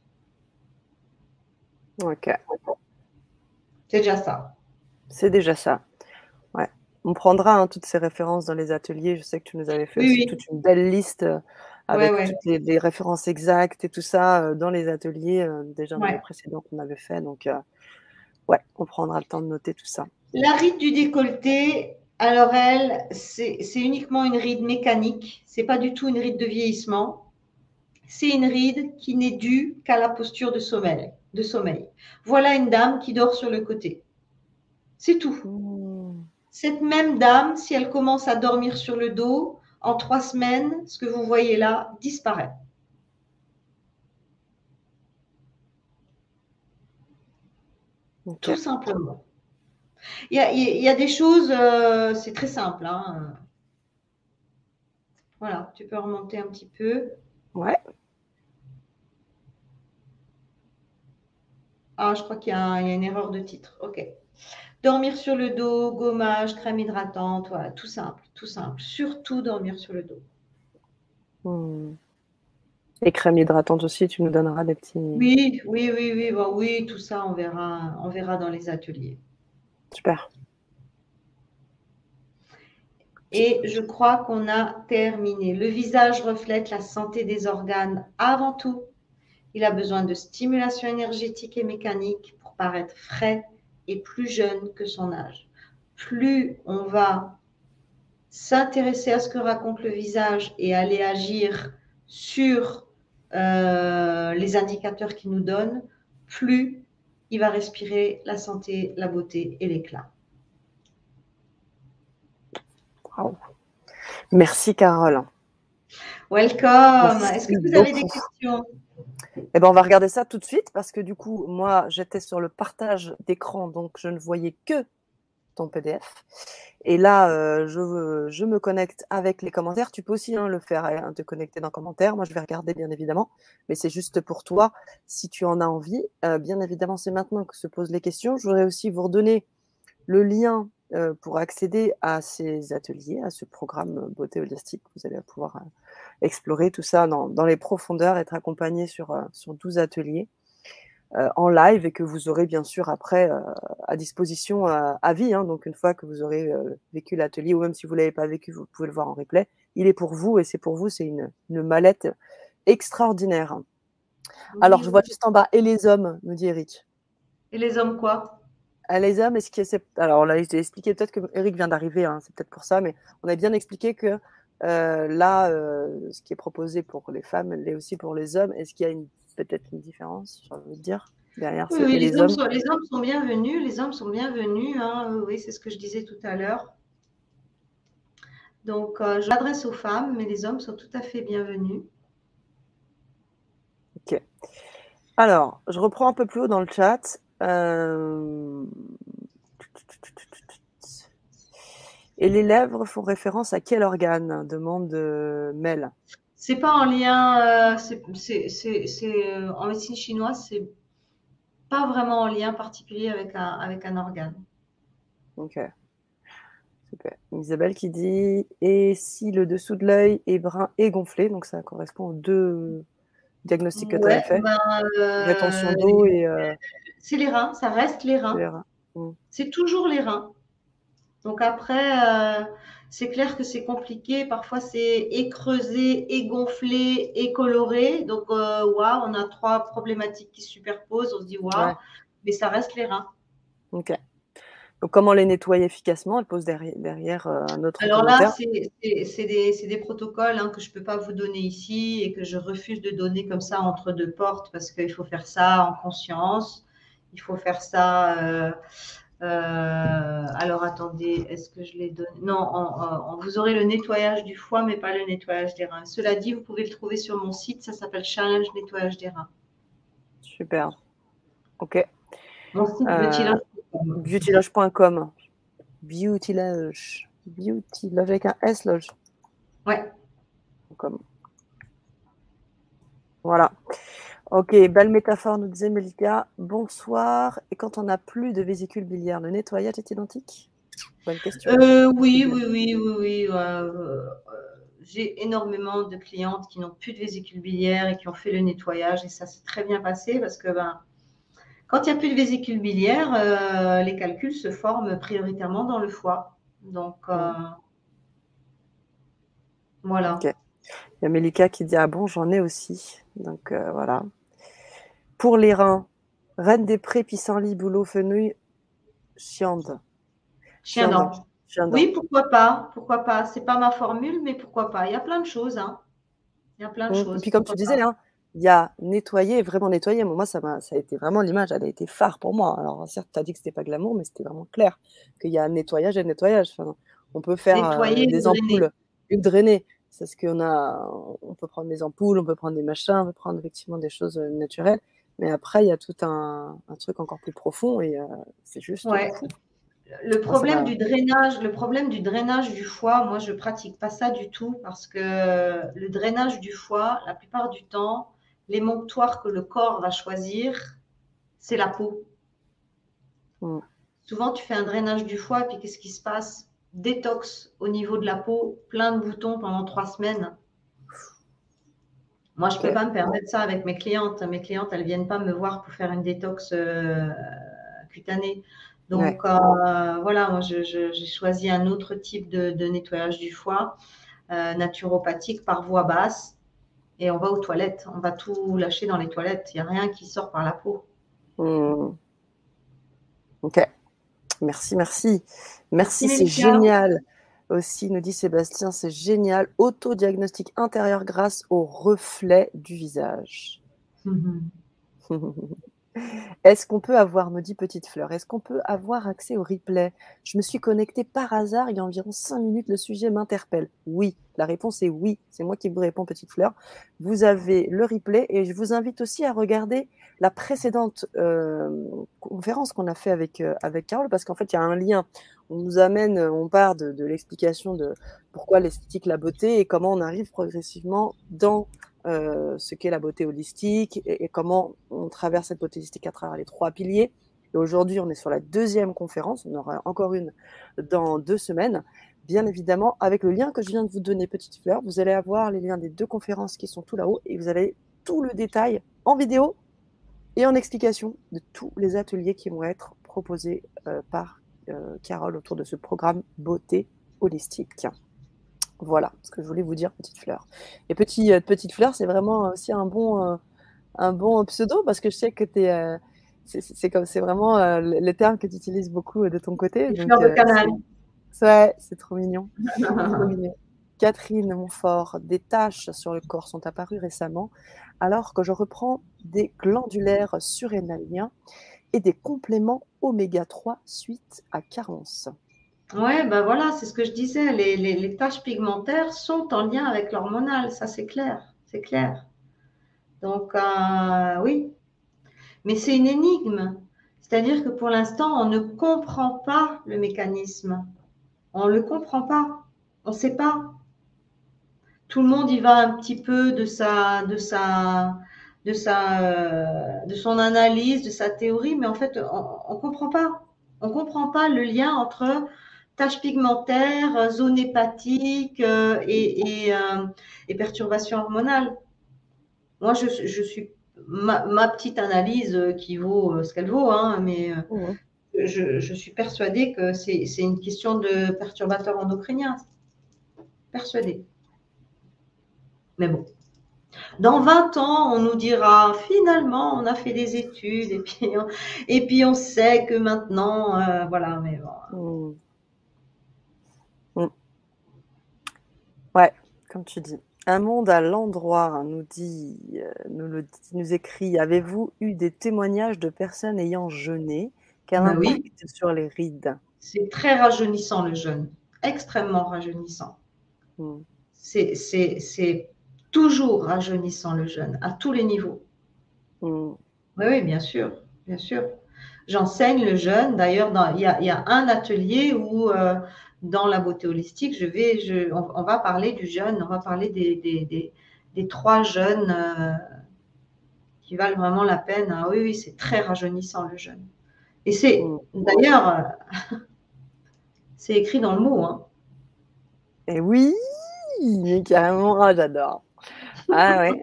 OK, C'est déjà ça. c'est déjà ça. Ouais. On prendra, hein, toutes ces références dans les ateliers. Je sais que tu nous avais fait Oui, aussi oui. toute une belle liste, Ouais, avec ouais. toutes les références exactes et tout ça, dans les ateliers, déjà dans les Ouais. précédents qu'on avait fait donc ouais, on prendra le temps de noter tout ça. La ride du décolleté, alors elle, c'est uniquement une ride mécanique. C'est pas du tout une ride de vieillissement. C'est une ride qui n'est due qu'à la posture de sommeil. Voilà une dame qui dort sur le côté. C'est tout. Mmh. Cette même dame, si elle commence à dormir sur le dos, en 3 semaines, ce que vous voyez là disparaît. Tout OK. simplement. Il y a des choses, c'est très simple. Hein. Voilà, tu peux remonter un petit peu. Ouais. Ah, je crois qu'il y a une erreur de titre. OK. Dormir sur le dos, gommage, crème hydratante, voilà, tout simple, tout simple. Surtout dormir sur le dos. Mmh. Et crème hydratante aussi, tu nous donneras des petits Oui, oui, oui, oui, bon, oui, tout ça, on verra dans les ateliers. super. Et je crois qu'on a terminé. Le visage reflète la santé des organes avant tout. Il a besoin de stimulation énergétique et mécanique pour paraître frais et plus jeune que son âge. Plus on va s'intéresser à ce que raconte le visage et aller agir sur les indicateurs qu'il nous donne, plus il va respirer la santé, la beauté et l'éclat. Waouh. Merci Carole. Welcome. Est-ce que Merci vous avez des beaucoup. questions? Eh ben, on va regarder ça tout de suite parce que du coup, moi, j'étais sur le partage d'écran, donc je ne voyais que ton PDF. Et là, je me connecte avec les commentaires. Tu peux aussi, hein, le faire, hein, te connecter dans commentaires. Moi, je vais regarder bien évidemment, mais c'est juste pour toi si tu en as envie. Bien évidemment, c'est maintenant que se posent les questions. Je voudrais aussi vous redonner le lien, pour accéder à ces ateliers, à ce programme, beauté holistique. Vous allez pouvoir, explorer tout ça dans les profondeurs, être accompagné sur 12 ateliers, en live et que vous aurez bien sûr après, à disposition, à vie, hein. Donc une fois que vous aurez, vécu l'atelier ou même si vous ne l'avez pas vécu, vous pouvez le voir en replay. Il est pour vous et c'est pour vous, c'est une mallette extraordinaire. Alors Oui, je vois oui. juste en bas: «Et les hommes?» nous dit Eric. Et les hommes quoi? Ah les hommes, est-ce que c'est alors là, je t'ai expliqué, peut-être que Eric vient d'arriver, hein, c'est peut-être pour ça, mais on a bien expliqué que, là, ce qui est proposé pour les femmes l'est aussi pour les hommes. Est-ce qu'il y a peut-être une différence, j'ai envie de dire? derrière Oui, ce oui, et les hommes. les hommes sont bienvenus, les hommes sont bienvenus, hein, oui, oui, c'est ce que je disais tout à l'heure. Donc, je m'adresse aux femmes, mais les hommes sont tout à fait bienvenus. Ok. Alors, je reprends un peu plus haut dans le chat. Et les lèvres font référence à quel organe? Demande Mel. C'est pas en lien, en médecine chinoise, c'est pas vraiment en lien particulier avec un organe. Ok. Super. Isabelle qui dit et si le dessous de l'œil est brun et gonflé, donc ça correspond aux deux diagnostics que tu avais Ouais, fait. ben, Rétention d'eau et c'est les reins, ça reste les reins. les reins. C'est toujours les reins. Donc après, c'est clair que c'est compliqué. Parfois, c'est et creusé, et gonflé, et coloré. Donc, waouh, on a trois problématiques qui se superposent. On se dit waouh, Ouais. mais ça reste les reins. Ok. Donc, comment les nettoyer efficacement? Elle pose derrière un autre Alors là, commentaire. c'est des protocoles hein, que je ne peux pas vous donner ici et que je refuse de donner comme ça entre deux portes parce qu'il faut faire ça en conscience. Il faut faire ça. Alors attendez, est-ce que je les donne? Non, vous aurez le nettoyage du foie, mais pas le nettoyage des reins. Cela dit, vous pouvez le trouver sur mon site. Ça s'appelle Challenge Nettoyage des reins. Super. Ok. Mon site beautyloge.com. Beautyloge.com. Beautyloge. Beautyloge avec un S, loge. Ouais. Comme. Voilà. Ok, belle métaphore, nous disait Melika. Bonsoir. Et quand on n'a plus de vésicule biliaire, le nettoyage est identique? Bonne question. Oui. J'ai énormément de clientes qui n'ont plus de vésicule biliaire et qui ont fait le nettoyage et ça s'est très bien passé parce que quand il n'y a plus de vésicule biliaire, les calculs se forment prioritairement dans le foie. Donc, voilà. Ok. Il y a Melika qui dit ah bon, j'en ai aussi. Donc voilà. Pour les reins, Reine des Prés, pissenlit, bouleau, fenouil, chiande. Chien dent. Chiande. Oui, pourquoi pas? Pourquoi pas? C'est pas ma formule, mais pourquoi pas? Il y a plein de choses, hein. Il y a plein de Et choses. puis comme tu Pourquoi disais, pas? hein, il y a nettoyer, vraiment nettoyer. Moi, ça a été vraiment l'image, elle a été phare pour moi. Alors certes, tu as dit que c'était pas glamour, mais c'était vraiment clair qu'il y a nettoyage et nettoyage. Enfin, on peut faire Nettoyer des ou drainer. ampoules, une drainer. C'est ce qu'on a. On peut prendre des ampoules, on peut prendre des machins, on peut prendre effectivement des choses naturelles. Mais après, il y a tout un truc encore plus profond et c'est juste Ouais. fou. Le problème du drainage du foie, moi, je pratique pas ça du tout parce que le drainage du foie, la plupart du temps, l'émonctoire que le corps va choisir, c'est la peau. Souvent, tu fais un drainage du foie et puis qu'est-ce qui se passe? Détox au niveau de la peau, plein de boutons pendant 3 semaines. Moi, je ne peux pas me permettre ça avec mes clientes. Mes clientes, elles ne viennent pas me voir pour faire une détox cutanée. Donc, voilà, moi, j'ai choisi un autre type de nettoyage du foie, naturopathique par voie basse. Et on va aux toilettes. On va tout lâcher dans les toilettes. Il n'y a rien qui sort par la peau. Ok. Merci, c'est génial. Aussi, nous dit Sébastien, c'est génial. Autodiagnostic intérieur grâce au reflet du visage. Est-ce qu'on peut avoir, me dit Petite Fleur, est-ce qu'on peut avoir accès au replay? Je me suis connectée par hasard il y a environ 5 minutes, le sujet m'interpelle. Oui, la réponse est oui. C'est moi qui vous réponds, Petite Fleur. Vous avez le replay et je vous invite aussi à regarder la précédente conférence qu'on a fait avec Carole parce qu'en fait, il y a un lien. On nous amène, on part de l'explication de pourquoi l'esthétique, la beauté et comment on arrive progressivement dans ce qu'est la beauté holistique et comment on traverse cette beauté holistique à travers les 3 piliers. Et aujourd'hui, on est sur la 2e conférence. On aura encore une dans 2 semaines. Bien évidemment, avec le lien que je viens de vous donner, Petite Fleur, vous allez avoir les liens des 2 conférences qui sont tout là-haut et vous avez tout le détail en vidéo et en explication de tous les ateliers qui vont être proposés par Carole autour de ce programme beauté holistique. Voilà ce que je voulais vous dire, Petite Fleur. Et Petite Fleur, c'est vraiment aussi un bon pseudo parce que je sais que c'est vraiment les termes que tu utilises beaucoup de ton côté. Les fleurs de canal. Ouais, c'est trop mignon. Trop mignon. Catherine Montfort, des taches sur le corps sont apparues récemment, alors que je reprends des glandulaires surrénaliens et des compléments oméga 3 suite à carence. Ouais, ben voilà, c'est ce que je disais. Les taches pigmentaires sont en lien avec l'hormonal, ça c'est clair, c'est clair. Donc oui, mais c'est une énigme. C'est-à-dire que pour l'instant, on ne comprend pas le mécanisme. On ne le comprend pas. On ne sait pas. Tout le monde y va un petit peu de son analyse, de sa théorie, mais en fait, on ne comprend pas. On ne comprend pas le lien entre taches pigmentaires, zone hépatique et perturbations hormonales. Moi, je suis ma petite analyse qui vaut ce qu'elle vaut, hein, mais Mmh. je suis persuadée que c'est une question de perturbateur endocrinien. Persuadée. Mais bon. Dans 20 ans, on nous dira finalement, on a fait des études et puis on sait que maintenant, voilà, mais bon. Mmh. Mmh. Ouais, comme tu dis. Un monde à l'endroit nous dit, nous écrit, avez-vous eu des témoignages de personnes ayant jeûné? Quel Ben oui, impact sur les rides? c'est très rajeunissant le jeûne, extrêmement rajeunissant. Mmh. C'est toujours rajeunissant le jeûne, à tous les niveaux. Mmh. Oui, oui, bien sûr, bien sûr. J'enseigne le jeûne. D'ailleurs, il y a un atelier où, dans la beauté holistique, on va parler du jeûne, on va parler des 3 jeûnes qui valent vraiment la peine. Ah oui, oui, c'est très rajeunissant le jeûne. Et c'est, Mmh. d'ailleurs, c'est écrit dans le mot, hein. Et oui, mais carrément, ah j'adore. Ah ouais,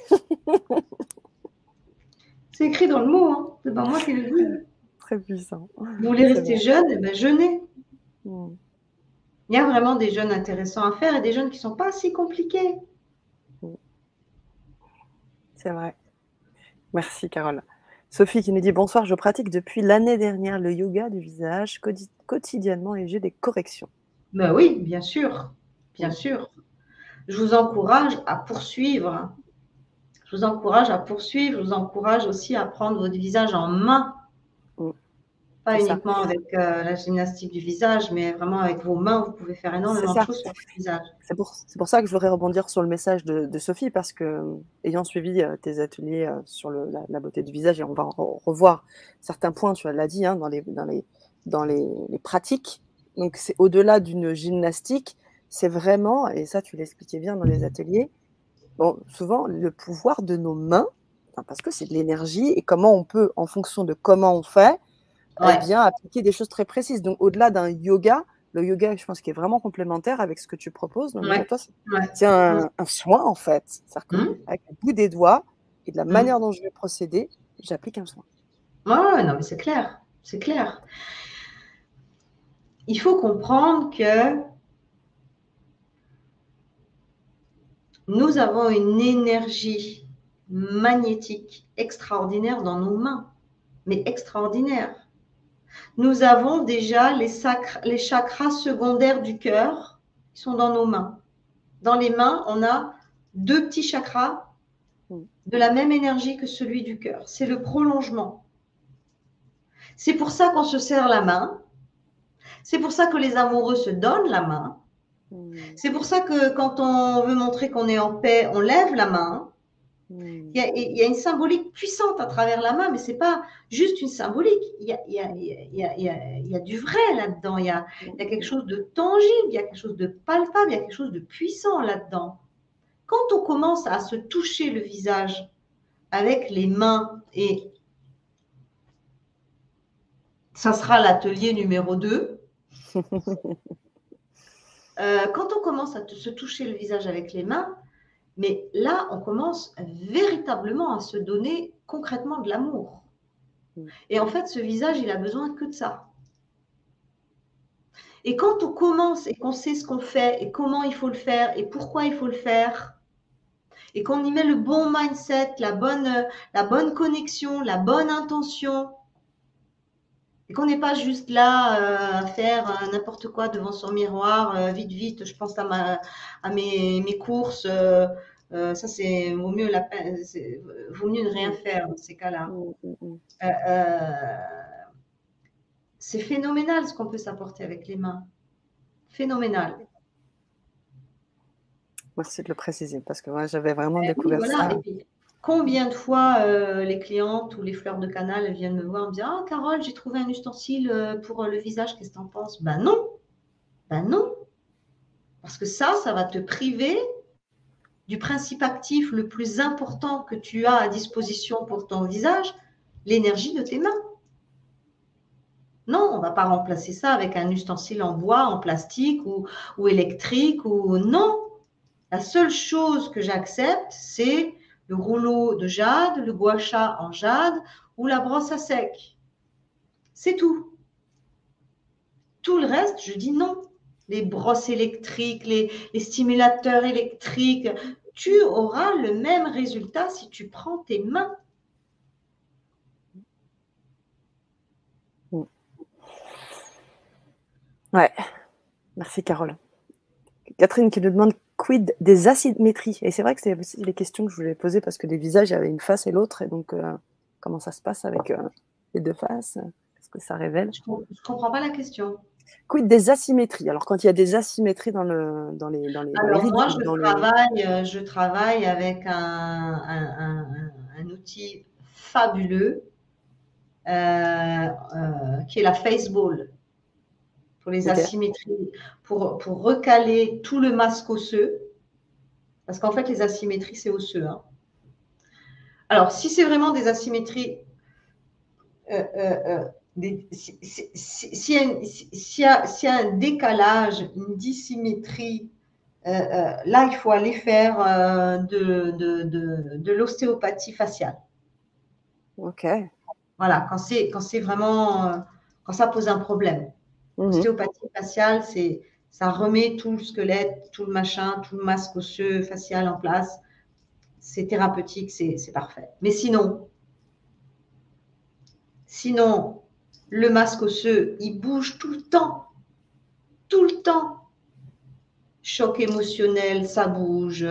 C'est écrit dans le mot, hein. C'est pas moi qui le dis. très puissant. Vous voulez C'est rester vrai. jeune, eh ben jeûnez. Mmh. Il y a vraiment des jeûnes intéressants à faire et des jeûnes qui sont pas si compliqués. Mmh. C'est vrai. Merci Carole. Sophie qui nous dit: «Bonsoir, je pratique depuis l'année dernière le yoga du visage quotidiennement et j'ai des corrections». Ben oui, bien sûr, bien Mmh. sûr. Je vous encourage à poursuivre. Je vous encourage à poursuivre. Je vous encourage aussi à prendre votre visage en main, Mmh. pas C'est ça. uniquement avec la gymnastique du visage, mais vraiment avec vos mains. Vous pouvez faire C'est énormément de ça. choses sur votre visage. C'est pour ça que je voudrais rebondir sur le message de Sophie parce que, ayant suivi, tes ateliers, sur la beauté du visage et on va revoir certains points, tu l'as dit, hein, dans les pratiques. Donc c'est au-delà d'une gymnastique, c'est vraiment et ça tu l'expliquais bien dans les ateliers, bon, souvent le pouvoir de nos mains, enfin, parce que c'est de l'énergie et comment on peut, en fonction de comment on fait, eh Ouais, bien, appliquer des choses très précises. Donc, au-delà d'un yoga, le yoga, je pense qu'il est vraiment complémentaire avec ce que tu proposes. Donc, ouais, toi, ouais. c'est un soin, en fait. C'est-à-dire Hum, qu'avec le bout des doigts et de la hum. manière dont je vais procéder, j'applique un soin. Ouais, ouais, non, mais c'est clair, c'est clair. Il faut comprendre que nous avons une énergie magnétique extraordinaire dans nos mains, mais extraordinaire. Nous avons déjà les chakras secondaires du cœur qui sont dans nos mains. Dans les mains, on a 2 petits chakras Mmh. de la même énergie que celui du cœur. C'est le prolongement. C'est pour ça qu'on se serre la main. C'est pour ça que les amoureux se donnent la main. Mmh. C'est pour ça que quand on veut montrer qu'on est en paix, on lève la main. Mmh. Il y a une symbolique puissante à travers la main, mais ce n'est pas juste une symbolique. Il y a du vrai là-dedans. Il y a quelque chose de tangible, il y a quelque chose de palpable, il y a quelque chose de puissant là-dedans. Quand on commence à se toucher le visage avec les mains, et ça sera l'atelier numéro 2, quand on commence à se toucher le visage avec les mains, mais là, on commence véritablement à se donner concrètement de l'amour. Mmh. Et en fait, ce visage, il a besoin que de ça. Et quand on commence et qu'on sait ce qu'on fait et comment il faut le faire et pourquoi il faut le faire, et qu'on y met le bon mindset, la bonne connexion, la bonne intention, Et qu'on n'est pas juste là à faire n'importe quoi devant son miroir, vite, vite, je pense à mes courses. Ça, c'est vaut mieux vaut mieux ne rien Mm, faire dans ces cas-là. mm, mm, mm. Euh, euh, c'est phénoménal ce qu'on peut s'apporter avec les mains. Phénoménal. Merci de le préciser parce que moi, j'avais vraiment Oui, découvert voilà. ça. Et puis, combien de fois les clientes ou les fleurs de canal elles viennent me voir et me disent ah, Carole, j'ai trouvé un ustensile pour le visage, qu'est-ce que tu en penses? Ben non, ben non. Parce que ça va te priver du principe actif le plus important que tu as à disposition pour ton visage, l'énergie de tes mains. Non, on ne va pas remplacer ça avec un ustensile en bois, en plastique ou électrique. Ou non, la seule chose que j'accepte, c'est le rouleau de jade, le gua sha en jade ou la brosse à sec. C'est tout. Tout le reste, je dis non. Les brosses électriques, les stimulateurs électriques, tu auras le même résultat si tu prends tes mains. Mm. Ouais, merci Carole. Catherine qui nous demande quid des asymétries. Et c'est vrai que c'est aussi les questions que je voulais poser parce que les visages avaient une face et l'autre. Et donc, comment ça se passe avec les deux faces? Qu'est-ce que ça révèle? Je ne comprends pas la question. Quid des asymétries? Alors, quand il y a des asymétries dans les Alors rides moi, ou dans les... je travaille avec un outil fabuleux qui est la Faceball pour les Ok. asymétries, pour recaler tout le masque osseux. Parce qu'en fait, les asymétries, c'est osseux. Hein. Alors, si c'est vraiment des asymétries, s'il y a un décalage, une dissymétrie, là, il faut aller faire de l'ostéopathie faciale. Ok. Voilà, quand c'est vraiment, quand ça pose un problème. Mhm. Ostéopathie faciale, ça remet tout le squelette, tout le machin, tout le masque osseux facial en place. C'est thérapeutique, c'est parfait. Mais sinon, le masque osseux, il bouge tout le temps. Tout le temps. Choc émotionnel, ça bouge.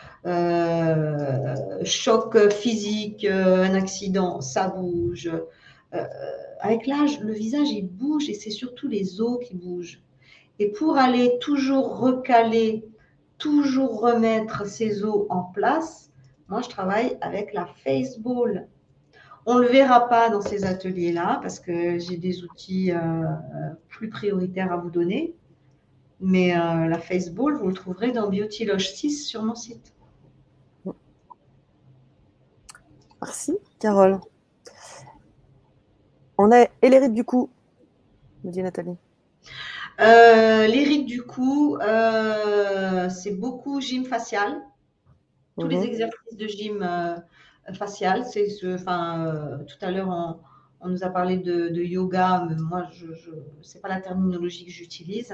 Choc physique, un accident, ça bouge. Avec l'âge, le visage, il bouge et c'est surtout les os qui bougent. Et pour aller toujours recaler, toujours remettre ces os en place, moi, je travaille avec la Faceball. On ne le verra pas dans ces ateliers-là parce que j'ai des outils plus prioritaires à vous donner. Mais la Faceball, vous le trouverez dans Beauty Loge 6 sur mon site. Merci, Carole. On a et les rides du cou, me dit Nathalie. Les rides du cou, c'est beaucoup gym facial. Tous les exercices de gym facial. Tout à l'heure, on nous a parlé de yoga, mais moi, c'est pas la terminologie que j'utilise.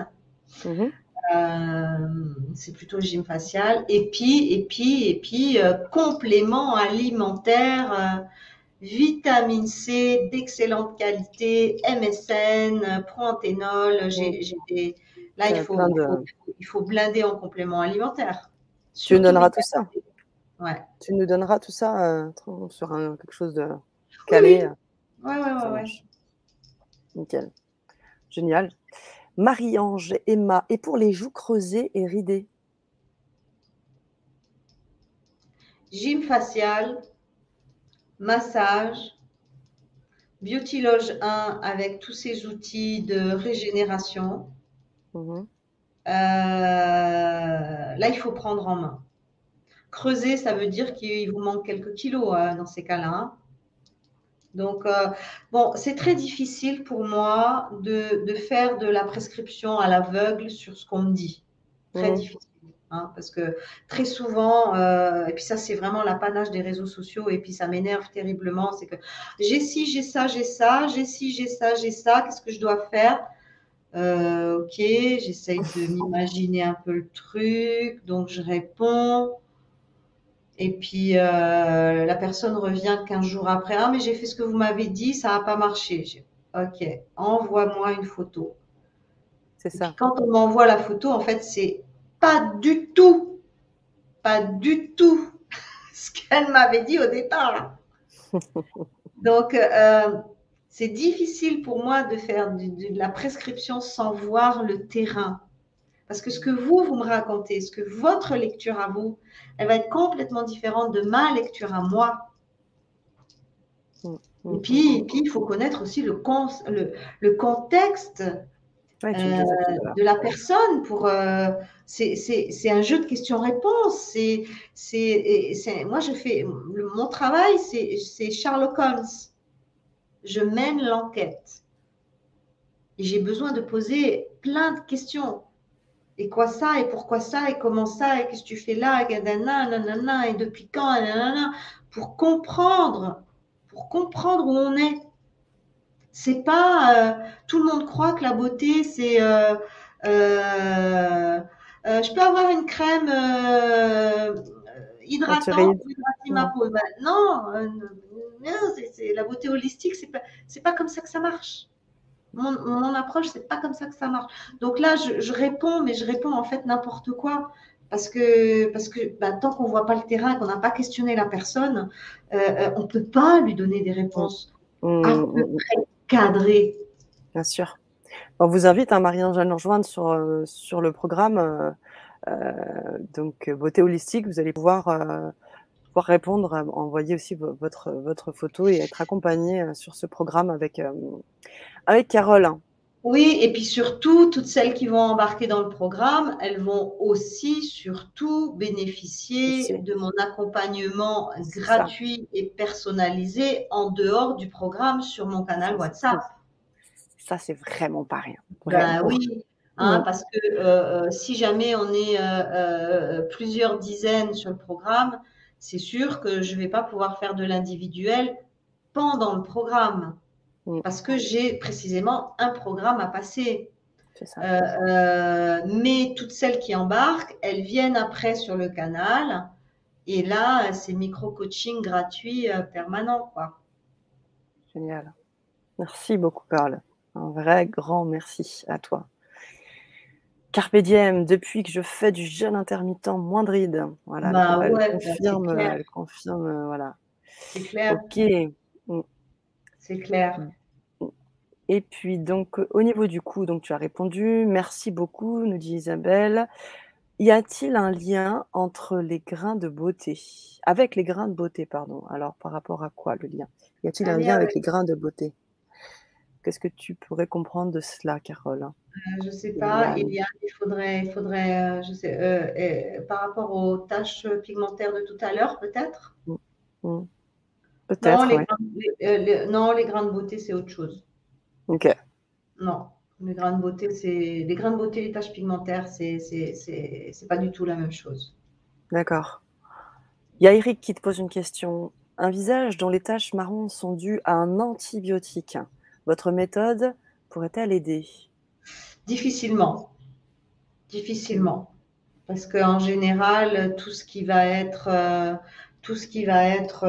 C'est plutôt gym facial. Et puis, complément alimentaire, vitamine C d'excellente qualité, MSN, proanthénol. Là, il faut blinder en complément alimentaire. Tu nous Surtout donneras tout ça. Ouais. Tu nous donneras tout ça sur quelque chose de calé. Oui. Ouais. Nickel. Génial. Marie-Ange, Emma, et pour les joues creusées et ridées? Gym facial, massage, Beauty Loge 1 avec tous ces outils de régénération. Là, il faut prendre en main. Creuser, ça veut dire qu'il vous manque quelques kilos dans ces cas-là. Hein. Donc, bon, c'est très difficile pour moi de faire de la prescription à l'aveugle sur ce qu'on me dit. Très difficile. Hein, parce que très souvent, et puis ça, c'est vraiment l'apanage des réseaux sociaux, et puis ça m'énerve terriblement, c'est que j'ai ci, j'ai ça, j'ai ça, j'ai ci, j'ai ça, j'ai ça, qu'est-ce que je dois faire? Ok, j'essaye de m'imaginer un peu le truc, donc je réponds. Et puis la personne revient 15 jours après. Ah, mais j'ai fait ce que vous m'avez dit, ça n'a pas marché. Ok, envoie-moi une photo. C'est Et puis ça. quand on m'envoie la photo, en fait, c'est pas du tout ce qu'elle m'avait dit au départ. Donc, c'est difficile pour moi de faire de la prescription sans voir le terrain. Parce que ce que vous me racontez, ce que votre lecture à vous, elle va être complètement différente de ma lecture à moi. Mm, Et mm, mm, puis, mm. et puis il faut connaître aussi le contexte Ouais, tu le disais tout à l'heure. de la personne pour. C'est un jeu de questions-réponses. Moi, je fais. Mon travail, c'est Sherlock Holmes. Je mène l'enquête. Et j'ai besoin de poser plein de questions. Et quoi ça, et pourquoi ça, et comment ça, et qu'est-ce que tu fais là, et nanana, et depuis quand, et nanana, pour comprendre où on est. C'est pas, tout le monde croit que la beauté, c'est, je peux avoir une crème hydratante Anti-rides. pour hydrater ma Mm. peau. Ben, non, non, la beauté holistique, c'est pas comme ça que ça marche. Mon approche, c'est pas comme ça que ça marche. Donc là, je réponds, mais je réponds en fait n'importe quoi. Parce que bah, tant qu'on voit pas le terrain, qu'on n'a pas questionné la personne, on peut pas lui donner des Mm, réponses mm, à mm, peu mm. près cadrées. Bien sûr. On vous invite, hein, Marie-Ange, à nous rejoindre sur le programme donc beauté holistique. Vous allez pouvoir répondre, envoyer aussi votre photo et être accompagné sur ce programme avec Carole. Oui, et puis surtout, toutes celles qui vont embarquer dans le programme, elles vont aussi surtout bénéficier Aussi. de mon accompagnement C'est ça. gratuit et personnalisé en dehors du programme sur mon Ça, canal c'est WhatsApp. fou. Ça, c'est vraiment pas rien. Ben Vraiment. oui, hein, Mm. parce que si jamais on est plusieurs dizaines sur le programme, c'est sûr que je ne vais pas pouvoir faire de l'individuel pendant le programme, Mm. parce que j'ai précisément un programme à passer. C'est ça. Mais toutes celles qui embarquent, elles viennent après sur le canal, et là, c'est micro-coaching gratuit permanent, quoi. Génial. Merci beaucoup, Carole. Un vrai grand merci à toi. Carpe diem, depuis que je fais du jeûne intermittent, moins de rides. Voilà, Bah elle ouais, bah confirme, voilà. c'est clair, OK. Mmh, c'est clair. mmh. Et puis donc, au niveau du cou, donc tu as répondu. Merci beaucoup, nous dit Isabelle. Y a-t-il un lien entre les grains de beauté avec les grains de beauté, pardon. Alors par rapport à quoi le lien? Y a-t-il Un un lien lien avec avec les grains de beauté? Qu'est-ce que tu pourrais comprendre de cela, Carole? Je sais Il y pas, a il faudrait, je sais, par rapport aux taches pigmentaires de tout à l'heure, peut-être. mmh, mmh, Non, peut-être, ouais. non, les grains de beauté, c'est autre chose. OK, Non, les grains de beauté, les taches pigmentaires, c'est pas du tout la même chose. d'accord. Il y a Eric qui te pose une question. Un visage dont les taches marron sont dues à un antibiotique. Votre méthode pourrait-elle aider? Difficilement, difficilement, parce qu'en général, tout ce qui va être,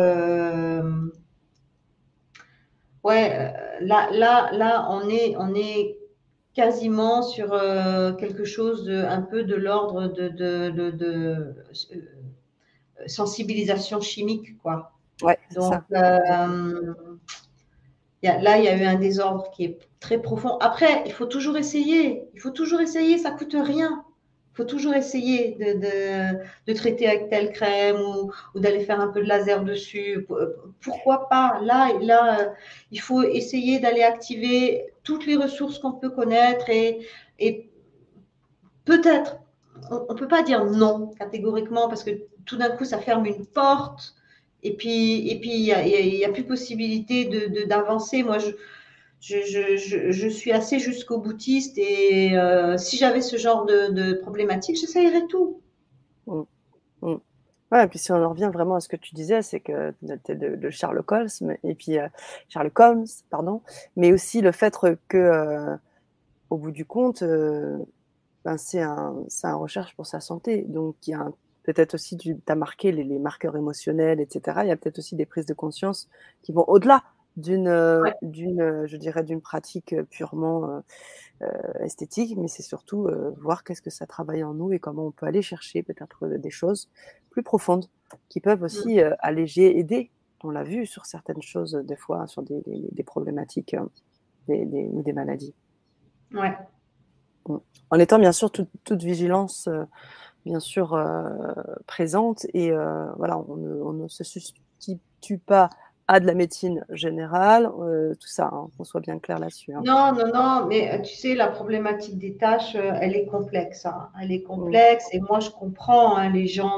ouais, là, on est quasiment sur quelque chose un peu de l'ordre de sensibilisation chimique, quoi. Ouais, c'est Donc, ça. Complètement. là, il y a eu un désordre qui est très profond. Après, il faut toujours essayer. Il faut toujours essayer, ça coûte rien. Il faut toujours essayer de traiter avec telle crème ou d'aller faire un peu de laser dessus. Pourquoi pas? Là, il faut essayer d'aller activer toutes les ressources qu'on peut connaître et peut-être, on ne peut pas dire non catégoriquement parce que tout d'un coup, ça ferme une porte et puis il y a plus possibilité d'avancer. Moi, je suis assez jusqu'au boutiste et si j'avais ce genre de problématique, j'essayerais tout. Mmh, mmh. Ouais, et puis si on en revient vraiment à ce que tu disais, c'est que tu es de Sherlock Holmes, et puis Sherlock Holmes, pardon, mais aussi le fait que, au bout du compte, ben, c'est un recherche pour sa santé. Donc il y a peut-être aussi, tu as marqué les marqueurs émotionnels, etc. Il y a peut-être aussi des prises de conscience qui vont au-delà je dirais, d'une pratique purement esthétique, mais c'est surtout voir qu'est-ce que ça travaille en nous et comment on peut aller chercher peut-être des choses plus profondes qui peuvent aussi alléger, aider. On l'a vu sur certaines choses, des fois, sur des problématiques ou des maladies. Ouais. En étant bien sûr toute vigilance, bien sûr, présente et voilà, on ne se substitue pas à de la médecine générale, tout ça, hein, qu'on soit bien clair là-dessus, hein. Non, non, non, mais tu sais, la problématique des tâches, elle est complexe, hein. Elle est Mmh. complexe et moi, je comprends hein, les gens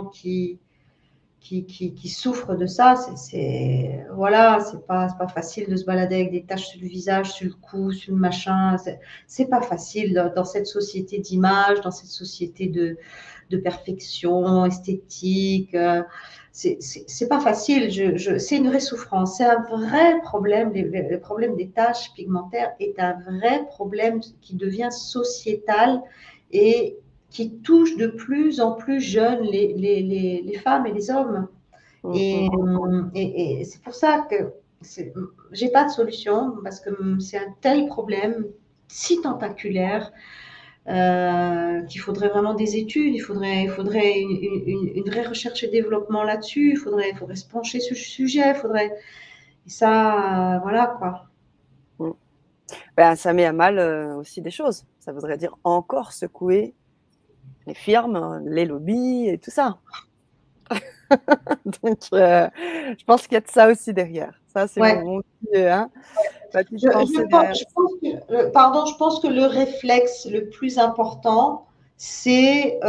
qui souffrent de ça. Voilà, c'est pas facile de se balader avec des taches sur le visage, sur le cou, sur le machin. C'est pas facile dans cette société d'image, dans cette société de perfection esthétique. C'est pas facile. C'est une vraie souffrance. C'est un vrai problème. Le problème des taches pigmentaires est un vrai problème qui devient sociétal et qui touche de plus en plus jeunes les femmes et les hommes. Mmh, Et, mmh. et c'est pour ça que j'ai pas de solution parce que c'est un tel problème si tentaculaire qu'il faudrait vraiment des études, il faudrait une vraie recherche et développement là-dessus, il faudrait se pencher sur le sujet, et ça, voilà quoi. Mmh. Ben, ça met à mal aussi des choses. Ça voudrait dire encore secouer les firmes, les lobbies et tout ça. Donc, je pense qu'il y a de ça aussi derrière. Ça, c'est Ouais. mon petit, hein, ma petite pensée derrière. Je pense que le réflexe le plus important, c'est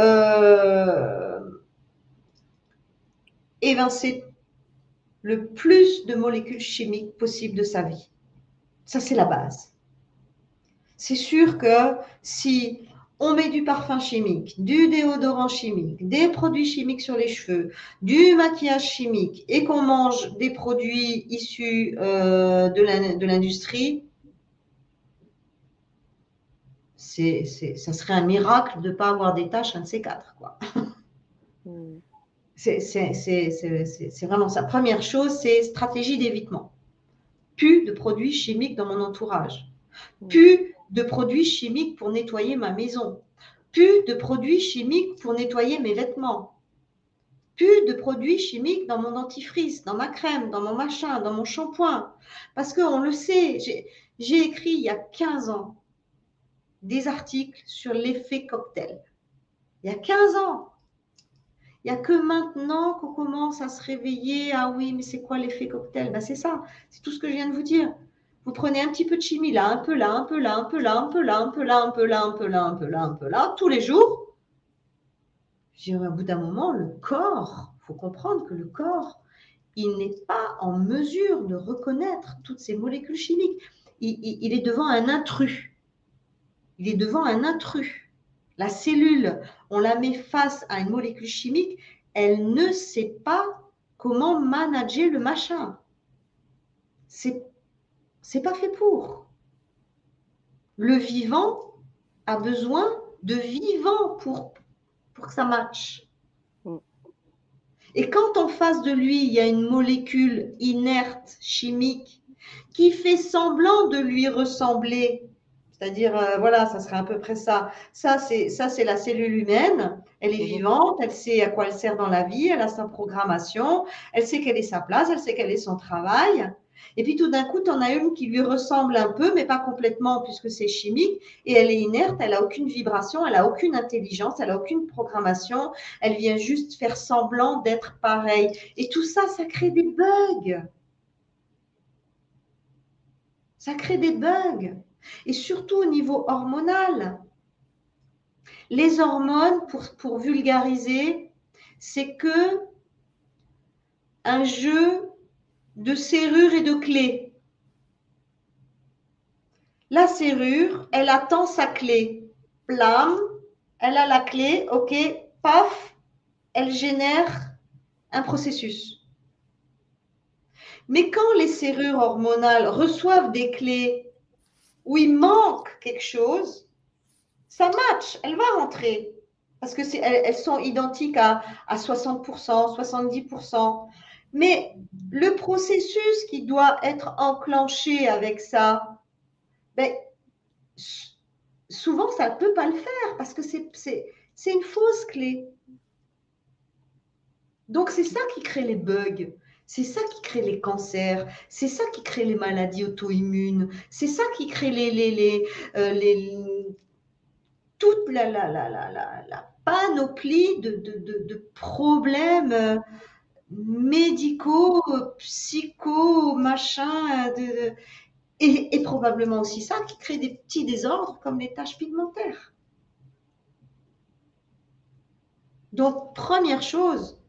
évincer le plus de molécules chimiques possible de sa vie. Ça, c'est la base. C'est sûr que si on met du parfum chimique, du déodorant chimique, des produits chimiques sur les cheveux, du maquillage chimique et qu'on mange des produits issus de l'industrie, ça serait un miracle de ne pas avoir des taches, un de ces quatre, quoi. Mmh. C'est vraiment ça. Première chose, c'est stratégie d'évitement. Plus de produits chimiques dans mon entourage. Plus de produits chimiques pour nettoyer ma maison. Plus de produits chimiques pour nettoyer mes vêtements. Plus de produits chimiques dans mon dentifrice, dans ma crème, dans mon machin, dans mon shampoing. Parce qu'on le sait, j'ai écrit il y a 15 ans des articles sur l'effet cocktail. Il y a 15 ans. Il n'y a que maintenant qu'on commence à se réveiller. Ah oui, mais c'est quoi l'effet cocktail? Ben c'est ça, c'est tout ce que je viens de vous dire. Vous prenez un petit peu de chimie là, un peu là, un peu là, un peu là, un peu là, un peu là, un peu là, un peu là, un peu là, un peu là, tous les jours. Au bout d'un moment, le corps, il faut comprendre que le corps, il n'est pas en mesure de reconnaître toutes ces molécules chimiques. Il est devant un intrus. Il est devant un intrus. La cellule, on la met face à une molécule chimique, elle ne sait pas comment manager le machin. C'est pas fait pour. Le vivant a besoin de vivant pour que ça matche. Et quand en face de lui, il y a une molécule inerte, chimique, qui fait semblant de lui ressembler, c'est-à-dire, voilà, ça serait à peu près ça. Ça, c'est la cellule humaine. Elle est vivante, elle sait à quoi elle sert dans la vie, elle a sa programmation, elle sait quelle est sa place, elle sait quel est son travail. Et puis tout d'un coup, tu en as une qui lui ressemble un peu, mais pas complètement, puisque c'est chimique, et elle est inerte, elle n'a aucune vibration, elle n'a aucune intelligence, elle n'a aucune programmation, elle vient juste faire semblant d'être pareille. Et tout ça, ça crée des bugs. Ça crée des bugs. Et surtout au niveau hormonal. Les hormones, pour vulgariser, c'est que un jeu de serrure et de clés. La serrure, elle attend sa clé. Plam, elle a la clé, ok, paf, elle génère un processus. Mais quand les serrures hormonales reçoivent des clés où il manque quelque chose, ça match, elle va rentrer. Parce que elles sont identiques à 60%, 70%. Mais le processus qui doit être enclenché avec ça, ben, souvent, ça ne peut pas le faire parce que c'est une fausse clé. Donc, c'est ça qui crée les bugs. C'est ça qui crée les cancers, c'est ça qui crée les maladies auto-immunes, c'est ça qui crée toute la panoplie de problèmes médicaux, psycho, machin, et probablement aussi ça qui crée des petits désordres comme les taches pigmentaires. Donc, première chose,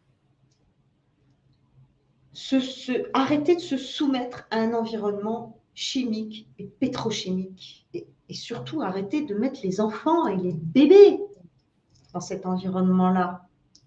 arrêter de se soumettre à un environnement chimique et pétrochimique. Et surtout, arrêter de mettre les enfants et les bébés dans cet environnement-là.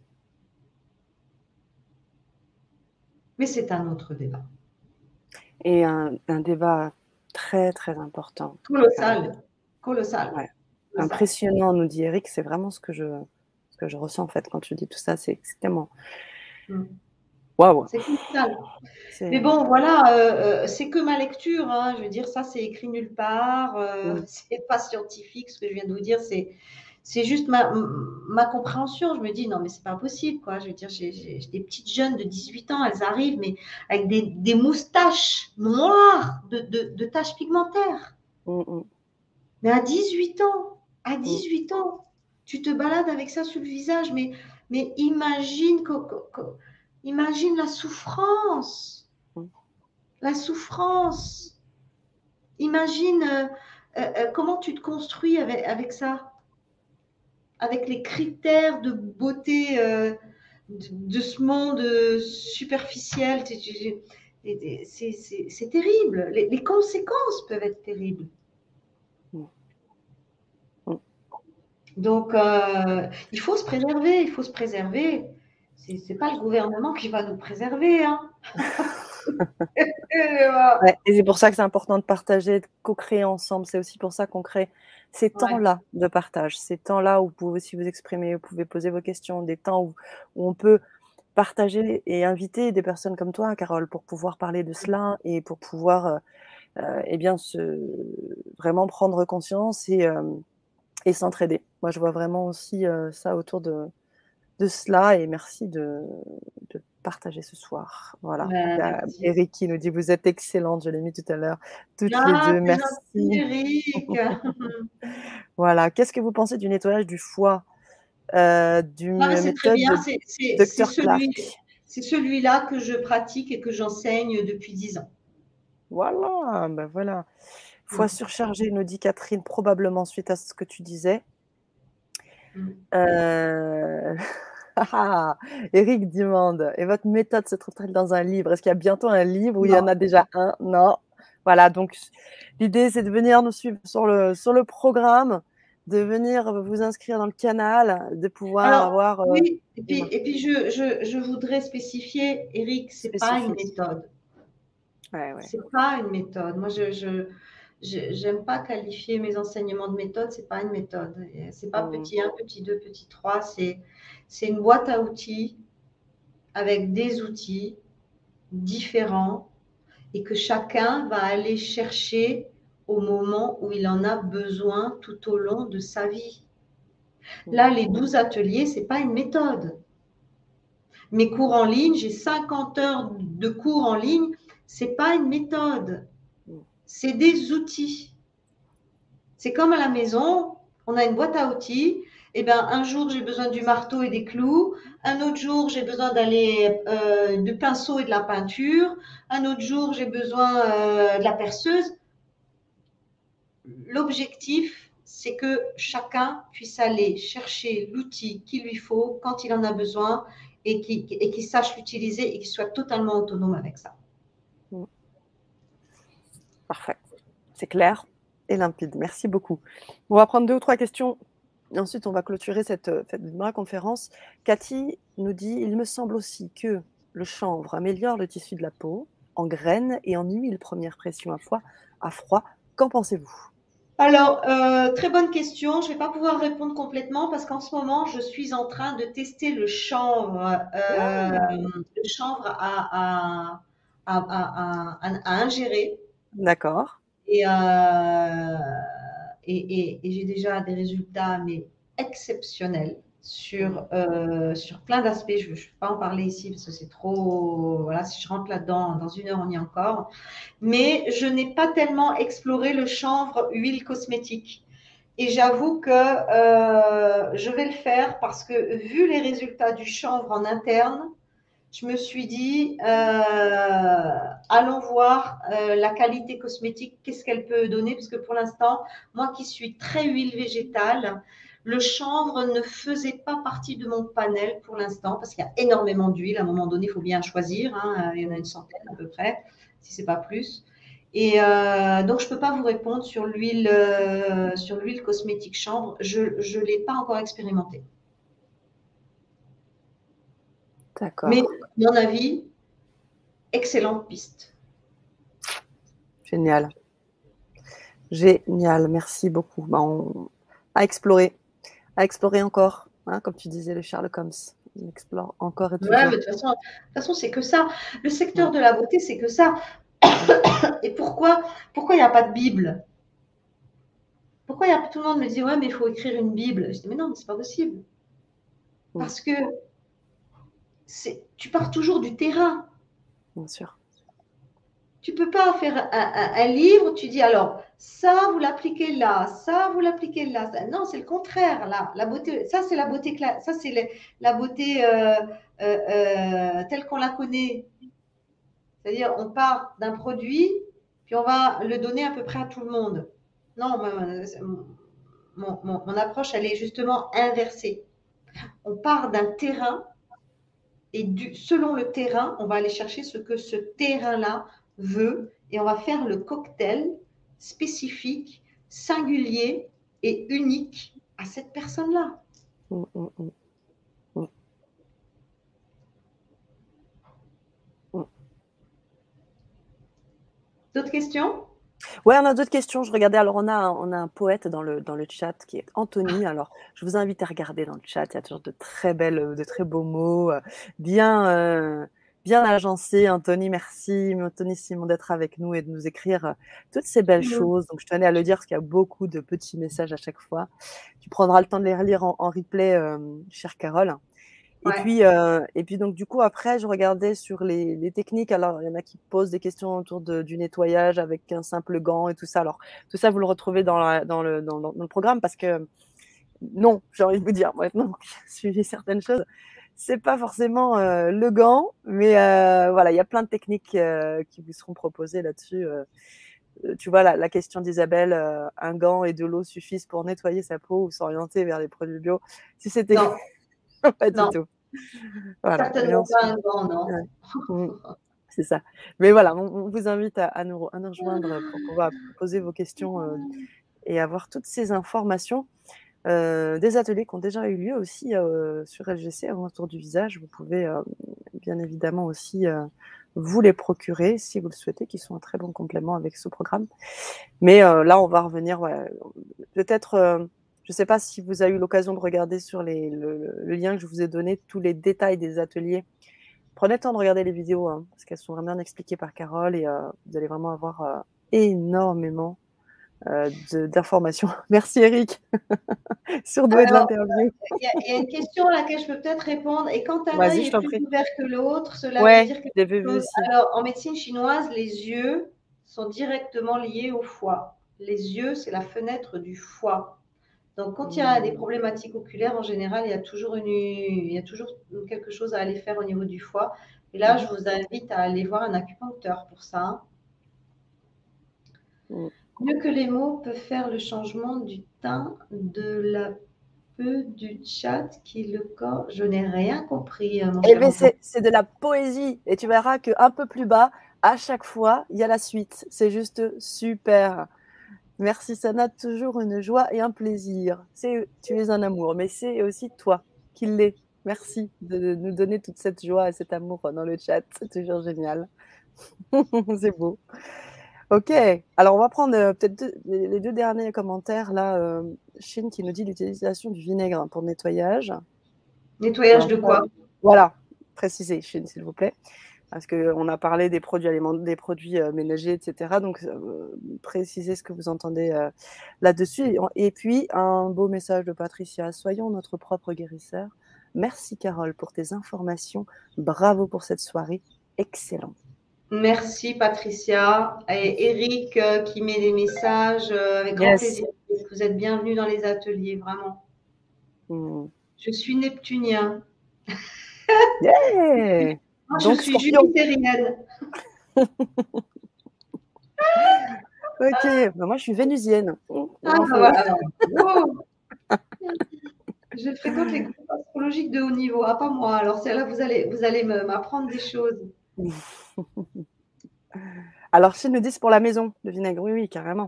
Mais c'est un autre débat. Et un débat très, très important. Colossal. Colossal. Ouais. Impressionnant, nous dit Eric, c'est vraiment ce que je ressens en fait quand tu dis tout ça, c'est tellement... Waouh. C'est colossal. Mais bon, voilà, c'est que ma lecture, hein. Je veux dire, ça c'est écrit nulle part, c'est pas scientifique ce que je viens de vous dire, c'est juste ma compréhension. Je me dis, non, mais c'est pas possible, quoi. Je veux dire, j'ai des petites jeunes de 18 ans, elles arrivent, mais avec des moustaches noires de taches pigmentaires. Mais à 18 ans, tu te balades avec ça sur le visage, mais imagine, imagine la souffrance. La souffrance. Imagine comment tu te construis avec ça, avec les critères de beauté de ce monde superficiel. C'est terrible. Les conséquences peuvent être terribles. Donc, il faut se préserver, il faut se préserver. C'est pas le gouvernement qui va nous préserver, hein. Ouais, et c'est pour ça que c'est important de partager, de co-créer ensemble. C'est aussi pour ça qu'on crée ces temps-là de partage, ces temps-là où vous pouvez aussi vous exprimer, vous pouvez poser vos questions, des temps où on peut partager et inviter des personnes comme toi, Carole, pour pouvoir parler de cela et pour pouvoir eh bien, vraiment prendre conscience et s'entraider. Moi, je vois vraiment aussi ça autour de cela et merci de partager ce soir. Voilà. Eric qui nous dit vous êtes excellente, je l'ai mis tout à l'heure, toutes les deux, merci. Eric. Voilà. Qu'est-ce que vous pensez du nettoyage du foie, d'une méthode de Dr Clark? C'est celui-là que je pratique et que j'enseigne depuis 10 ans. Voilà, ben voilà. Foie surchargé, nous dit Catherine, probablement suite à ce que tu disais. Eric demande, et votre méthode se trouve-t-elle dans un livre? Est-ce qu'il y a bientôt un livre ou il y en a déjà un? Non. Voilà, donc l'idée c'est de venir nous suivre sur le programme, de venir vous inscrire dans le canal, de pouvoir avoir... Oui, et puis je voudrais spécifier, Eric, c'est pas une méthode. C'est pas une méthode. Moi, je n'aime pas qualifier mes enseignements de méthode, c'est pas une méthode. C'est pas petit 1, petit 2, petit 3, c'est une boîte à outils avec des outils différents et que chacun va aller chercher au moment où il en a besoin tout au long de sa vie. Là, les 12 ateliers, c'est pas une méthode. Mes cours en ligne, j'ai 50 heures de cours en ligne, c'est pas une méthode. C'est des outils. C'est comme à la maison, on a une boîte à outils. Eh bien, un jour, j'ai besoin du marteau et des clous. Un autre jour, j'ai besoin d'aller du pinceau et de la peinture. Un autre jour, j'ai besoin de la perceuse. L'objectif, c'est que chacun puisse aller chercher l'outil qu'il lui faut quand il en a besoin et qu'il sache l'utiliser et qu'il soit totalement autonome avec ça. Parfait. C'est clair et limpide. Merci beaucoup. On va prendre 2 ou 3 questions et ensuite on va clôturer cette conférence. Cathy nous dit « Il me semble aussi que le chanvre améliore le tissu de la peau en graines et en huile première pression à froid. Qu'en pensez-vous » Alors, très bonne question. Je ne vais pas pouvoir répondre complètement parce qu'en ce moment, je suis en train de tester Ah, le chanvre à ingérer. d'accord. Et, et j'ai déjà des résultats mais exceptionnels sur plein d'aspects. Je ne vais pas en parler ici parce que c'est trop. Voilà, si je rentre là-dedans, dans une heure, on y est encore. Mais je n'ai pas tellement exploré le chanvre huile cosmétique. Et j'avoue que je vais le faire parce que vu les résultats du chanvre en interne, je me suis dit, allons voir la qualité cosmétique, qu'est-ce qu'elle peut donner, parce que pour l'instant, moi qui suis très huile végétale, le chanvre ne faisait pas partie de mon panel pour l'instant, parce qu'il y a énormément d'huile. À un moment donné, il faut bien choisir. Hein, il y en a une centaine à peu près, si ce n'est pas plus. Et donc, je ne peux pas vous répondre sur l'huile cosmétique chanvre. Je ne l'ai pas encore expérimenté. Mais, D'accord. à mon avis, excellente piste. Génial. Génial. Merci beaucoup. Bah, à explorer encore. Hein, comme tu disais, le Sherlock Holmes. On explore encore et Ouais, mais toujours. de toute façon, c'est que ça. Le secteur Mm, de la beauté, c'est que ça. mm, Et pourquoi il n'y a pas de Bible? Pourquoi tout le monde me dit, ouais, mais il faut écrire une Bible? Je dis, mais non, c'est pas possible. mm, Parce que tu pars toujours du terrain. bien sûr. Tu peux pas faire un livre, tu dis, alors, ça, vous l'appliquez là, ça, vous l'appliquez là. Non, c'est le contraire, là. La beauté, ça, c'est la beauté, ça, c'est la beauté telle qu'on la connaît. C'est-à-dire, on part d'un produit, puis on va le donner à peu près à tout le monde. Non, mon approche, elle est justement inversée. On part d'un terrain et selon le terrain, on va aller chercher ce que ce terrain-là veut et on va faire le cocktail spécifique, singulier et unique à cette personne-là. Mm, mm, mm, mm, mm. D'autres questions? Ouais, on a d'autres questions. Je regardais. Alors, on a un poète dans le chat qui est Anthony. Alors, je vous invite à regarder dans le chat. Il y a toujours de très beaux mots, bien, bien agencés. Anthony, merci, Anthony Simon, d'être avec nous et de nous écrire toutes ces belles choses. Donc, je tenais à le dire parce qu'il y a beaucoup de petits messages à chaque fois. Tu prendras le temps de les relire en replay, chère Carole. Ouais. Et puis donc du coup après je regardais sur les techniques. Alors il y en a qui posent des questions autour du nettoyage avec un simple gant et tout ça. Alors tout ça vous le retrouvez dans le programme parce que non, j'ai envie de vous dire maintenant que j'ai suivi certaines choses, c'est pas forcément le gant, mais voilà, il y a plein de techniques qui vous seront proposées là-dessus. Tu vois la question d'Isabelle, un gant et de l'eau suffisent pour nettoyer sa peau ou s'orienter vers les produits bio. Si c'était Non, pas du non, tout. Voilà. Mais certainement ensuite, pas un grand, non. ouais. Mmh. C'est ça. Mais voilà, on vous invite à nous rejoindre pour pouvoir poser vos questions et avoir toutes ces informations. Des ateliers qui ont déjà eu lieu aussi sur LGC, hein, autour du visage. Vous pouvez bien évidemment aussi vous les procurer si vous le souhaitez, qui sont un très bon complément avec ce programme. Mais là, on va revenir, ouais, peut-être, je ne sais pas si vous avez eu l'occasion de regarder sur le lien que je vous ai donné, tous les détails des ateliers. Prenez le temps de regarder les vidéos, hein, parce qu'elles sont vraiment bien expliquées par Carole et vous allez vraiment avoir énormément d'informations. Merci Eric, surdoué de Alors, l'interview. il y a une question à laquelle je peux peut-être répondre. Et quand un Vas-y, œil je est t'en plus prie. ouvert que l'autre, cela veut Ouais, dire quelque je l'avais vu chose. aussi. Alors, en médecine chinoise, les yeux sont directement liés au foie. Les yeux, c'est la fenêtre du foie. Donc, quand il y a des problématiques oculaires, en général, il y a toujours quelque chose à aller faire au niveau du foie. Et là, je vous invite à aller voir un acupuncteur pour ça. Mm. Mieux que les mots peuvent faire le changement du teint de la peu du chat qui le corps. Je n'ai rien compris, mon Eh cher bien, Antoine. c'est de la poésie. Et tu verras qu'un peu plus bas, à chaque fois, il y a la suite. C'est juste super. Merci Sana, toujours une joie et un plaisir. Tu es un amour, mais c'est aussi toi qui l'es. Merci de nous donner toute cette joie et cet amour dans le chat. C'est toujours génial. C'est beau. Ok, alors on va prendre peut-être les deux derniers commentaires là. Chine qui nous dit l'utilisation du vinaigre pour le nettoyage. Nettoyage Alors, de quoi? voilà, précisez, Chine, s'il vous plaît. Parce qu'on a parlé des produits alimentaires, des produits ménagers, etc. Donc, précisez ce que vous entendez là-dessus. Et puis, un beau message de Patricia. Soyons notre propre guérisseur. Merci, Carole, pour tes informations. Bravo pour cette soirée. Excellent. Merci Patricia et Eric qui met des messages avec grand Yes. plaisir. Vous êtes bienvenus dans les ateliers, vraiment. Je suis neptunien. Yeah. Moi, je Donc, suis Scorpion. jupitérienne. Ok, bah, moi je suis vénusienne. Ah, voilà. Wow. Je fréquente les groupes astrologiques de haut niveau. Ah, pas moi. Alors, c'est là, vous allez m'apprendre des choses. Alors, Chine nous dit c'est pour la maison, le vinaigre. Oui, oui, carrément.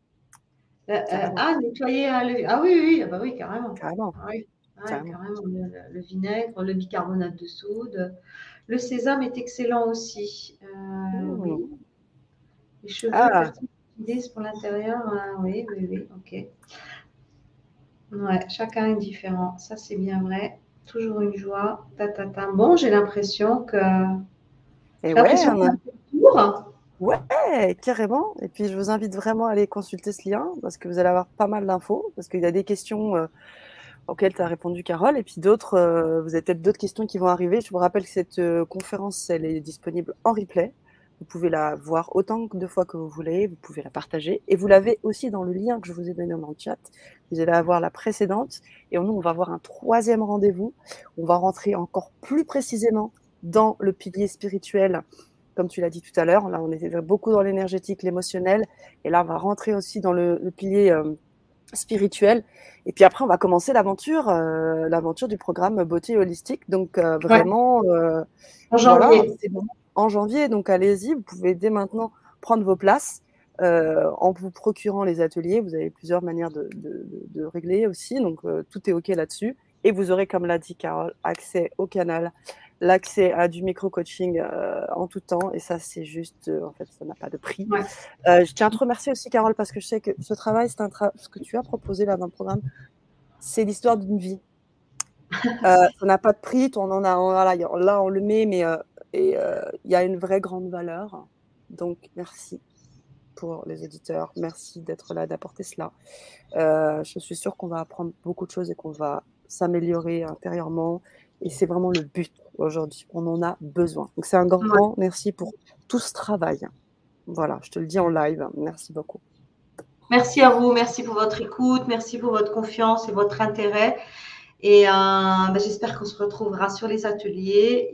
Nettoyer ah oui, oui, ah bah oui, carrément. Carrément. Ah oui, Carrément. carrément. Le vinaigre, le bicarbonate de soude. Le sésame est excellent aussi. Oui. Les cheveux fertilisent pour l'intérieur. Oui, oui, oui, ok. Ouais, chacun est différent. Ça, c'est bien vrai. Toujours une joie. Bon, j'ai l'impression que. Et J'ai ouais, l'impression qu'on a fait le tour. ouais, carrément. Et puis, je vous invite vraiment à aller consulter ce lien parce que vous allez avoir pas mal d'infos. Parce qu'il y a des questions auxquelles tu as répondu, Carole. Et puis d'autres, vous avez peut-être d'autres questions qui vont arriver. Je vous rappelle que cette conférence, elle est disponible en replay. Vous pouvez la voir autant de fois que vous voulez. Vous pouvez la partager. Et vous l'avez aussi dans le lien que je vous ai donné dans le chat. Vous allez avoir la précédente. Et nous, on va avoir un troisième rendez-vous. On va rentrer encore plus précisément dans le pilier spirituel. Comme tu l'as dit tout à l'heure, là, on était beaucoup dans l'énergétique, l'émotionnel. Et là, on va rentrer aussi dans le pilier spirituel. Et puis après, on va commencer l'aventure du programme Beauté Holistique. Donc, vraiment, En voilà, janvier. c'est bon. En janvier. Donc, allez-y, vous pouvez dès maintenant prendre vos places en vous procurant les ateliers. Vous avez plusieurs manières de régler aussi. Donc, tout est OK là-dessus. Et vous aurez, comme l'a dit Carole, accès au canal, l'accès à du micro-coaching en tout temps. Et ça, c'est juste, en fait, ça n'a pas de prix. Ouais. Je tiens à te remercier aussi, Carole, parce que je sais que ce travail, ce que tu as proposé là dans le programme, c'est l'histoire d'une vie. Ça n'a pas de prix. Là, on le met, mais il y a une vraie grande valeur. Donc, merci pour les auditeurs. Merci d'être là, d'apporter cela. Je suis sûre qu'on va apprendre beaucoup de choses et qu'on va s'améliorer intérieurement. Et c'est vraiment le but aujourd'hui. On en a besoin. Donc, c'est un grand merci pour tout ce travail. Voilà, je te le dis en live. Merci beaucoup. Merci à vous. Merci pour votre écoute. Merci pour votre confiance et votre intérêt. Et j'espère qu'on se retrouvera sur les ateliers.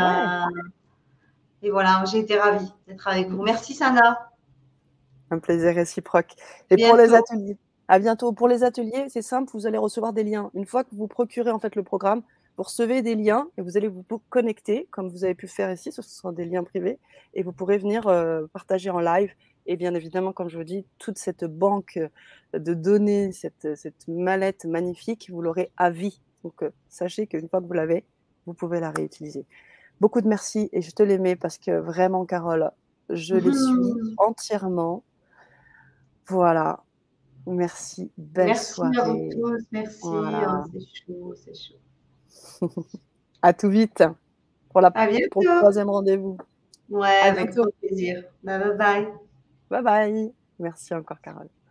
Et voilà, j'ai été ravie d'être avec vous. Merci, Sana. Un plaisir réciproque. Et pour les ateliers, à bientôt. Pour les ateliers, c'est simple, vous allez recevoir des liens. Une fois que vous procurez en fait le programme, vous recevez des liens et vous allez vous connecter, comme vous avez pu faire ici, ce sont des liens privés, et vous pourrez venir partager en live. Et bien évidemment, comme je vous dis, toute cette banque de données, cette mallette magnifique, vous l'aurez à vie. Donc, sachez qu'une fois que vous l'avez, vous pouvez la réutiliser. Beaucoup de merci et je te les mets parce que vraiment, Carole, je les suis entièrement. Voilà. Merci. Belle soirée. Merci à vous tous. Merci. Voilà. C'est chaud, c'est chaud. À tout vite pour le troisième rendez-vous. Ouais, avec grand plaisir. Bye bye. Bye bye. Merci encore, Carole.